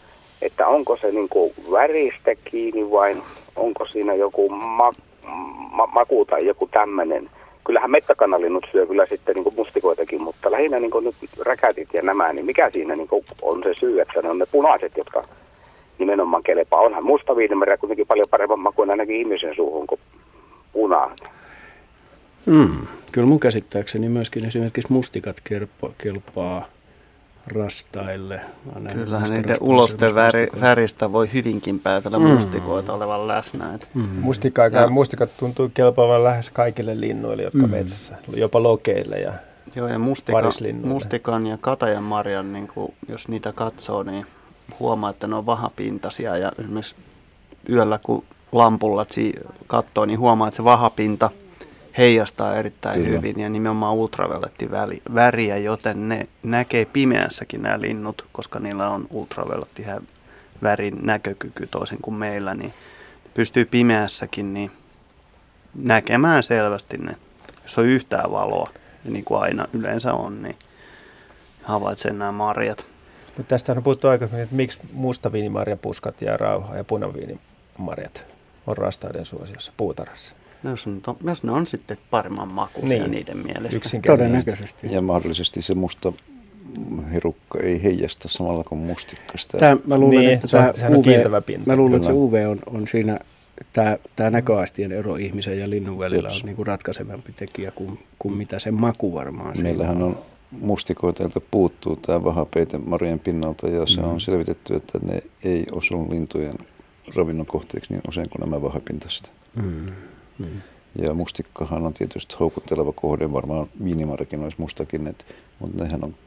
että onko se niin kuin väristä kiinni vai onko siinä joku maku tai joku tämmöinen. Kyllähän mettäkanalinnut syö kyllä sitten niin kuin mustikoitakin, mutta lähinnä niin kuin nyt räkätit ja nämä, niin mikä siinä niin kuin on se syy, että ne on ne punaiset, jotka nimenomaan kelepaa. Onhan musta viinimerä kuitenkin paljon paremman makuinen ainakin ihmisen suuhun kuin punainen. Kyllä mun käsittääkseni myöskin esimerkiksi mustikat kelpaa rastaille. Kyllähän niiden ulosteväristä voi hyvinkin päätellä mustikoita olevan läsnä. Mustikat tuntuu kelpaavan lähes kaikille linnuille, jotka metsässä, jopa lokeille ja mustikan ja katajanmarjan, niin jos niitä katsoo, niin huomaa, että ne on vahapintaisia. Ja esimerkiksi yöllä, kun lampulla katsoo, niin huomaa, että se vahapinta heijastaa erittäin hyvin ja nimenomaan ultraviolettiväriä, joten ne näkee pimeässäkin nämä linnut, koska niillä on ultraviolettivärin näkökyky toisin kuin meillä, niin pystyy pimeässäkin niin näkemään selvästi ne, jos on yhtään valoa, niin kuin aina yleensä on, niin havaitsee nämä marjat. Mutta tästä on puhuttu aikaisemmin, että miksi mustaviinimarjapuskat jää rauhaan ja punaviinimarjat on rastaiden suosiossa puutarhassa. Jos ne on sitten paremman makuisia niiden mielestä. Todennäköisesti. Ja mahdollisesti se musta herukka ei heijasta samalla kuin mustikkasta. Mä luulen, että sehän on kiiltävä pinta. Mä luulen, että se UV on siinä, tämä näköaistien ero ihmisen ja linnun välillä on niin kuin ratkaisevampi tekijä kuin mitä se maku varmaan. Meillähän on mustikoita, joilta puuttuu tämä vahapeite marjojen pinnalta ja se on selvitetty, että ne ei osu lintujen ravinnon kohteeksi niin usein kuin nämä vahapintaiset. Ja mustikkahan on tietysti houkutteleva kohde, varmaan viinimarjakin olisi mustakin, mutta nehän on,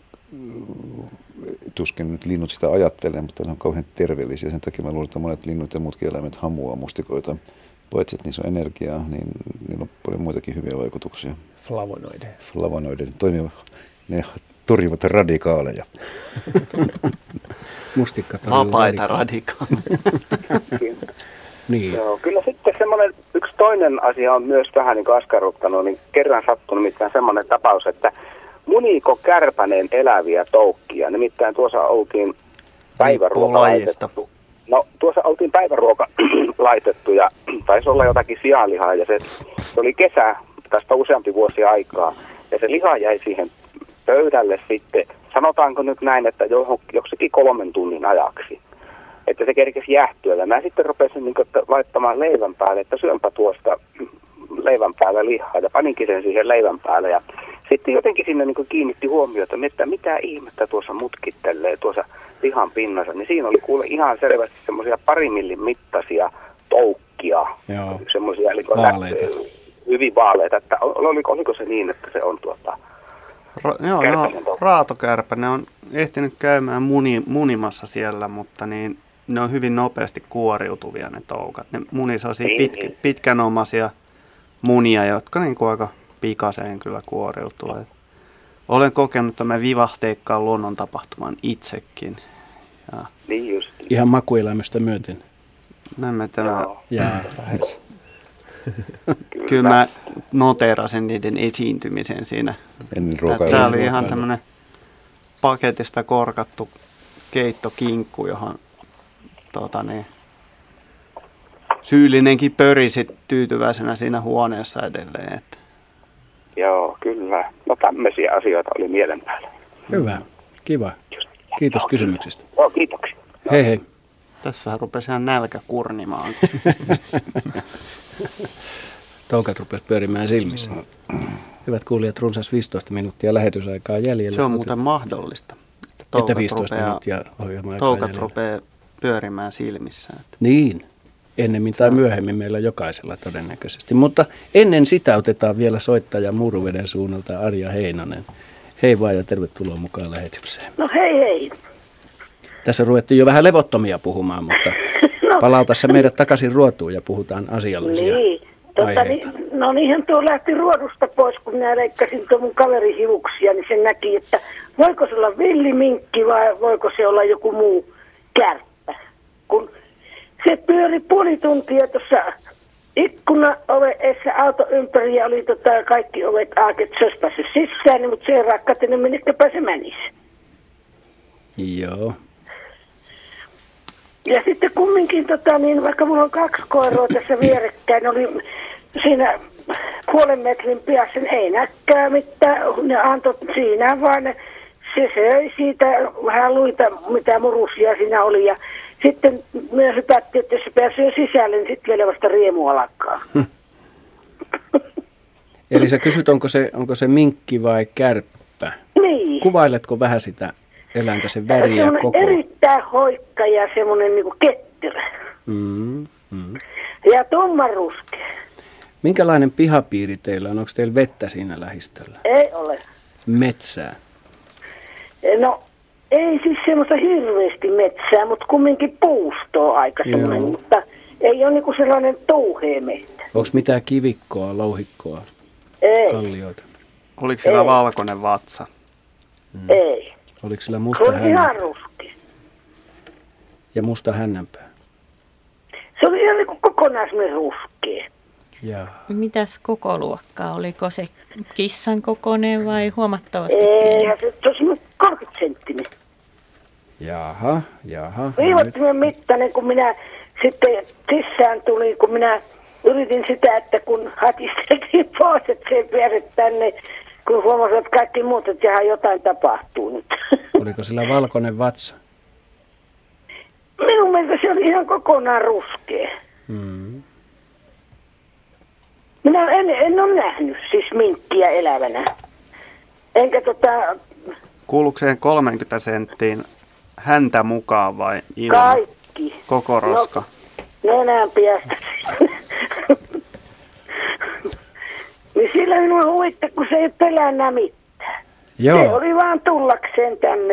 tuskin nyt linnut sitä ajattelee, mutta ne on kauhean terveellisiä. Sen takia mä luulen, että monet linnut ja muutkin eläimet hamuaa mustikoita. Paitsi, että niissä on energiaa, niin niillä on paljon muitakin hyviä vaikutuksia. Flavonoideja. Ne torjuvat radikaaleja. Mustikkat on vapaita radikaaleja. Niin. Joo, kyllä sitten semmoinen yksi toinen asia on myös vähän niin kuin askarruttanut, niin kerran sattunut nimittäin semmoinen tapaus, että muniiko kärpäneen eläviä toukkia. Nimittäin tuossa oltiin päiväruoka laitettu. No tuossa oltiin päiväruoka laitettu ja taisi olla jotakin sianlihaa ja se oli kesä, tästä useampi vuosi aikaa ja se liha jäi siihen pöydälle sitten, sanotaanko nyt näin, että joksikin 3 tunnin ajaksi. Että se kerkesi jäähtyä. Ja mä sitten rupesin niin laittamaan leivän päälle, että syönpä tuosta leivän päällä lihaa. Ja paninkin sen siihen leivän päälle. Ja sitten jotenkin sinne niin kiinnitti huomiota, että mitä ihmettä tuossa mutkittelee tuossa lihan pinnassa. Niin siinä oli kuule ihan selvästi semmoisia 2 millin mittaisia toukkia. Semmoisia hyvin vaaleita. Että oliko se niin, että se on raatokärpä. Ne on ehtinyt käymään munimassa siellä, mutta niin ne on hyvin nopeasti kuoriutuvia ne toukat. Ne munii sellaisia pitkänomaisia munia, jotka niin kuin aika pikaseen kyllä kuoriutuu. Olen kokenut tämän vivahteikkaan luonnon tapahtuman itsekin. Ja niin just. Ihan makuelämystä myöten. Näin tämä jää lähes. Kyllä mä noteerasin niiden esiintymisen siinä. Tämä oli ihan tämmöinen paketista korkattu keittokinkku, johon syyllinenkin pörisi tyytyväisenä siinä huoneessa edelleen. Että. Joo, kyllä. No tämmöisiä asioita oli mielen päällä. Hyvä, kiva. Kiitos kysymyksestä. Joo, kiitoksia. Hei hei. Tässähän rupesi ihan nälkä kurnimaan. Toukat rupesi pyörimään silmissä. Hyvät kuulijat, runsas 15 minuuttia lähetysaikaa jäljellä. Se on muuten mahdollista. Että 15 minuuttia ohjelma-aikaa toukat jäljellä. Rupeaa pyörimään silmissä. Niin, ennemmin tai myöhemmin meillä jokaisella todennäköisesti. Mutta ennen sitä otetaan vielä soittaja Muruveden suunnalta Arja Heinonen. Hei vaan ja tervetuloa mukaan lähetykseen. No hei. Tässä ruvettiin jo vähän levottomia puhumaan, mutta palauta se meidät takaisin ruotuun ja puhutaan asiallisia aiheita. No niinhän tuo lähti ruodusta pois, kun minä leikkasin tuon mun kaverin hiuksia, niin se näki, että voiko se olla villiminkki vai voiko se olla joku muu kärppä. Kun se pyöri puoli tuntia tuossa ikkuna-ovessa auto ympäri ja oli kaikki ovet auki, että se olisi päässyt sisään, niin, mutta se ei rakkaatinen minnekäpä se menisi. Joo. Ja sitten kumminkin, niin vaikka mulla on 2 koiraa tässä vierekkäin, oli siinä 0,5 metrin päässä, ei näkkää mitään, ne antoi siinä vaan, se söi siitä vähän luita, mitä murusia siinä oli, ja sitten me hypättiin, että jos se pääsee sisälle, niin sitten vielä vasta riemu alkaa. Eli sä kysyt, onko se minkki vai kärppä? Niin. Kuvailetko vähän sitä eläintä, sen väriä ja koko? Erittäin hoikka ja semmoinen niinku ketterä. Ja tummanruskea. Minkälainen pihapiiri teillä on? Onko teillä vettä siinä lähistöllä? Ei ole. Metsää? No, ei siis semmoista hirveästi metsää, mutta kumminkin puustoa aika semmoinen, mutta ei ole niinku sellainen touhea metsä. Onko mitään kivikkoa, louhikkoa, kallioita? Oliko sillä valkoinen vatsa? Ei. Oliko sillä musta hännänpää? Se oli ihan ruskea. Ja musta hännänpää? Se oli ihan niin kokonaismen ruskea. Mitäs koko luokkaa? Oliko se kissan kokoinen vai huomattavasti pieni? Se olisi 30 senttinen. Jaha. Viivattimen mittainen, kun minä sitten sisään tulin, kun minä yritin sitä, että kun hatisteltiin pois, että se ei pääse tänne, kun huomasin, että kaikki muut, että sehän jotain tapahtuu nyt. Oliko sillä valkoinen vatsa? Minun mielestä se oli ihan kokonaan ruskea. Minä en ole nähnyt siis minkkiä elävänä. Enkä Kuuluuko siihen 30 senttiin häntä mukaan vai ilman? Kaikki. Koko roska? No enää piästä. Niin sillä minua huitti, kun se ei pelännyt mitään. Joo. Se oli vaan tullakseen tänne.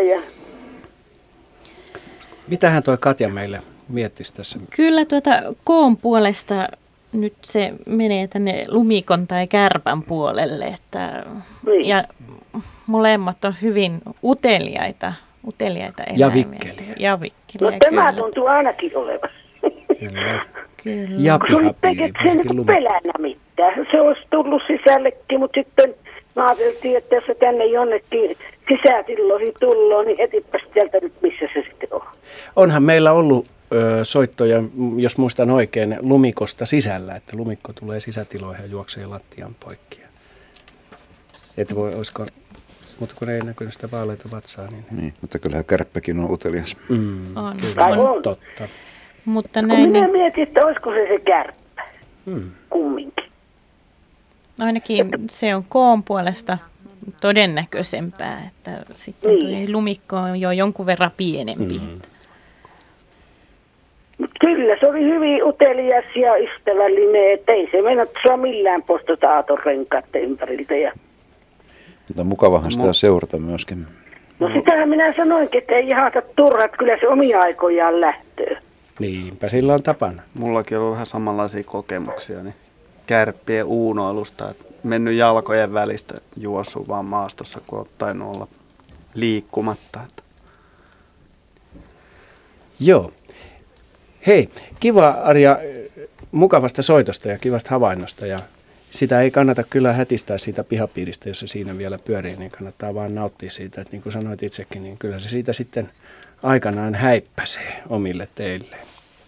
Mitähän toi Katja meille miettisi tässä? Kyllä koon puolesta nyt se menee tänne lumikon tai kärpän puolelle. Niin. Ja molemmat on hyvin uteliaita eläimiä. Ja vikkeliä. No tämä tuntuu ainakin olevan. Kyllä. Ja pihapiiri. Se ei niin pelännyt mitään. Se olisi tullut sisällekin, mutta sitten mä ajateltiin, että jos se tänne jonnekin sisätiloihin tulloo, niin etipäs sieltä nyt missä se sitten on. Onhan meillä ollut soittoja, jos muistan oikein, lumikosta sisällä, että lumikko tulee sisätiloihin ja juoksee lattian poikki. Että olisiko, mutta kun ei näkynyt sitä vaaleita vatsaa, niin... mutta kyllähän kärppäkin on utelias. On. Totta. Mutta minä mietin, että olisiko se kärppä kumminkin. Ainakin se on koon puolesta todennäköisempää, että sitten lumikko on jo jonkun verran pienempi. Kyllä, se oli hyvin utelias ja ystävällinen, että ei se mennä saa millään postata aatonrenkaiden ympäriltä. Mutta mukavahan sitä seurata myöskin. No sitähän minä sanoinkin, että ei jahata turhat, kyllä se omia aikojaan lähtöö. Niinpä sillä on tapana. Mullakin on ollut vähän samanlaisia kokemuksia, niin kärppien uunoilusta, että mennyt jalkojen välistä juossut vaan maastossa, kun on tainnut olla liikkumatta. Joo. Hei, kiva Arja mukavasta soitosta ja kivasta havainnosta. Ja sitä ei kannata kyllä hätistää siitä pihapiiristä, jos se siinä vielä pyörii, niin kannattaa vaan nauttia siitä. Että niin kuin sanoit itsekin, niin kyllä se siitä sitten aikanaan häippäsee omille teilleen.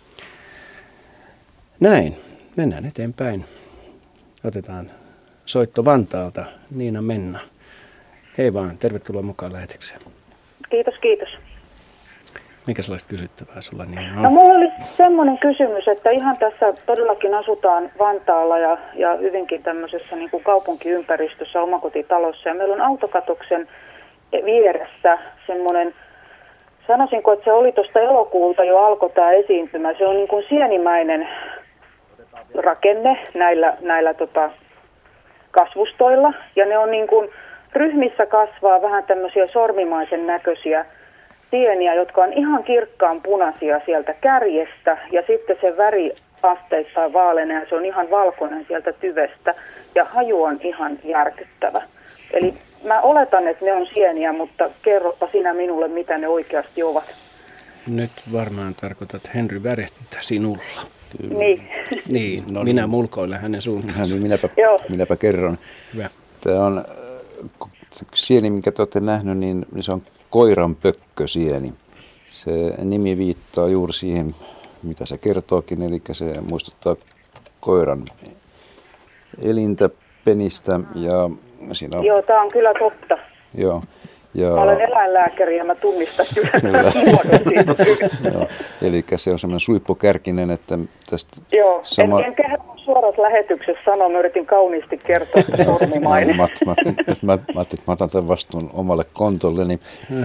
Näin, mennään eteenpäin. Otetaan soitto Vantaalta, Niina Menna. Hei vaan, tervetuloa mukaan lähetykseen. Kiitos. Mikä sellaista kysyttävää sulla niin on? No mulla oli semmoinen kysymys, että ihan tässä todellakin asutaan Vantaalla ja hyvinkin tämmöisessä niin kuin kaupunkiympäristössä, omakotitalossa. Ja meillä on autokatoksen vieressä semmoinen, sanoisinko, että se oli tuosta elokuulta jo alkoi tämä esiintymä. Se on niin kuin sienimäinen rakenne näillä kasvustoilla. Ja ne on niin kuin ryhmissä kasvaa vähän tämmöisiä sormimaisen näköisiä sieniä, jotka on ihan kirkkaan punaisia sieltä kärjestä ja sitten se väri asteittain vaaleanee ja se on ihan valkoinen sieltä tyvestä ja haju on ihan järkyttävä. Eli mä oletan, että ne on sieniä, mutta kerropa sinä minulle, mitä ne oikeasti ovat. Nyt varmaan tarkoitat Henry Värettä sinulla. Niin. No minä mulkoilen hänen suuntaansa. Minäpä kerron. Hyvä. Tämä on sieni, minkä te olette nähnyt, niin se on koiran pökkösieni. Se nimi viittaa juuri siihen, mitä se kertookin, eli se muistuttaa koiran elintä, penistä. Ja siinä on... Joo, tämä on kyllä totta. Joo. Ja... Mä olen eläinlääkäri ja mä tunnistan kyllä muodon siitä. Eli se on semmoinen suippokärkinen, että tästä Joo, en kehannut suorassa lähetyksessä sanoa, mä yritin kauniisti kertoa, että sormimainen. Mä ajattelin, että mä otan tämän vastuun omalle kontolleni.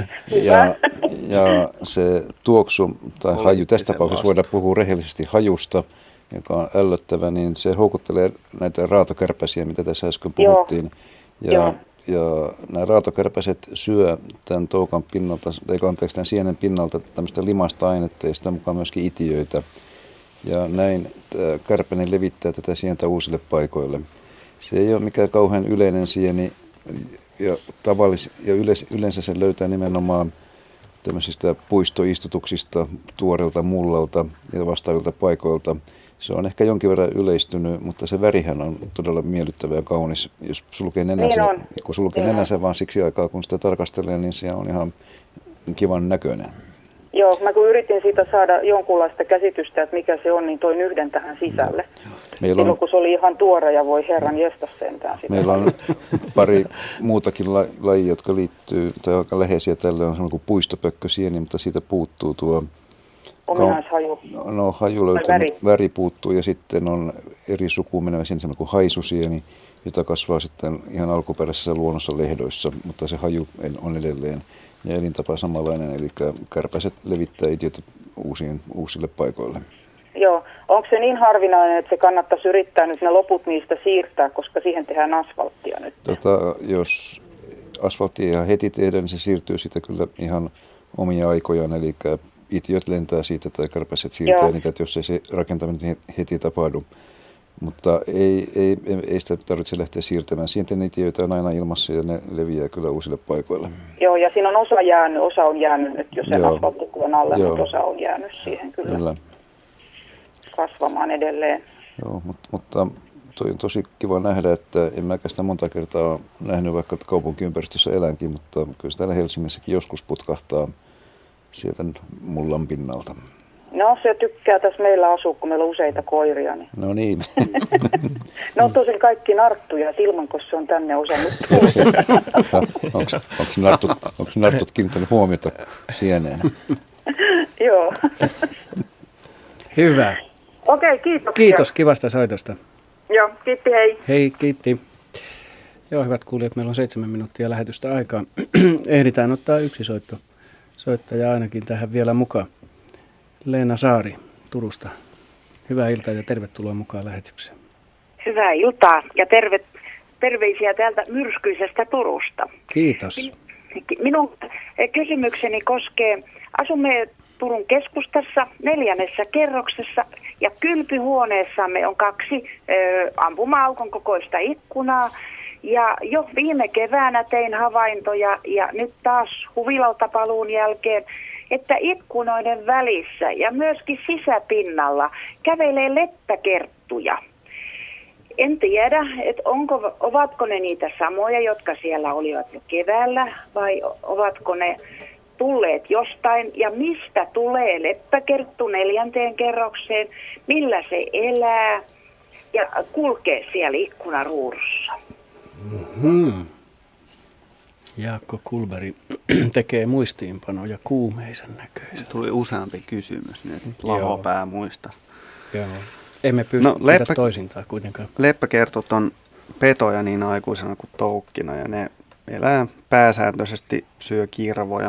Ja se tuoksu tai haju, tässä tapauksessa voidaan puhua rehellisesti hajusta, joka on ällöttävä, niin se houkuttelee näitä raatokärpäsiä, mitä tässä äsken puhuttiin. Ja nämä raatokärpäset syö tämän toukan pinnalta, tämän sienen pinnalta tämmöistä limasta ainetta ja sitä mukaan myöskin itiöitä. Ja näin kärpänen levittää tätä sientä uusille paikoille. Se ei ole mikään kauhean yleinen sieni ja yleensä se löytää nimenomaan tämmöisistä puistoistutuksista, tuoreelta mullalta ja vastaavilta paikoilta. Se on ehkä jonkin verran yleistynyt, mutta se värihän on todella miellyttävä ja kaunis. Jos sulkee nenänsä vaan siksi aikaa, kun sitä tarkastelee, niin se on ihan kivan näköinen. Joo, mä kun yritin siitä saada jonkunlaista käsitystä, että mikä se on, niin toin yhden tähän sisälle. Silloin kun se oli ihan tuore ja voi herran jestas sentään sitä. Meillä on pari muutakin lajia, jotka liittyy, tai aika läheisiä tälle on semmoinen kuin puistopökkösieni, mutta siitä puuttuu tuo... Ominais-haju. No haju löytyy, väri puuttuu ja sitten on eri sukuun menevä semmoinen kuin haisusieni, jota kasvaa sitten ihan alkuperäisessä luonnossa lehdoissa, mutta se haju on edelleen ja elintapa samanlainen, eli kärpäset levittää itiötä uusille paikoille. Joo, onko se niin harvinainen, että se kannattaisi yrittää nyt ne loput niistä siirtää, koska siihen tehdään asfalttia nyt? Jos asfalttia ihan heti tehdään, niin se siirtyy siitä kyllä ihan omia aikojaan, eli itiöt lentää siitä tai kärpäset siirtää niitä, että jos ei se rakentaminen heti tapahdu. Mutta ei sitä tarvitse lähteä siirtämään. Sienten itiöitä on aina ilmassa ja ne leviää kyllä uusille paikoille. Joo, ja siinä on osa on jäänyt nyt jo sen asfalttikuvan alle, mutta osa on jäänyt siihen kyllä kasvamaan edelleen. Joo, mutta toi on tosi kiva nähdä, että en mäkään sitä monta kertaa nähnyt, vaikka kaupunkiympäristössä elänkin, mutta kyllä se täällä Helsingissäkin joskus putkahtaa sieltä mullan pinnalta. No, se tykkää tässä meillä asua, kun meillä on useita koiria. Niin. No niin. No tosin kaikki narttuja, että ilmanko se on tänne osannut. Onko nartut kiinnittänyt huomiota sieneen? Joo. Hyvä. Okei, kiitoksia. Kiitos kivasta soitosta. Joo, kiitti, hei. Hei, kiitti. Joo, hyvät kuulijat, meillä on 7 minuuttia lähetystä aikaa. Ehditään ottaa yksi soittaja ainakin tähän vielä mukaan. Leena Saari Turusta. Hyvää iltaa ja tervetuloa mukaan lähetykseen. Hyvää iltaa ja terveisiä täältä myrskyisestä Turusta. Kiitos. Minun kysymykseni koskee, asumme Turun keskustassa 4. kerroksessa ja kylpyhuoneessamme on 2 ampuma-aukon kokoista ikkunaa. Ja jo viime keväänä tein havaintoja ja nyt taas huvilalta paluun jälkeen, että ikkunoiden välissä ja myöskin sisäpinnalla kävelee leppäkerttuja. En tiedä, että ovatko ne niitä samoja, jotka siellä olivat jo keväällä, vai ovatko ne tulleet jostain, ja mistä tulee leppäkerttu 4. kerrokseen, millä se elää ja kulkee siellä ikkunaruudussa. Mm-hmm. Jaakko Kulberi tekee muistiinpanoja kuumeisen näköisen. Tuli useampi kysymys nyt. Lahopää muista. Joo. Emme pysty sitä toisintaan kuitenkaan. Leppäkertut on petoja niin aikuisena kuin toukkina ja ne elää pääsääntöisesti syö kirvoja.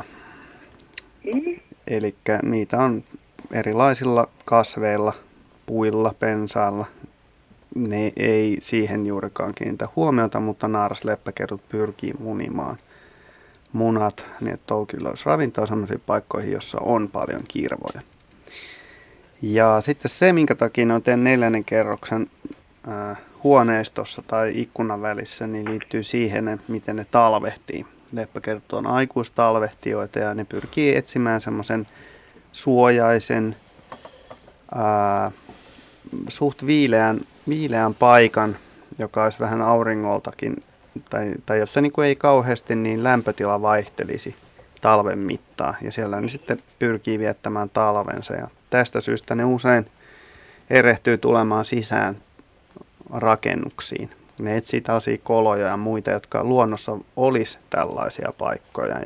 Eli niitä on erilaisilla kasveilla, puilla, pensaalla. Ne ei siihen juurikaan kiinnitä huomiota, mutta naarasleppäkertut pyrkii munimaan munat, niin että toukilla olisi ravintoa sellaisiin paikkoihin, jossa on paljon kirvoja. Ja sitten se, minkä takia ne on 4. kerroksen huoneistossa tai ikkunan välissä, niin liittyy siihen, miten ne talvehtii. Leppäkerttu on aikuistalvehtijoita ja ne pyrkii etsimään semmoisen suojaisen, suht viileän paikan, joka olisi vähän auringoltakin, tai jossa niin kuin ei kauheasti niin lämpötila vaihtelisi talven mittaan. Ja siellä ne sitten pyrkii viettämään talvensa. Ja tästä syystä ne usein erehtyy tulemaan sisään rakennuksiin. Ne etsii tällaisia koloja ja muita, jotka luonnossa olisi tällaisia paikkoja.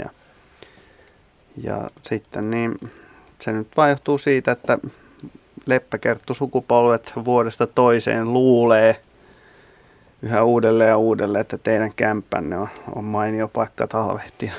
Ja sitten niin, se nyt vaan johtuu siitä, että leppäkerttu sukupolvet vuodesta toiseen luulee yhä uudelleen ja uudelleen, että teidän kämppänne on mainio paikka talvehtia.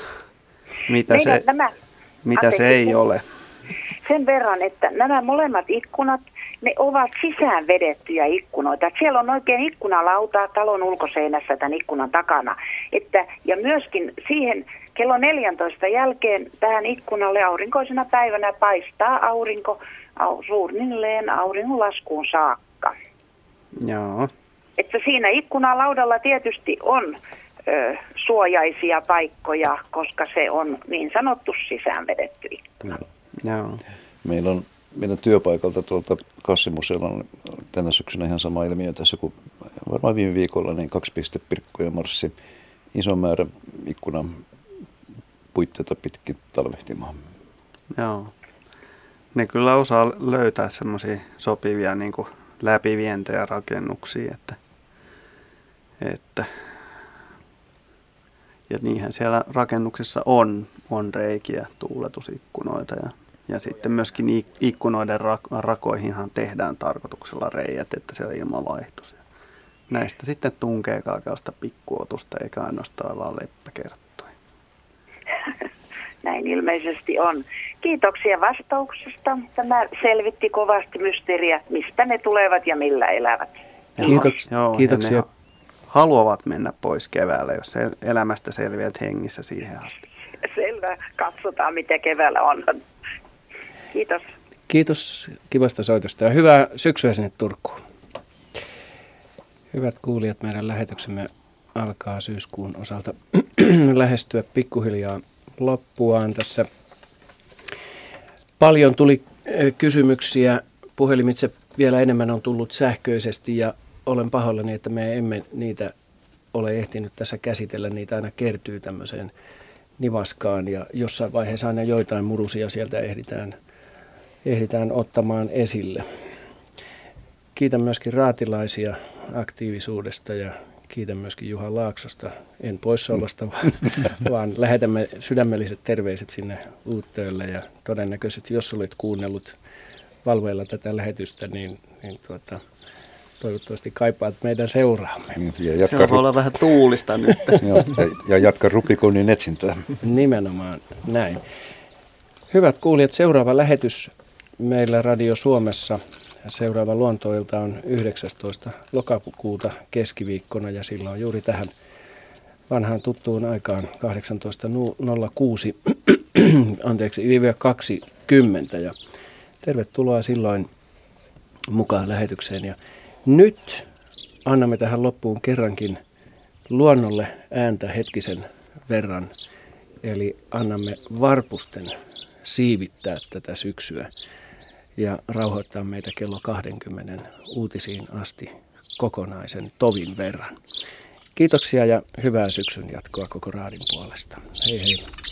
Mitä se ei ole. Sen verran, että nämä molemmat ikkunat, ne ovat sisään vedettyjä ikkunoita. Että siellä on oikein ikkunalautaa talon ulkoseinässä tämän ikkunan takana. Ja myöskin siihen kello 14 jälkeen tähän ikkunalle aurinkoisena päivänä paistaa aurinko suunnilleen auringonlaskuun saakka. Joo. Että siinä ikkunalaudalla tietysti on suojaisia paikkoja, koska se on niin sanottu sisään vedetty ikkuna. Joo. Meidän työpaikalta tuolta Kassimuseolla on tänä syksynä ihan sama ilmiö tässä kuin varmaan viime viikolla, niin 2 pistepirkkoja marssi iso määrä ikkunan puitteita pitkin talvehtimaan. Joo. Ne kyllä osaa löytää semmoisia sopivia niin kuin läpivientejä rakennuksia, että ja niinhän siellä rakennuksissa on reikiä, tuuletusikkunoita ja sitten myöskin ikkunoiden rakoihinhan tehdään tarkoituksella reijät, että siellä ilma vaihtuisi. Näistä sitten tunkee kaikenlaista pikkuotusta eikä ainoastaan vaan leppäkerttuja. Näin ilmeisesti on. Kiitoksia vastauksesta. Tämä selvitti kovasti mysteeriä, mistä ne tulevat ja millä elävät. Kiitoksia. Ne haluavat mennä pois keväällä, jos elämästä selviät hengissä siihen asti. Selvä. Katsotaan, mitä keväällä on. Kiitos. Kiitos kivasta soitosta ja hyvää syksyä sinne Turkuun. Hyvät kuulijat, meidän lähetyksemme alkaa syyskuun osalta lähestyä pikkuhiljaa loppuaan. Tässä paljon tuli kysymyksiä, puhelimitse vielä enemmän on tullut sähköisesti ja olen pahoillani, että me emme niitä ole ehtinyt tässä käsitellä. Niitä aina kertyy tämmöiseen nivaskaan ja jossain vaiheessa aina joitain murusia sieltä ehditään ottamaan esille. Kiitän myöskin raatilaisia aktiivisuudesta ja kiitän myöskin Juha Laaksosta, en poissaolosta, vaan lähetämme sydämelliset terveiset sinne Uuttöölle ja todennäköisesti, jos olet kuunnellut valveilla tätä lähetystä, niin toivottavasti kaipaat meidän seuraamme. Se voi olla vähän tuulista nyt. ja jatka Rubikonin etsintää. Nimenomaan näin. Hyvät kuulijat, seuraava lähetys meillä Radio Suomessa. Seuraava luontoilta on 19. lokakuuta keskiviikkona ja sillä on juuri tähän vanhaan tuttuun aikaan 18.06 ja tervetuloa silloin mukaan lähetykseen. Ja nyt annamme tähän loppuun kerrankin luonnolle ääntä hetkisen verran, eli annamme varpusten siivittää tätä syksyä ja rauhoittaa meitä kello 20 uutisiin asti kokonaisen tovin verran. Kiitoksia ja hyvää syksyn jatkoa koko raadin puolesta. Hei hei.